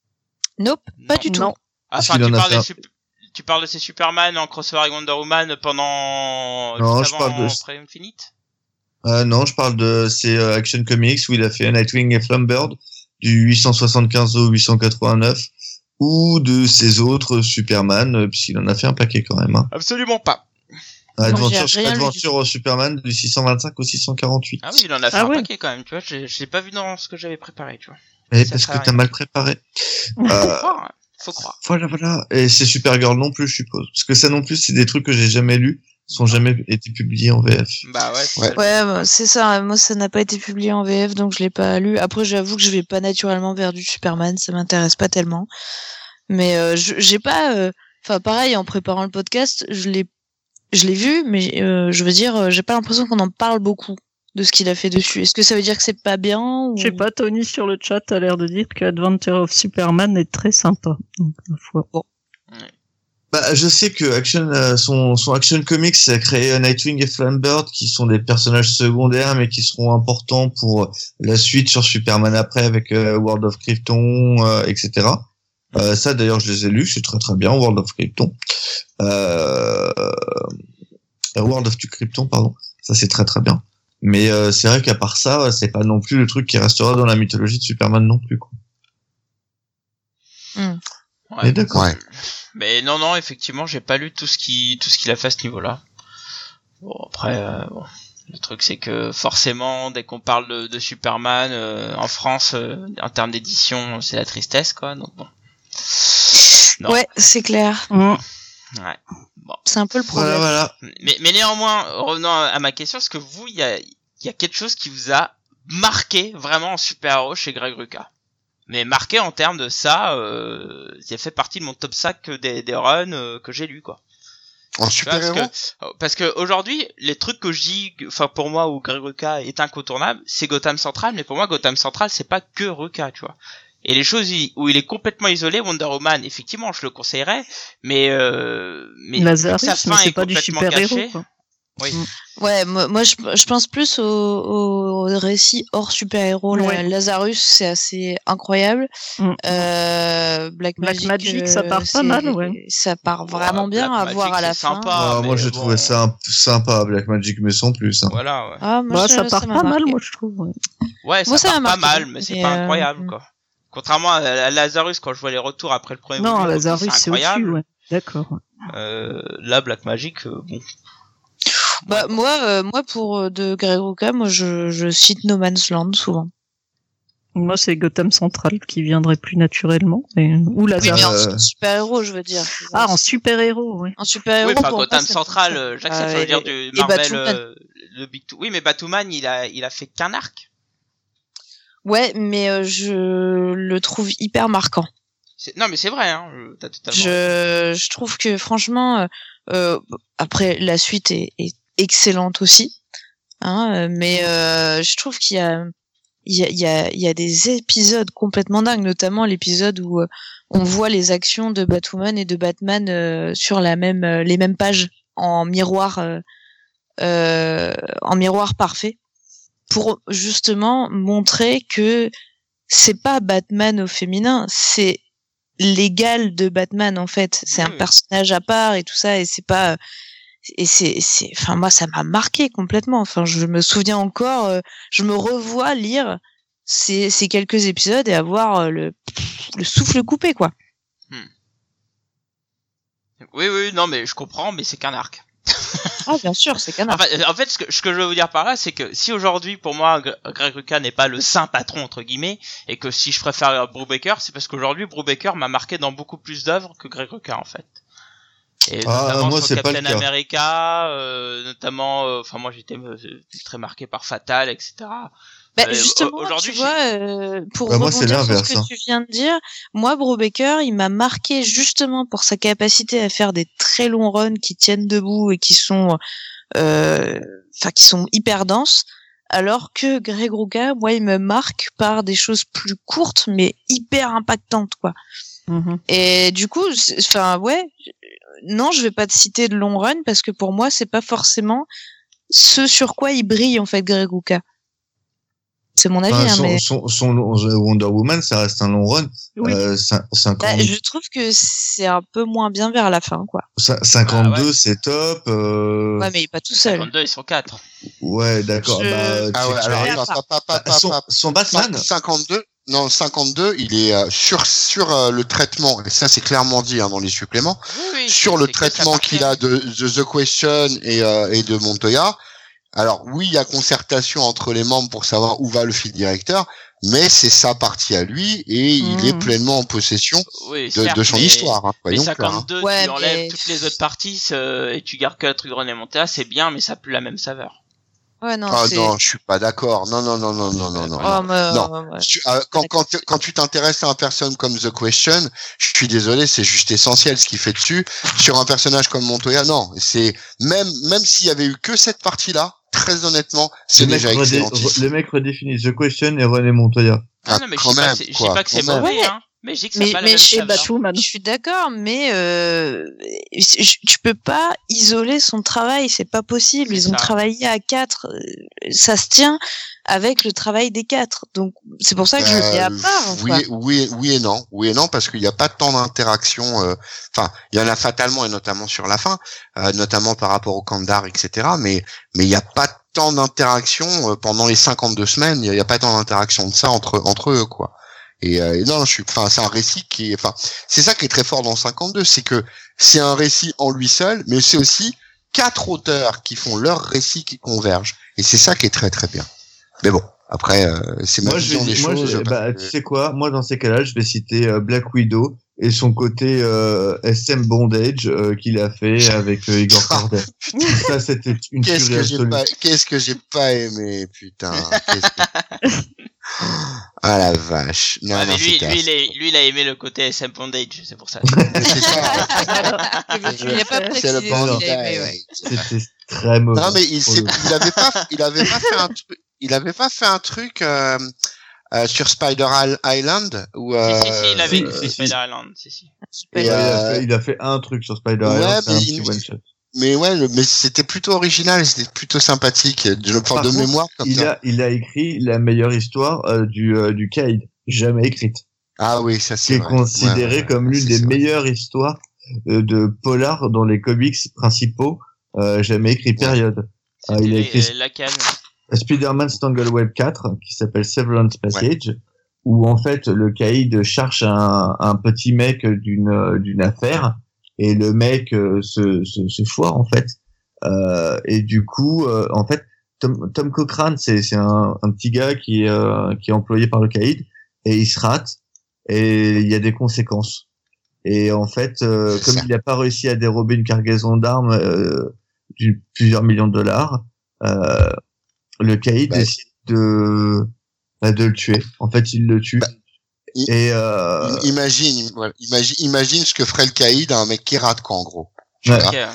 Nope, pas Non. du tout. Non. Ah, Parce Enfin, qu'il tu en a parles, fait des un- sup- tu parles de ces Superman en crossover avec Wonder Woman pendant Non, juste je avant parle de- Prey Infinite. Euh, non, je parle de ces euh, Action Comics où il a fait Nightwing et Flamebird du huit cent soixante-quinze au huit cent quatre-vingt-neuf, ou de ses autres Superman, euh, puisqu'il en a fait un paquet quand même. Hein. Absolument pas. Adventure, j'ai rien lu du Adventure Superman du six cent vingt-cinq au six cent quarante-huit. Ah oui, il en a fait Ah un ouais. paquet quand même, tu vois, je, je l'ai pas vu dans ce que j'avais préparé, tu vois. Et Ça parce sert que à t'as rien. mal préparé. Faut Euh, croire, hein. Faut croire. voilà, voilà. Et c'est Supergirl non plus, je suppose. Parce que ça non plus, c'est des trucs que j'ai jamais lus, sont jamais été publiés en V F. Bah ouais, c'est Ouais. ça. Ouais, bah, c'est ça. Moi, ça n'a pas été publié en V F, donc je l'ai pas lu. Après, j'avoue que je vais pas naturellement vers du Superman, ça m'intéresse pas tellement. Mais euh, je- j'ai pas. euh, Enfin, pareil, en préparant le podcast, je l'ai, je l'ai vu, mais euh, je veux dire, euh, j'ai pas l'impression qu'on en parle beaucoup de ce qu'il a fait dessus. Est-ce que ça veut dire que c'est pas bien ou... Je sais pas, Tony sur le chat a l'air de dire que Adventure of Superman est très sympa. Donc, ma foi. Bah, je sais que Action, euh, son, son Action Comics a créé Nightwing et Flamebird, qui sont des personnages secondaires, mais qui seront importants pour la suite sur Superman après, avec euh, World of Krypton, euh, et cetera. Euh, ça, d'ailleurs, je les ai lus, c'est très très bien, World of Krypton. Euh, euh, World of Krypton, pardon. Ça, c'est très très bien. Mais euh, c'est vrai qu'à part ça, c'est pas non plus le truc qui restera dans la mythologie de Superman non plus, quoi. Hmm. Ouais. Mais d'accord. Ouais. Mais non, non, effectivement, j'ai pas lu tout ce qui, tout ce qu'il a fait à ce niveau-là. Bon, après, euh, bon. Le truc, c'est que forcément, dès qu'on parle de, de Superman, euh, en France, euh, en termes d'édition, c'est la tristesse, quoi, donc bon. Non. Ouais, c'est clair. Mmh. Ouais. Bon. C'est un peu le problème. Voilà, voilà. Mais, mais néanmoins, revenant à ma question, est-ce que vous, il y a, il y a quelque chose qui vous a marqué vraiment en super-héros chez Greg Rucka? Mais marqué en termes de ça, euh, ça fait partie de mon top cinq des, des runs euh, que j'ai lus, quoi. En Tu vois, parce super-héros? que, parce que aujourd'hui, les trucs que je dis, enfin pour moi où Greg Rucka est incontournable, c'est Gotham Central, mais pour moi Gotham Central c'est pas que Rucka, tu vois. Et les choses où il est complètement isolé, Wonder Woman, effectivement, je le conseillerais, mais euh, mais Lazarus, sa mais fin c'est est pas du complètement super-héros, gâchée. quoi. Oui. Ouais, moi, moi, je, je pense plus au, au récit hors super-héros. La- Ouais. Lazarus, c'est assez incroyable. Mm. Euh, Black, Black Magic, Magic, ça part pas c'est- mal, ouais. Ça part vraiment Ouais, bien Black à voir Magic, à la c'est fin. sympa. Ah, mais moi, j'ai bon. trouvé ça un- sympa, Black Magic, mais sans plus. Hein. Voilà, ouais. Ah, moi, Bah, je- ça part m'a pas mal, marqué. moi, je trouve. Ouais. Ouais, ça Moi, ça part m'a pas marqué, mal, mais c'est mais, pas euh, incroyable, mm. quoi. Contrairement à, à Lazarus, quand je vois les retours après le premier Non, volume, Lazarus, c'est c'est au-dessus, incroyable. ouais. D'accord. Euh, là, Black Magic, euh, bon, Bah moi, euh, moi pour euh, de Greg Rucka, moi je, je cite No Man's Land souvent. Moi, c'est Gotham Central qui viendrait plus naturellement. Et... Ou Oui, Lazare. mais en Euh, super héros, je veux dire. Ah, en super-héros, oui. En super héros. Oui, enfin pour moi, Gotham ça Central, fonctionne. euh, j'accepte, Euh, ça veut et- dire du et Marvel, Batwoman. euh, le Big Two. Oui, mais Batwoman, il a, il a fait qu'un arc. Ouais, mais euh, je le trouve hyper marquant. C'est- Non, mais c'est vrai, hein. euh, T'as totalement. Je, je trouve que franchement, euh, euh, après la suite est, est excellente aussi, hein, euh, mais euh, je trouve qu'il y a, il y a, il y a, il y a des épisodes complètement dingues, notamment l'épisode où euh, on voit les actions de Batwoman et de Batman euh, sur la même, euh, les mêmes pages en miroir, euh, euh, en miroir parfait, pour justement montrer que c'est pas Batman au féminin, c'est l'égal de Batman en fait. C'est Oui. un personnage à part et tout ça, et c'est pas, et c'est, c'est, enfin moi ça m'a marqué complètement. Enfin je me souviens encore, euh, je me revois lire ces, ces quelques épisodes et avoir euh, le, le souffle coupé quoi. Oui, oui, non, mais je comprends, mais c'est qu'un arc. Ah bien sûr, c'est canard. En fait, en fait, ce que, ce que je veux vous dire par là, c'est que si aujourd'hui, pour moi, Gre- Greg Rucka n'est pas le saint patron, entre guillemets, et que si je préfère Brubaker, c'est parce qu'aujourd'hui, Brubaker m'a marqué dans beaucoup plus d'œuvres que Greg Rucka, en fait. Et Ah, notamment moi, sur c'est pas Captain le cas. America, euh, notamment, euh, enfin, moi, j'étais euh, très marqué par Fatal, et cetera. Bah, Euh, justement, aujourd'hui, tu vois, euh, pour Bah, moi, c'est rebondir sur ce l'inverse, que hein. tu viens de dire, moi, Brubaker, il m'a marqué justement pour sa capacité à faire des très longs runs qui tiennent debout et qui sont, euh, enfin, qui sont hyper denses, alors que Greg Rucka, moi, il me marque par des choses plus courtes mais hyper impactantes, quoi. Mhm. Et du coup, c'est- enfin, ouais, non, je vais pas te citer de long run parce que pour moi, c'est pas forcément ce sur quoi il brille en fait, Greg Rucka. C'est mon avis, Enfin, hein, son, mais son, son long- Wonder Woman, ça reste un long run. Oui. Euh, cin- cinquante, bah, je trouve que c'est un peu moins bien vers la fin, quoi. cin- cinquante-deux, Ah ouais. c'est top. Euh... Ouais, mais il est pas tout seul. cinquante-deux, ils sont quatre. Ouais, d'accord. Je- Bah, Ah tu- ouais, tu alors as- attends, attends, attends, attends, son, attends. son Batman, cinquante-deux, non, cinquante-deux, il est euh, sur sur euh, le traitement, et ça c'est clairement dit hein, dans les suppléments, Oui, oui, sur c'est- le c'est que ça traitement partait. qu'il a de, de The Question et, euh, et de Montoya. Alors oui, il y a concertation entre les membres pour savoir où va le fil directeur, mais c'est sa partie à lui et il Mhm. est pleinement en possession Oui, de, certes, de son mais- histoire. Hein, Mais voyons clair, hein. cinquante-deux, Ouais, tu enlèves mais- toutes les autres parties euh, et tu gardes que la truc de René Montoya, c'est bien, mais ça a plus la même saveur. Ouais, non, Ah c'est. non, je suis pas d'accord. Non, non, non, non, non, non, non. Oh, mais, Non. ouais, ouais. Tu- euh, quand, quand, tu- quand tu t'intéresses à un personne comme The Question, je suis désolé, c'est juste essentiel ce qu'il fait dessus. Sur un personnage comme Montoya, non. C'est même même s'il y avait eu que cette partie-là, très honnêtement, c'est le mec, déjà redé- excellent. re- le mec redéfinit The Question et René Montoya. Ah, Ah, non, mais je quand dis pas même, que c'est- je dis quoi, pas que c'est quand même. mauvais, hein. Mais je dis que ça Mais- n'a pas mais la même chez saveur. Batwoman. Je suis d'accord, mais euh, je- tu peux pas isoler son travail, c'est pas possible. C'est Ils ont ça. travaillé à quatre, euh, ça se tient avec le travail des quatre. Donc c'est pour ça que je le mets à Euh, part. oui, quoi. oui, oui et non, oui et non parce qu'il n'y a pas tant d'interaction. euh, Enfin, il y en a fatalement et notamment sur la fin, euh, notamment par rapport au Kandar, et cetera. Mais mais il n'y a pas tant d'interaction euh, pendant les cinquante-deux semaines. Il n'y a, il y a pas tant d'interaction de ça entre entre eux quoi. Et, euh, et non, je suis. Enfin, c'est un récit qui est. Enfin, c'est ça qui est très fort dans cinquante-deux, c'est que c'est un récit en lui seul, mais c'est aussi quatre auteurs qui font leur récit qui convergent. Et c'est ça qui est très très bien. Mais bon, après, euh, c'est ma Moi, je vision vais des dire- moi, choses. je- parce bah, que- tu sais quoi? Moi, dans ces cas-là, je vais citer euh, Black Widow et son côté euh, S M Bondage euh, qu'il a fait avec euh, Igor Corday. Ça, c'était une Qu'est-ce tuerie que j'ai absolue. pas, qu'est-ce que j'ai pas aimé, putain. Qu'est-ce que- Ah la vache. Non, Ouais, non, mais lui, c'était lui, il est- lui, il a aimé le côté S M Bondage, c'est pour ça. c'est ça. Il a pas C'est précisé le ce qu'il a bandage. aimé, ouais. C'était très mauvais. Non mais il, pour s'est- le coup. il avait pas, il avait pas fait un truc, il avait pas fait un truc euh, euh, sur Spider Island ou. Euh, Si, si, si, il avait si, dit si, Spider si. Island, si, si. Et, Ouais, il, a euh, fait, il a fait un truc sur Spider Ouais, Island, c'est un mais petit il- one shot. Mais ouais, le- mais c'était plutôt original, c'était plutôt sympathique. Je le prends Par de contre, mémoire comme il ça. a, il a écrit la meilleure histoire euh, du euh, du Cade jamais écrite, Ah oui, ça qui c'est est vrai. considérée Ouais, ouais, comme ouais, l'une c'est- des c'est vrai. meilleures histoires euh, de polar dans les comics principaux euh, jamais écrit. Période. Ah, il a C'était écrit les- laquelle? Spider-Man Tangleweb quatre qui s'appelle Severance Passage où en fait le caïd cherche un, un petit mec d'une d'une affaire et le mec euh, se, se, se foire en fait Euh, et du coup, euh, en fait, Tom, Tom Cochrane, c'est, c'est un, un petit gars qui est, euh, qui est employé par le caïd et il se rate et il y a des conséquences. Et en fait, euh, comme ça. Il n'a pas réussi à dérober une cargaison d'armes euh, d'une plusieurs millions de dollars, euh, le caïd bah, décide de bah, de le tuer. En fait, il le tue. Bah, et euh... imagine, voilà, imagine, imagine ce que ferait le caïd à un mec qui rate, quoi, en gros. Ouais.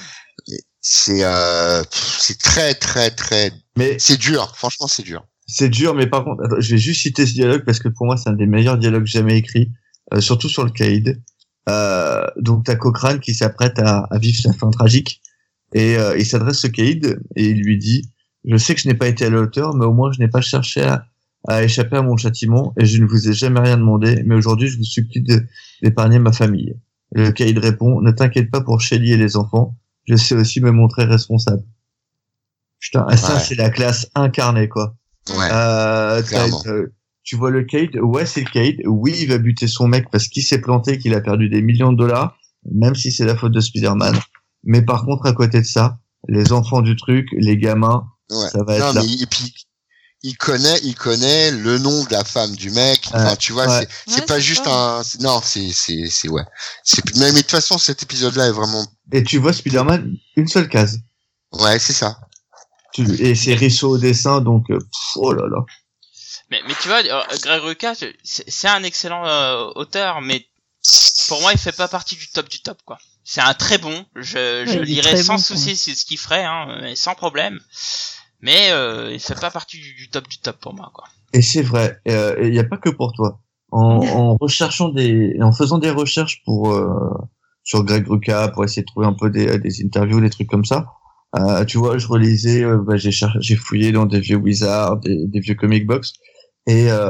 C'est euh, c'est très très très. Mais c'est dur. Franchement, c'est dur. C'est dur, mais par contre, attends, je vais juste citer ce dialogue parce que pour moi, c'est un des meilleurs dialogues jamais écrits, euh, surtout sur le caïd. Euh, donc t'as Cochrane qui s'apprête à, à vivre sa fin tragique et euh, il s'adresse au caïd et il lui dit: je sais que je n'ai pas été à la hauteur, mais au moins je n'ai pas cherché à, à échapper à mon châtiment et je ne vous ai jamais rien demandé, mais aujourd'hui je vous supplie de, d'épargner ma famille. Le caïd répond: ne t'inquiète pas pour Shelly et les enfants, je sais aussi me montrer responsable. Putain, ça ouais. C'est la classe incarnée, quoi. Ouais. Euh, euh, tu vois le caïd, ouais, c'est le caïd. Oui, il va buter son mec parce qu'il s'est planté, qu'il a perdu des millions de dollars, même si c'est la faute de Spider-Man. Mais par contre, à côté de ça, les enfants du truc, les gamins, ouais. ça va non, être là. Mais, et puis, il connaît, il connaît le nom de la femme du mec. Enfin, euh, tu vois, ouais. c'est, c'est ouais, pas c'est juste pas. un, c'est, non, c'est, c'est, c'est, ouais. C'est, mais, mais de toute façon, cet épisode-là est vraiment. Et tu vois Spider-Man, une seule case. Ouais, c'est ça. Tu, et c'est Risso au dessin, donc, pff, oh là là. Mais, mais tu vois, Greg Rucka, c'est, c'est un excellent euh, auteur, mais pour moi, il fait pas partie du top du top, quoi. C'est un très bon, je, je ouais, lirais sans bon, souci ouais. ce qu'il ferait, hein, sans problème. Mais euh, il fait pas partie du, du top du top pour moi, quoi. Et c'est vrai, il euh, y a pas que pour toi. En, en recherchant des, en faisant des recherches pour euh, sur Greg Rucka, pour essayer de trouver un peu des, des interviews, des trucs comme ça. Euh, tu vois, je relisais, euh, bah, j'ai cherché, j'ai fouillé dans des vieux Wizards, des, des vieux comic box, et euh,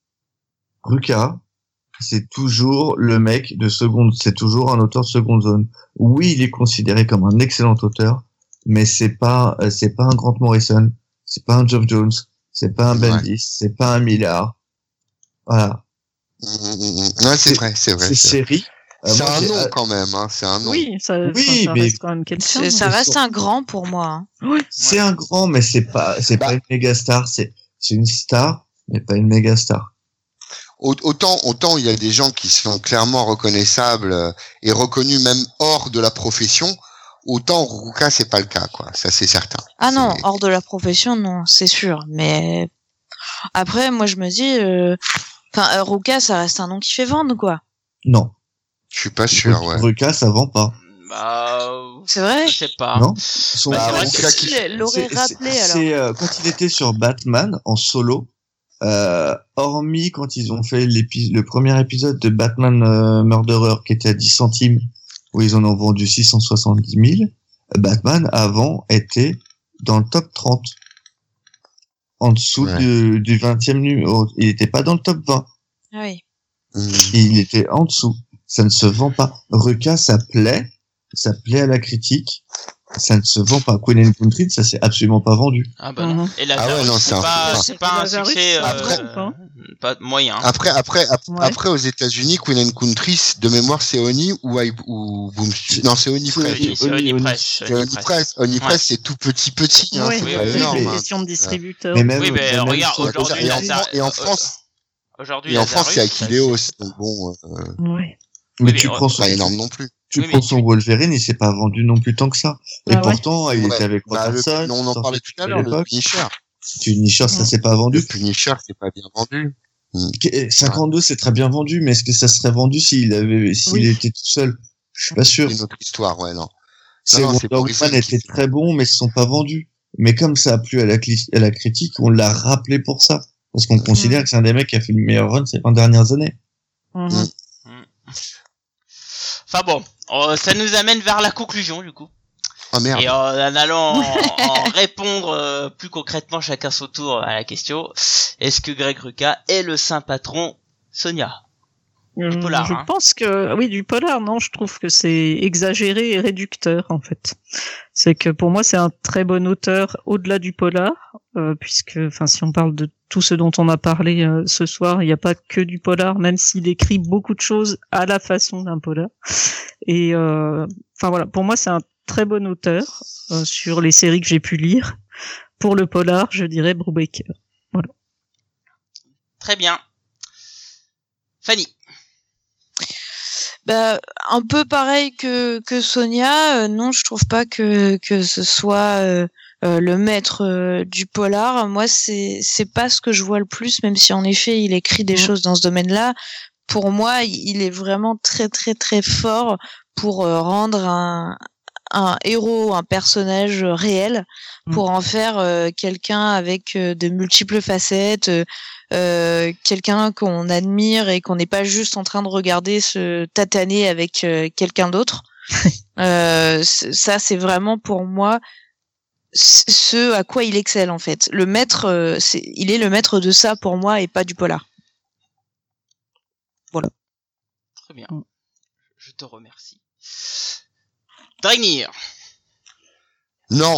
Rucka, c'est toujours le mec de seconde, c'est toujours un auteur de seconde zone. Oui, il est considéré comme un excellent auteur, mais c'est pas, c'est pas un Grant Morrison, c'est pas un Geoff Jones, c'est pas un Bendis, ouais. C'est pas un Millard. Voilà. Mmh, mmh. Ouais, c'est, c'est vrai, c'est vrai. Ces séries. Euh, c'est un nom quand même, hein. C'est un nom. Oui, ça, oui, ça, ça mais reste quand même quelqu'un. Ça reste un grand pour moi. Hein. Oui. C'est un grand, mais c'est pas, c'est bah. pas une méga star. C'est, c'est une star, mais pas une méga star. Autant, autant il y a des gens qui sont clairement reconnaissables et reconnus même hors de la profession. Autant Rucka, c'est pas le cas, quoi. Ça, c'est certain. Ah c'est... non, hors de la profession, non, c'est sûr. Mais après, moi, je me dis, euh... enfin, Rucka, ça reste un nom qui fait vendre, quoi. Non. Je suis pas sûr, ouais. Rucka, ça vend pas. Bah, c'est vrai. Je sais pas. Non. Son bah, c'est vrai que qui... il l'aurait c'est, rappelé c'est, alors. C'est euh, quand il était sur Batman en solo. Euh, hormis quand ils ont fait le premier épisode de Batman euh, Murderer qui était à dix centimes où ils en ont vendu six cent soixante-dix mille, Batman avant était dans le top trente, en dessous ouais. du, du vingtième numéro. Il était pas dans le top vingt. Oui. Il était en dessous. Ça ne se vend pas. Rucka, ça plaît, ça plaît à la critique. Ça ne se vend pas. Queen and Country, ça s'est absolument pas vendu. Ah bah non. Et la ah ouais, non, c'est, c'est pas, c'est pas un succès euh, après, euh, pas moyen. Après, après, après, ouais. après aux États-Unis, Queen and Country, de mémoire, c'est Oni ou ou Boom. Non, c'est Oni Press. C'est Oni Press. C'est Oni Press. Oni Press, c'est tout petit, petit. Hein, oui, c'est oui, pas oui, énorme. C'est une question de distributeur. Mais même, oui, mais même regarde aujourd'hui. Et en France, aujourd'hui, et en France, c'est Akileos. Donc bon. Oui. Mais tu prends pas énorme non plus. Tu oui, prends son tu... Wolverine, il s'est pas vendu non plus tant que ça. Et ah pourtant, ouais. il ouais. était avec bah, Watson. Le, on en parlait tout à l'heure, le Punisher. Punisher, ça s'est pas vendu. Le Punisher, c'est pas bien vendu. cinquante-deux, c'est très bien vendu, mais est-ce que ça serait vendu s'il avait, s'il oui. était tout seul? Je suis pas sûr. C'est une autre histoire, ouais, non. C'est non, non, Wonder Woman était qui... très bon, mais ils se sont pas vendus. Mais comme ça a plu à la, cli- à la critique, on l'a rappelé pour ça. Parce qu'on mmh. considère que c'est un des mecs qui a fait le meilleur run ces vingt dernières années. Mmh. Mmh. Enfin bon, euh, ça nous amène vers la conclusion du coup. Oh merde. Et euh, en allant en, en répondre euh, plus concrètement chacun son tour à la question, est-ce que Greg Rucka est le saint patron, Sonia? Du polar, je hein. pense que oui, du polar. Non, je trouve que c'est exagéré et réducteur en fait. C'est que pour moi, c'est un très bon auteur au-delà du polar, euh, puisque, enfin, si on parle de tout ce dont on a parlé euh, ce soir, il n'y a pas que du polar, même s'il écrit beaucoup de choses à la façon d'un polar. Et enfin euh, voilà, pour moi, c'est un très bon auteur euh, sur les séries que j'ai pu lire. Pour le polar, je dirais Brubaker. Voilà. Très bien. Fanny. Bah, un peu pareil que que Sonia. Euh, non, je trouve pas que que ce soit euh, euh, le maître euh, du polar. Moi, c'est c'est pas ce que je vois le plus, même si en effet il écrit des mmh. choses dans ce domaine-là. Pour moi, il est vraiment très très très fort pour euh, rendre un un héros, un personnage réel, pour mmh. en faire euh, quelqu'un avec euh, de multiples facettes, euh, euh, quelqu'un qu'on admire et qu'on n'est pas juste en train de regarder se tataner avec euh, quelqu'un d'autre. euh, ça, c'est vraiment pour moi ce à quoi il excelle en fait. Le maître, euh, c'est, il est le maître de ça pour moi et pas du polar. Voilà. Très bien. Je te remercie. Dragnir. Non.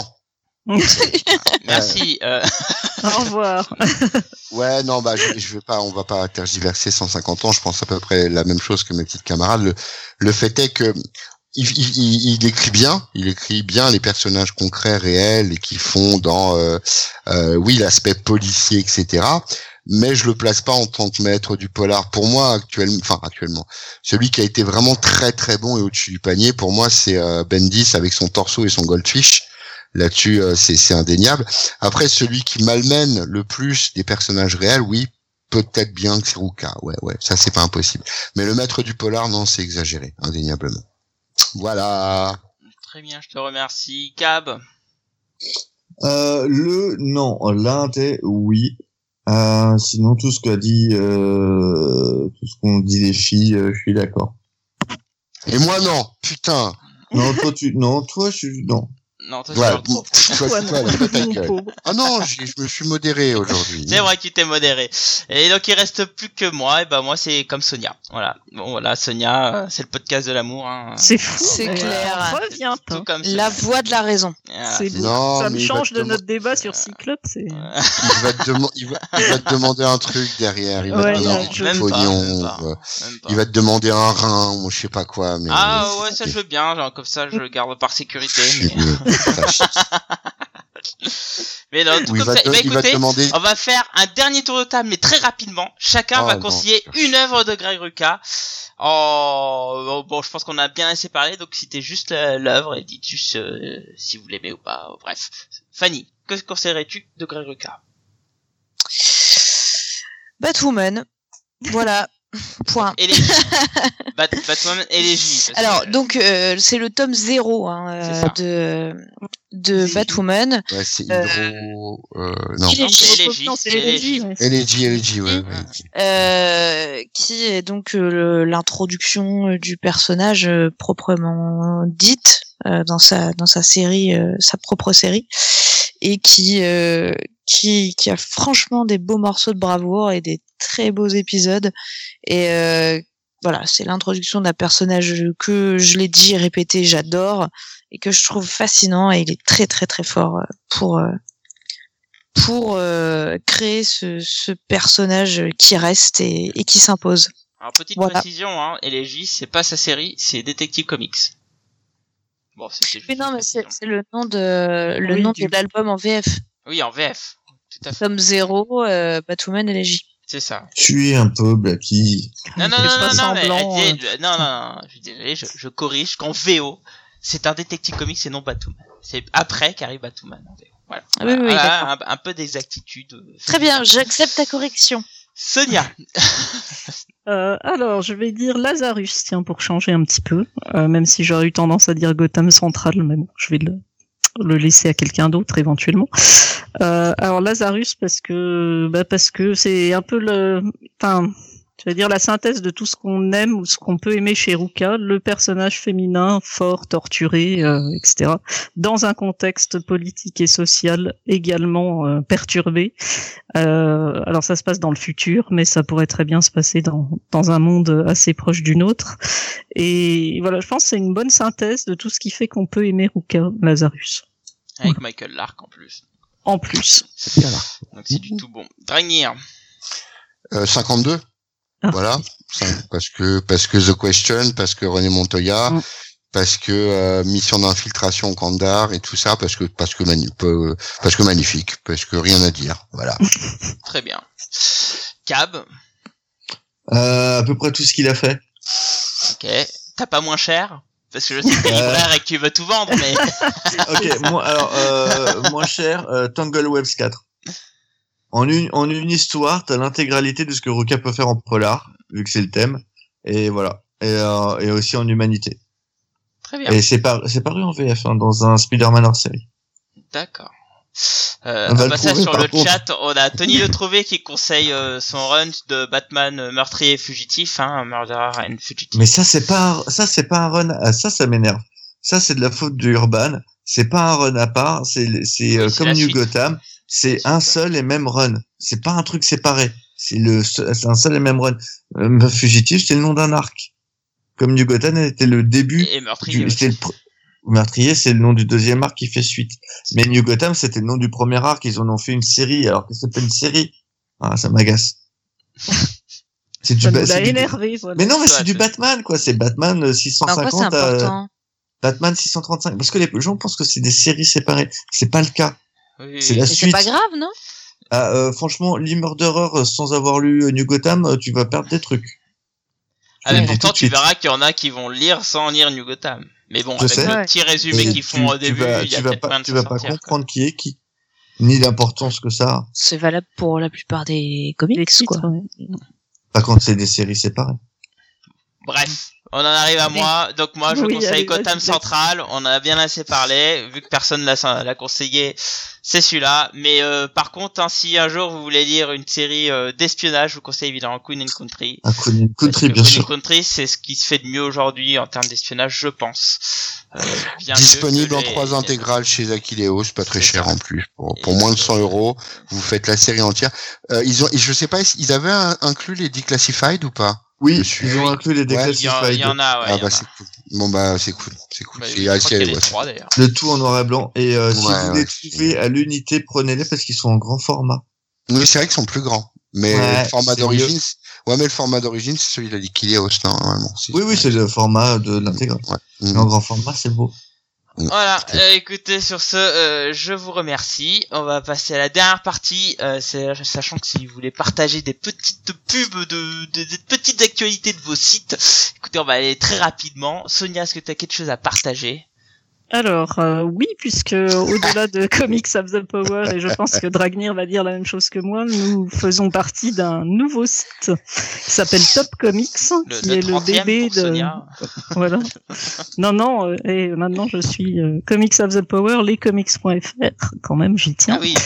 Merci. Euh... Au revoir. Ouais, non, bah je, je vais pas, on va pas tergiverser cent cinquante ans. Je pense à peu près la même chose que mes petites camarades. Le, le fait est que il, il, il écrit bien, il écrit bien les personnages concrets, réels et qui font dans, euh, euh, oui, l'aspect policier, et cetera. Mais je le place pas en tant que maître du polar. Pour moi, actuellement, enfin actuellement, celui qui a été vraiment très très bon et au-dessus du panier, pour moi, c'est euh, Bendis avec son torso et son goldfish. Là-dessus, euh, c'est, c'est indéniable. Après, celui qui malmène le plus des personnages réels, oui, peut-être bien que c'est Ruka. Ouais, ouais, ça c'est pas impossible. Mais le maître du polar, non, c'est exagéré, indéniablement. Voilà. Très bien, je te remercie. Cab. Euh, le non, l'Inde, oui. Euh, sinon, tout ce qu'a dit, euh, tout ce qu'ont dit les filles, euh, je suis d'accord. Et moi, non. Putain. Non, toi, tu, non, toi, je suis, non. Non, toi, ouais, tu toi, toi, toi, toi, ta gueule. Ah non, je, je me suis modéré aujourd'hui. C'est vrai que tu t'es modéré. Et donc, il reste plus que moi. Et ben, moi, c'est comme Sonia. Voilà. Bon, voilà, Sonia, c'est le podcast de l'amour, hein. C'est fou. C'est clair. Reviens pas. Comme la voix de la raison. Voilà, c'est non, ça me change de notre débat sur Cyclope, c'est. Il va te demander, il va, il va te demander un truc derrière. Il va ouais, te demander du pognon. Il va te demander un rein, ou je sais pas quoi, mais. Ah, ouais, ça je veux bien, genre, comme ça, je le garde par sécurité. Mais... mais non, tout oui, comme ça. Te, bah, écoutez, demander... on va faire un dernier tour de table, mais très rapidement. Chacun oh, va non, conseiller une œuvre de Greg Rucka. Oh, bon, je pense qu'on a bien assez parlé, donc citez juste l'œuvre et dites juste euh, si vous l'aimez ou pas. Bref. Fanny, que conseillerais-tu de Greg Rucka? Batwoman. Voilà. Point. Élégie. Bat- Batwoman Élégie. Alors, que... donc, euh, c'est le tome zéro hein, euh, de, de Batwoman. Ouais, c'est Hydro... Euh, non. Élégie. C'est Élégie. Élégie, Élégie, ouais. Euh, qui est donc euh, l'introduction du personnage euh, proprement dite euh, dans sa dans sa série, euh, sa propre série, et qui euh, qui qui a franchement des beaux morceaux de bravoure et des très beaux épisodes. Et euh, voilà, c'est l'introduction d'un personnage que je l'ai dit et répété, j'adore et que je trouve fascinant, et il est très très très fort pour euh, pour euh, créer ce, ce personnage qui reste et, et qui s'impose. Alors petite voilà. précision, hein, Élégie, c'est pas sa série, c'est Detective Comics. Bon, c'était juste. Mais non, mais c'est, c'est le nom de le oui, nom du... de l'album en V F. Oui, en V F. Tout à fait. Tome zéro, euh, Batwoman Élégie. C'est ça. Je suis un peu Blacky. Non, non, non, non, non, mais, non, euh... non, non, non, je suis désolé, je, je corrige qu'en V O, c'est un Detective Comics et non Batwoman. C'est après qu'arrive Batwoman en V O. Voilà. Ah, oui, oui, voilà un, un peu d'exactitude. Très bien, j'accepte ta correction. Sonia. euh, alors, je vais dire Lazarus, tiens, pour changer un petit peu, euh, même si j'aurais eu tendance à dire Gotham Central, mais bon, je vais le, le laisser à quelqu'un d'autre éventuellement. Euh, alors Lazarus parce que bah parce que c'est un peu le, enfin, je veux dire la synthèse de tout ce qu'on aime ou ce qu'on peut aimer chez Rucka, le personnage féminin fort, torturé, euh, et cetera. Dans un contexte politique et social également euh, perturbé. Euh, alors ça se passe dans le futur, mais ça pourrait très bien se passer dans dans un monde assez proche du nôtre. Et voilà, je pense que c'est une bonne synthèse de tout ce qui fait qu'on peut aimer Rucka, Lazarus. Avec Michael Lark en plus. En plus. C'est bien là. Donc c'est du tout bon. Dragnir. Euh, cinquante-deux. Ah. Voilà. Parce que, parce que The Question, parce que René Montoya, mm. parce que euh, mission d'infiltration au Kandahar et tout ça, parce que parce que mani- peu- parce que magnifique, parce que rien à dire, voilà. Très bien. Cab, Euh, à peu près tout ce qu'il a fait. ok. T'as pas moins cher? Parce que je sais que t'es libraire et que tu veux tout vendre, mais... Ok, moi, alors, euh, moins cher, euh, Tangle Webs quatre. En une, en une histoire, t'as l'intégralité de ce que Ruka peut faire en polar, vu que c'est le thème. Et voilà. Et, euh, et aussi en humanité. Très bien. Et c'est par, c'est paru en V F, hein, dans un Spider-Man hors série. D'accord. Euh, On va ah le bah ça, trouver, sur par le contre. chat, on a Tony Le Trouvé qui conseille euh, son run de Batman euh, meurtrier et fugitif, hein, Murderer and Fugitive. Mais ça, c'est pas, ça, c'est pas un run, ah, ça, ça m'énerve. Ça, c'est de la faute de Urban. C'est pas un run à part, c'est, c'est, euh, Oui, c'est comme la New suite. Gotham. C'est C'est la un suite. seul et même run. C'est pas un truc séparé. C'est le, c'est un seul et même run. Euh, Fugitif, c'est le nom d'un arc. Comme New Gotham était le début Et meurtrier du, aussi. c'était le pr- Meurtrier, c'est le nom du deuxième arc qui fait suite. Mais New Gotham, c'était le nom du premier arc. Ils en ont fait une série, alors que c'est pas une série. Ah, ça m'agace. C'est du, Ça ba- nous c'est l'a du- énervé, voilà. Mais non, mais Ça, c'est du c'est- Batman, quoi. C'est Batman euh, six cent En quoi c'est cinquante, euh, important? Batman six cent trente-cinq. Parce que les gens pensent que c'est des séries séparées. C'est pas le cas. Oui, C'est la Mais suite. c'est pas grave, non? Ah, euh, franchement, lis Murderer euh, sans avoir lu euh, New Gotham, euh, tu vas perdre des trucs. Ah, Je mais te le dis pourtant, tout de tu suite. verras qu'il y en a qui vont le lire sans lire New Gotham. Mais bon, Je avec sais. le Ouais. petit résumé Et qu'ils tu- font au tu début, vas- il y a tu vas peut-être pas, moyen de tu s'en vas pas sortir. comprendre qui est qui, ni l'importance que ça a. C'est valable pour la plupart des comics, Les titres, quoi. ouais. Pas quand c'est des séries séparées. Bref, on en arrive à moi. Donc moi, je Oui, conseille allez, Gotham vas-y, Central. On en a bien assez parlé. Vu que personne l'a, l'a conseillé, c'est celui-là. Mais euh, par contre, hein, si un jour vous voulez lire une série euh, d'espionnage, je vous conseille évidemment Queen and Country. Un Country, Parce que bien Queen and sûr. Country, c'est ce qui se fait de mieux aujourd'hui en termes d'espionnage, je pense. Euh, bien mieux Disponible que en les- trois intégrales chez Akileos, pas très C'est cher ça. en plus. Pour, Et pour moins de donc, cent euh, euros, vous faites la série entière. Euh, ils ont, je sais pas, ils avaient un- inclus les Declassified ou pas? Oui, dessus. ils ont inclus les Il y, en, Declassified. il y en a, ouais. Ah il y en bah a. c'est cool. Bon bah c'est cool, c'est cool. Bah, C'est je crois assez qu'il y a les ouais, trois d'ailleurs. Le tout en noir et blanc. Et euh, si Ouais, vous ouais, les trouvez à l'unité, prenez-les parce qu'ils sont en grand format. Oui, c'est vrai qu'ils sont plus grands. Mais Ouais, le format c'est d'origine, mieux. c'est- ouais, mais le format d'origine, c'est celui d'Akileos, non, normalement. C'est- Oui, oui, c'est le format de l'intégral. Ouais. Mais Mm. en grand format, c'est beau. Voilà, euh, écoutez, sur ce, euh, je vous remercie. On va passer à la dernière partie, euh, c'est, sachant que si vous voulez partager des petites pubs, de, de- des petites actualités de vos sites, écoutez, on va aller très rapidement. Sonia, est-ce que tu as quelque chose à partager? Alors, euh, oui, puisque au-delà de Comics of the Power, et je pense que Dragnir va dire la même chose que moi, nous faisons partie d'un nouveau site qui s'appelle Top Comics, Le, qui le est le trentième bébé pour de... Sonia. Voilà. Non, non, euh, et maintenant je suis euh, Comics of the Power, lescomics point f r, quand même, j'y tiens. Ah oui.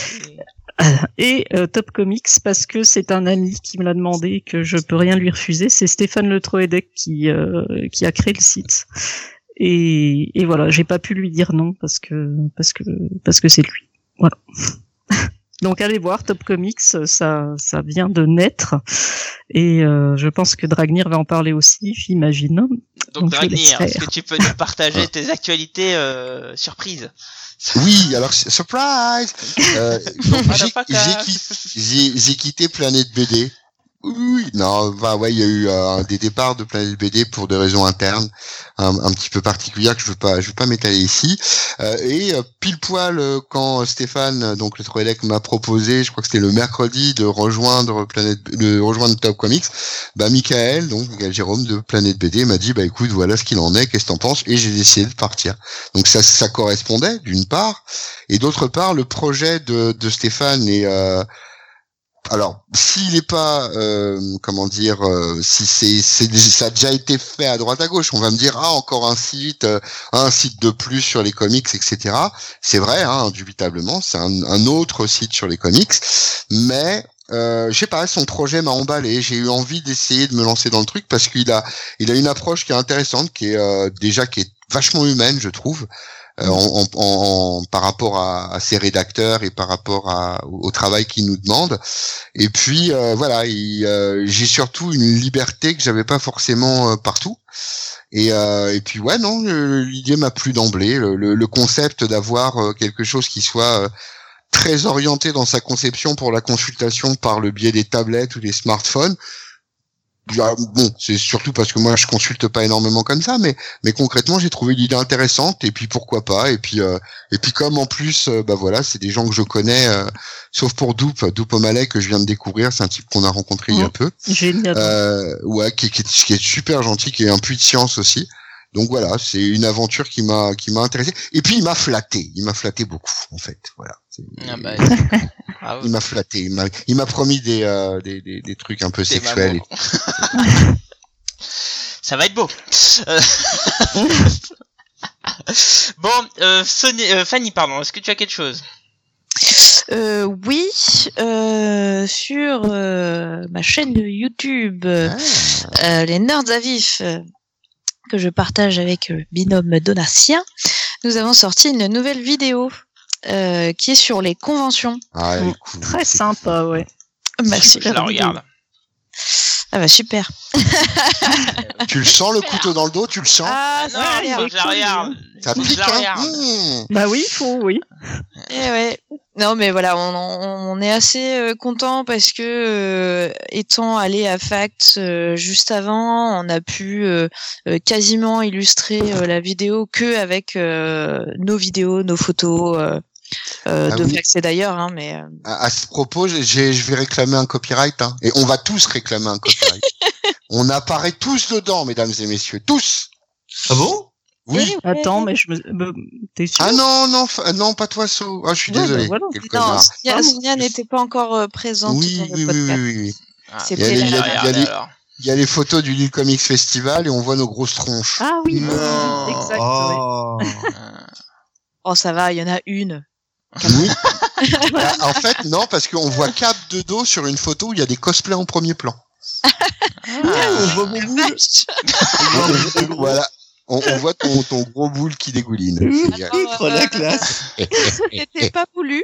Et euh, Top Comics parce que c'est un ami qui me l'a demandé, que je peux rien lui refuser. C'est Stéphane Le Troedec qui euh, qui a créé le site. Et, et voilà, j'ai pas pu lui dire non parce que parce que parce que c'est lui. Voilà. Donc allez voir Top Comics, ça ça vient de naître et euh, je pense que Dragnir va en parler aussi, j'imagine. Donc, Donc, je laisse Dragnir, est-ce faire. que tu peux nous partager tes actualités euh, surprises? Oui, alors c'est- surprise. Euh, donc, j'ai, Motherfucker. j'ai, qui- j'ai, j'ai quitté Planète B D. Oui, non, bah ouais, il y a eu euh, des départs de Planète B D pour des raisons internes, un, un petit peu particulières que je veux pas, je veux pas m'étaler ici. Euh, et euh, pile poil euh, quand Stéphane, euh, donc le Troélec, m'a proposé, je crois que c'était le mercredi, de rejoindre Planète, de rejoindre Top Comics, bah Michael, donc Michael Jérôme de Planète B D, m'a dit bah écoute, voilà ce qu'il en est, qu'est-ce que t'en penses, et j'ai décidé de partir. Donc ça, ça correspondait d'une part, et d'autre part, le projet de, de Stéphane est euh, alors, s'il est pas, euh, comment dire, euh, si c'est, c'est, ça a déjà été fait à droite à gauche, on va me dire ah encore un site, euh, un site de plus sur les comics, et cetera. C'est vrai, hein, indubitablement, c'est un, un autre site sur les comics, mais euh, je sais pas, son projet m'a emballé. J'ai eu envie d'essayer de me lancer dans le truc parce qu'il a, il a une approche qui est intéressante, qui est euh, déjà qui est vachement humaine, je trouve. Euh, en, en, en, par rapport à, à ses rédacteurs et par rapport à, au, au travail qu'il nous demande. Et puis euh, voilà, il, euh, j'ai surtout une liberté que j'avais pas forcément euh, partout. Et, euh, et puis ouais, non, le, l'idée m'a plu d'emblée. Le, le, le concept d'avoir euh, quelque chose qui soit euh, très orienté dans sa conception pour la consultation par le biais des tablettes ou des smartphones. bon, c'est surtout parce que moi je consulte pas énormément comme ça, mais mais concrètement j'ai trouvé l'idée intéressante et puis pourquoi pas et puis euh, et puis comme en plus euh, bah voilà c'est des gens que je connais, euh, sauf pour Doupe, Doupe O'Malley que je viens de découvrir, c'est un type qu'on a rencontré mmh. il y a peu, génial, euh, ouais qui, qui, qui est super gentil, qui est un puits de science aussi. Donc voilà, c'est une aventure qui m'a qui m'a intéressé et puis il m'a flatté, il m'a flatté beaucoup en fait, voilà. Ah bah, ah ouais. Il m'a flatté, il m'a il m'a promis des euh, des, des des trucs un peu des sexuels. Et... Ça va être beau. Euh... bon, euh, Sony, euh, Fanny, pardon, est-ce que tu as quelque chose? Euh, oui, euh, sur euh, ma chaîne de YouTube, ah. euh, les Nerds à vif. Euh, que je partage avec le binôme Donatien, nous avons sorti une nouvelle vidéo euh, qui est sur les conventions. Ah, mmh. cool. Très sympa, ouais. Bah, je la regarde. Ah bah super. Tu le sens le couteau dans le dos, tu le sens? Ah non, il faut que je la regarde. Ça pique, hein mmh. Bah oui, il faut, oui. Et ouais. Non mais voilà, on, on, on est assez euh, content parce que euh, étant allé à Facts euh, juste avant, on a pu euh, euh, quasiment illustrer euh, la vidéo que avec euh, nos vidéos, nos photos. Euh, Euh, ah de oui. Facts et d'ailleurs, hein, mais euh... à, à ce propos, j'ai, je vais réclamer un copyright, hein, et on va tous réclamer un copyright. On apparaît tous dedans, mesdames et messieurs, tous. Ah bon? Oui. oui. Attends, mais je me, t'es sûr? Ah non, non, fa... non, pas toi, So. Ah, je suis ouais, désolé. Bah voilà. Non, Sonia, Sonia n'était pas encore euh, présente oui, dans le oui, podcast. Oui, oui, oui. Ah, il, y a les, il, y a, il, y a les, il y a les photos du Lille Comics Festival et on voit nos grosses tronches. Ah oui, non. exact. Oh. Ouais. Oh, ça va, il y en a une. Oui. Bah, en fait, non, parce qu'on voit Cap de dos sur une photo où il y a des cosplays en premier plan. Ah, on voit mon boule. Voilà. On, on voit ton, ton gros boule qui dégouline. Attends, euh, la classe. C'était pas voulu.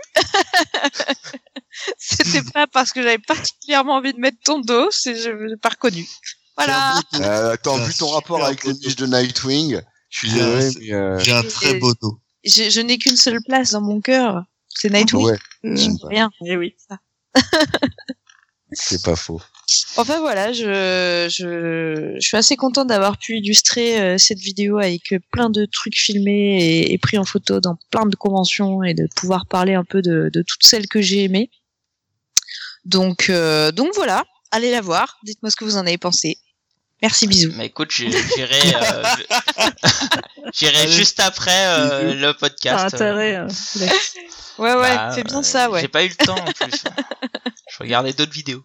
C'était pas parce que j'avais particulièrement envie de mettre ton dos, c'est, je l'ai pas reconnu. Voilà. Euh, attends, vu ton rapport avec les niches de Nightwing, je suis désolé, mais euh... j'ai un très beau dos. Je, je n'ai qu'une seule place dans mon cœur, c'est Nightwing. Ouais. Je peux rien. Eh oui. Ça. C'est pas faux. Enfin voilà, je, je, je suis assez contente d'avoir pu illustrer euh, cette vidéo avec euh, plein de trucs filmés et, et pris en photo dans plein de conventions et de pouvoir parler un peu de, de toutes celles que j'ai aimées. Donc, euh, donc voilà, allez la voir. Dites-moi ce que vous en avez pensé. Merci, bisous. Mais écoute, j'irai, euh, j'irai juste après euh, le podcast. T'as intérêt. Euh, ouais, ouais, bah, c'est bien ça, ouais. J'ai pas eu le temps en plus. Je regardais d'autres vidéos.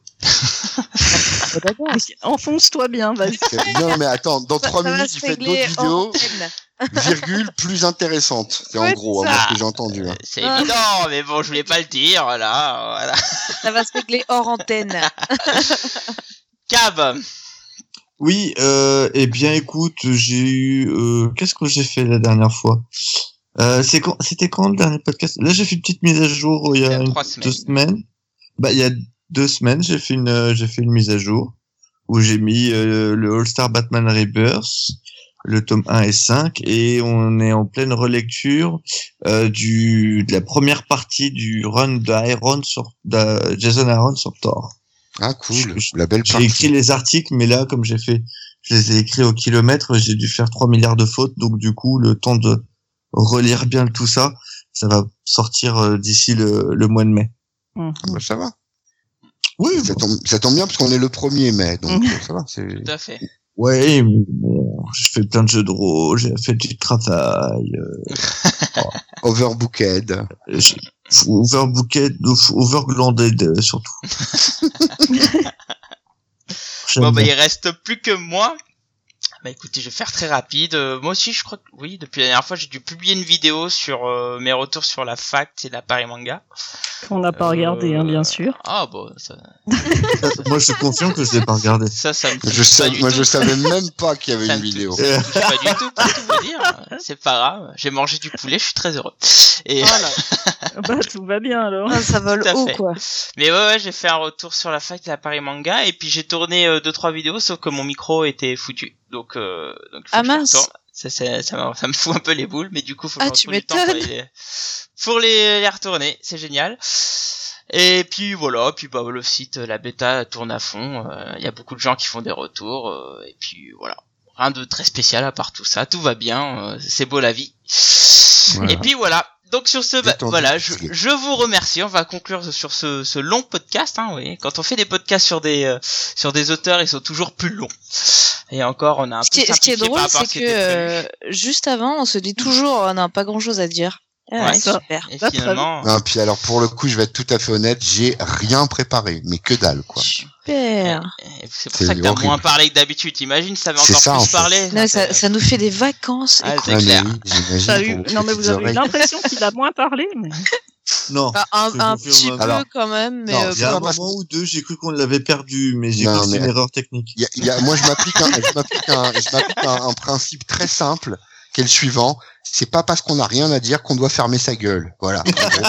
Enfonce-toi bien, vas-y. Non, mais attends, dans trois minutes, il fait d'autres vidéos, virgule, plus intéressantes. C'est ouais, en gros, hein, ce que j'ai entendu. Hein. C'est ah. évident, mais bon, je voulais pas le dire, là, voilà. Ça va se régler hors antenne. Cab. Oui, euh, eh bien, écoute, j'ai eu, euh, qu'est-ce que j'ai fait la dernière fois? Euh, c'est quand, c'était quand le dernier podcast? Là, j'ai fait une petite mise à jour il y a, il y a une, semaines. deux semaines. Bah, il y a deux semaines, j'ai fait une, euh, j'ai fait une mise à jour où j'ai mis euh, le All-Star Batman Rebirth, le tome un et cinq, et on est en pleine relecture euh, du de la première partie du run d'Iron sur de Jason Aaron sur Thor. Ah cool, je, la belle j'ai partie. Écrit les articles, mais là, comme j'ai fait, je les ai écrits au kilomètre, j'ai dû faire trois milliards de fautes, donc du coup, le temps de relire bien tout ça, ça va sortir euh, d'ici le, le mois de mai. Mmh. Bah, ça va. Oui, ça, tombe, ça tombe bien parce qu'on est le premier mai, donc mmh. ça va. C'est... Tout à fait. Ouais, mais bon, j'ai fait plein de jeux de rôle, j'ai fait du travail. Euh... oh. Overbooked. J'ai... Overbooked, overglanded surtout. Bon bah il reste plus que moi. Bah écoutez, je vais faire très rapide. Euh, moi aussi, je crois que oui, depuis la dernière fois, j'ai dû publier une vidéo sur euh, mes retours sur la fact et la Paris Manga. On n'a pas euh... regardé, hein, bien sûr. Ah bon, ça. Moi, je confirme que je l'ai pas regardé. Ça, ça me. Je sais, moi, tout. je savais même pas qu'il y avait ça une vidéo. Ça me touche pas du tout, pour tout vous dire. C'est pas grave. J'ai mangé du poulet, je suis très heureux. Et. Voilà. Bah tout va bien alors. Ah, ça vole haut quoi. Mais ouais, ouais, j'ai fait un retour sur la fact et la Paris Manga et puis j'ai tourné euh, deux trois vidéos, sauf que mon micro était foutu. Donc, euh, donc ah mince. Ça, ça, ça, ça me fout un peu les boules, mais du coup, faut que ah, je retrouve du temps pour les, pour les, les retourner. C'est génial. Et puis voilà, puis bah le site, la bêta tourne à fond. Il euh, y a beaucoup de gens qui font des retours. Euh, et puis voilà, rien de très spécial à part tout ça. Tout va bien, euh, c'est beau la vie. Voilà. Et puis voilà. Donc sur ce, bah, voilà, je, je vous remercie. On va conclure sur ce, ce long podcast. Hein, oui. Quand on fait des podcasts sur des euh, sur des auteurs, ils sont toujours plus longs. Et encore, on a un ce peu qui est, ce qui est drôle, c'est que euh, juste avant, on se dit toujours, on n'a pas grand-chose à dire. Ah, ouais, ça. Super. Et finalement. Non, puis alors pour le coup, je vais être tout à fait honnête, j'ai rien préparé, mais que dalle quoi. Super. Et c'est pour c'est ça que t'as horrible. moins parlé que d'habitude. T'imagines, ça va encore ça, plus en fait. parler. Non, ça, ça nous fait des vacances. Ah, c'est clair. Oui, eu... Non, mais vous avez eu l'impression qu'il a moins parlé. Mais... Non. Bah, un un petit peu alors, quand même. Mais non, euh, il y a un moment ou deux, j'ai cru qu'on l'avait perdu, mais j'ai non, cru que c'est une erreur technique. Y a, y a, moi, je m'applique un, je m'applique un, je m'applique un, un principe très simple, qui est le suivant. C'est pas parce qu'on a rien à dire qu'on doit fermer sa gueule. Voilà.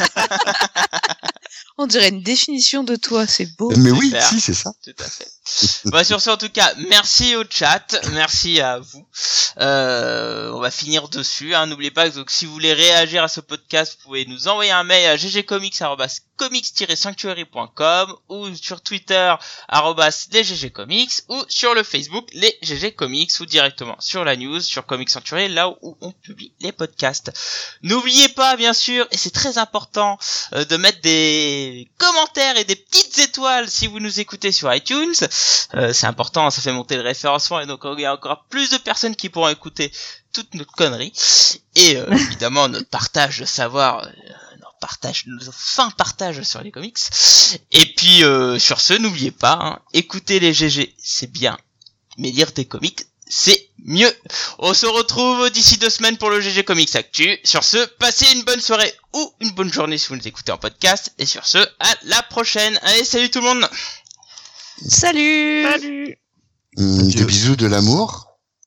On dirait une définition de toi, c'est beau. Mais oui, Super. si, c'est ça. Tout à fait. Bah, sur ce, en tout cas, merci au chat, merci à vous. Euh, on va finir dessus, hein. N'oubliez pas que donc, si vous voulez réagir à ce podcast, vous pouvez nous envoyer un mail à ggcomics arobase comics tiret sanctuary point com ou sur Twitter arobase les ggcomics ou sur le Facebook les ggcomics ou directement sur la news sur Comics Sanctuary, là où on publie les podcasts. N'oubliez pas, bien sûr, et c'est très important, euh, de mettre des commentaires et des petites étoiles si vous nous écoutez sur iTunes. Euh, c'est important, ça fait monter le référencement et donc il y a encore plus de personnes qui pourront écouter toutes nos conneries et euh, évidemment notre partage de savoir, euh, notre partage, notre fin partage sur les comics. Et puis euh, sur ce, n'oubliez pas, hein, écouter les G G c'est bien, mais lire des comics c'est mieux. On se retrouve d'ici deux semaines pour le G G Comics Actu. Sur ce, passez une bonne soirée ou une bonne journée si vous nous écoutez en podcast. Et sur ce, à la prochaine. Allez, salut tout le monde. Salut. Salut. Mmh, des bisous, de l'amour.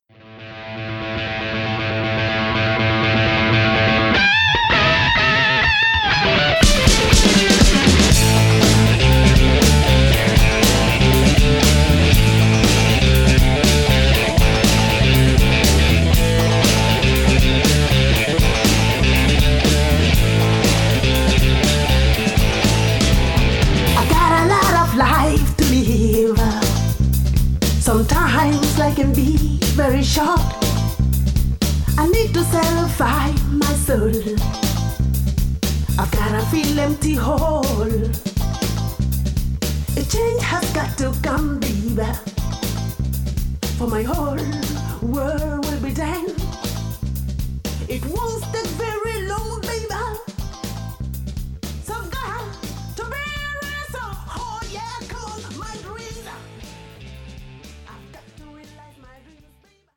Sometimes life can be very short. I need to satisfy my soul. I've got a feel empty hole.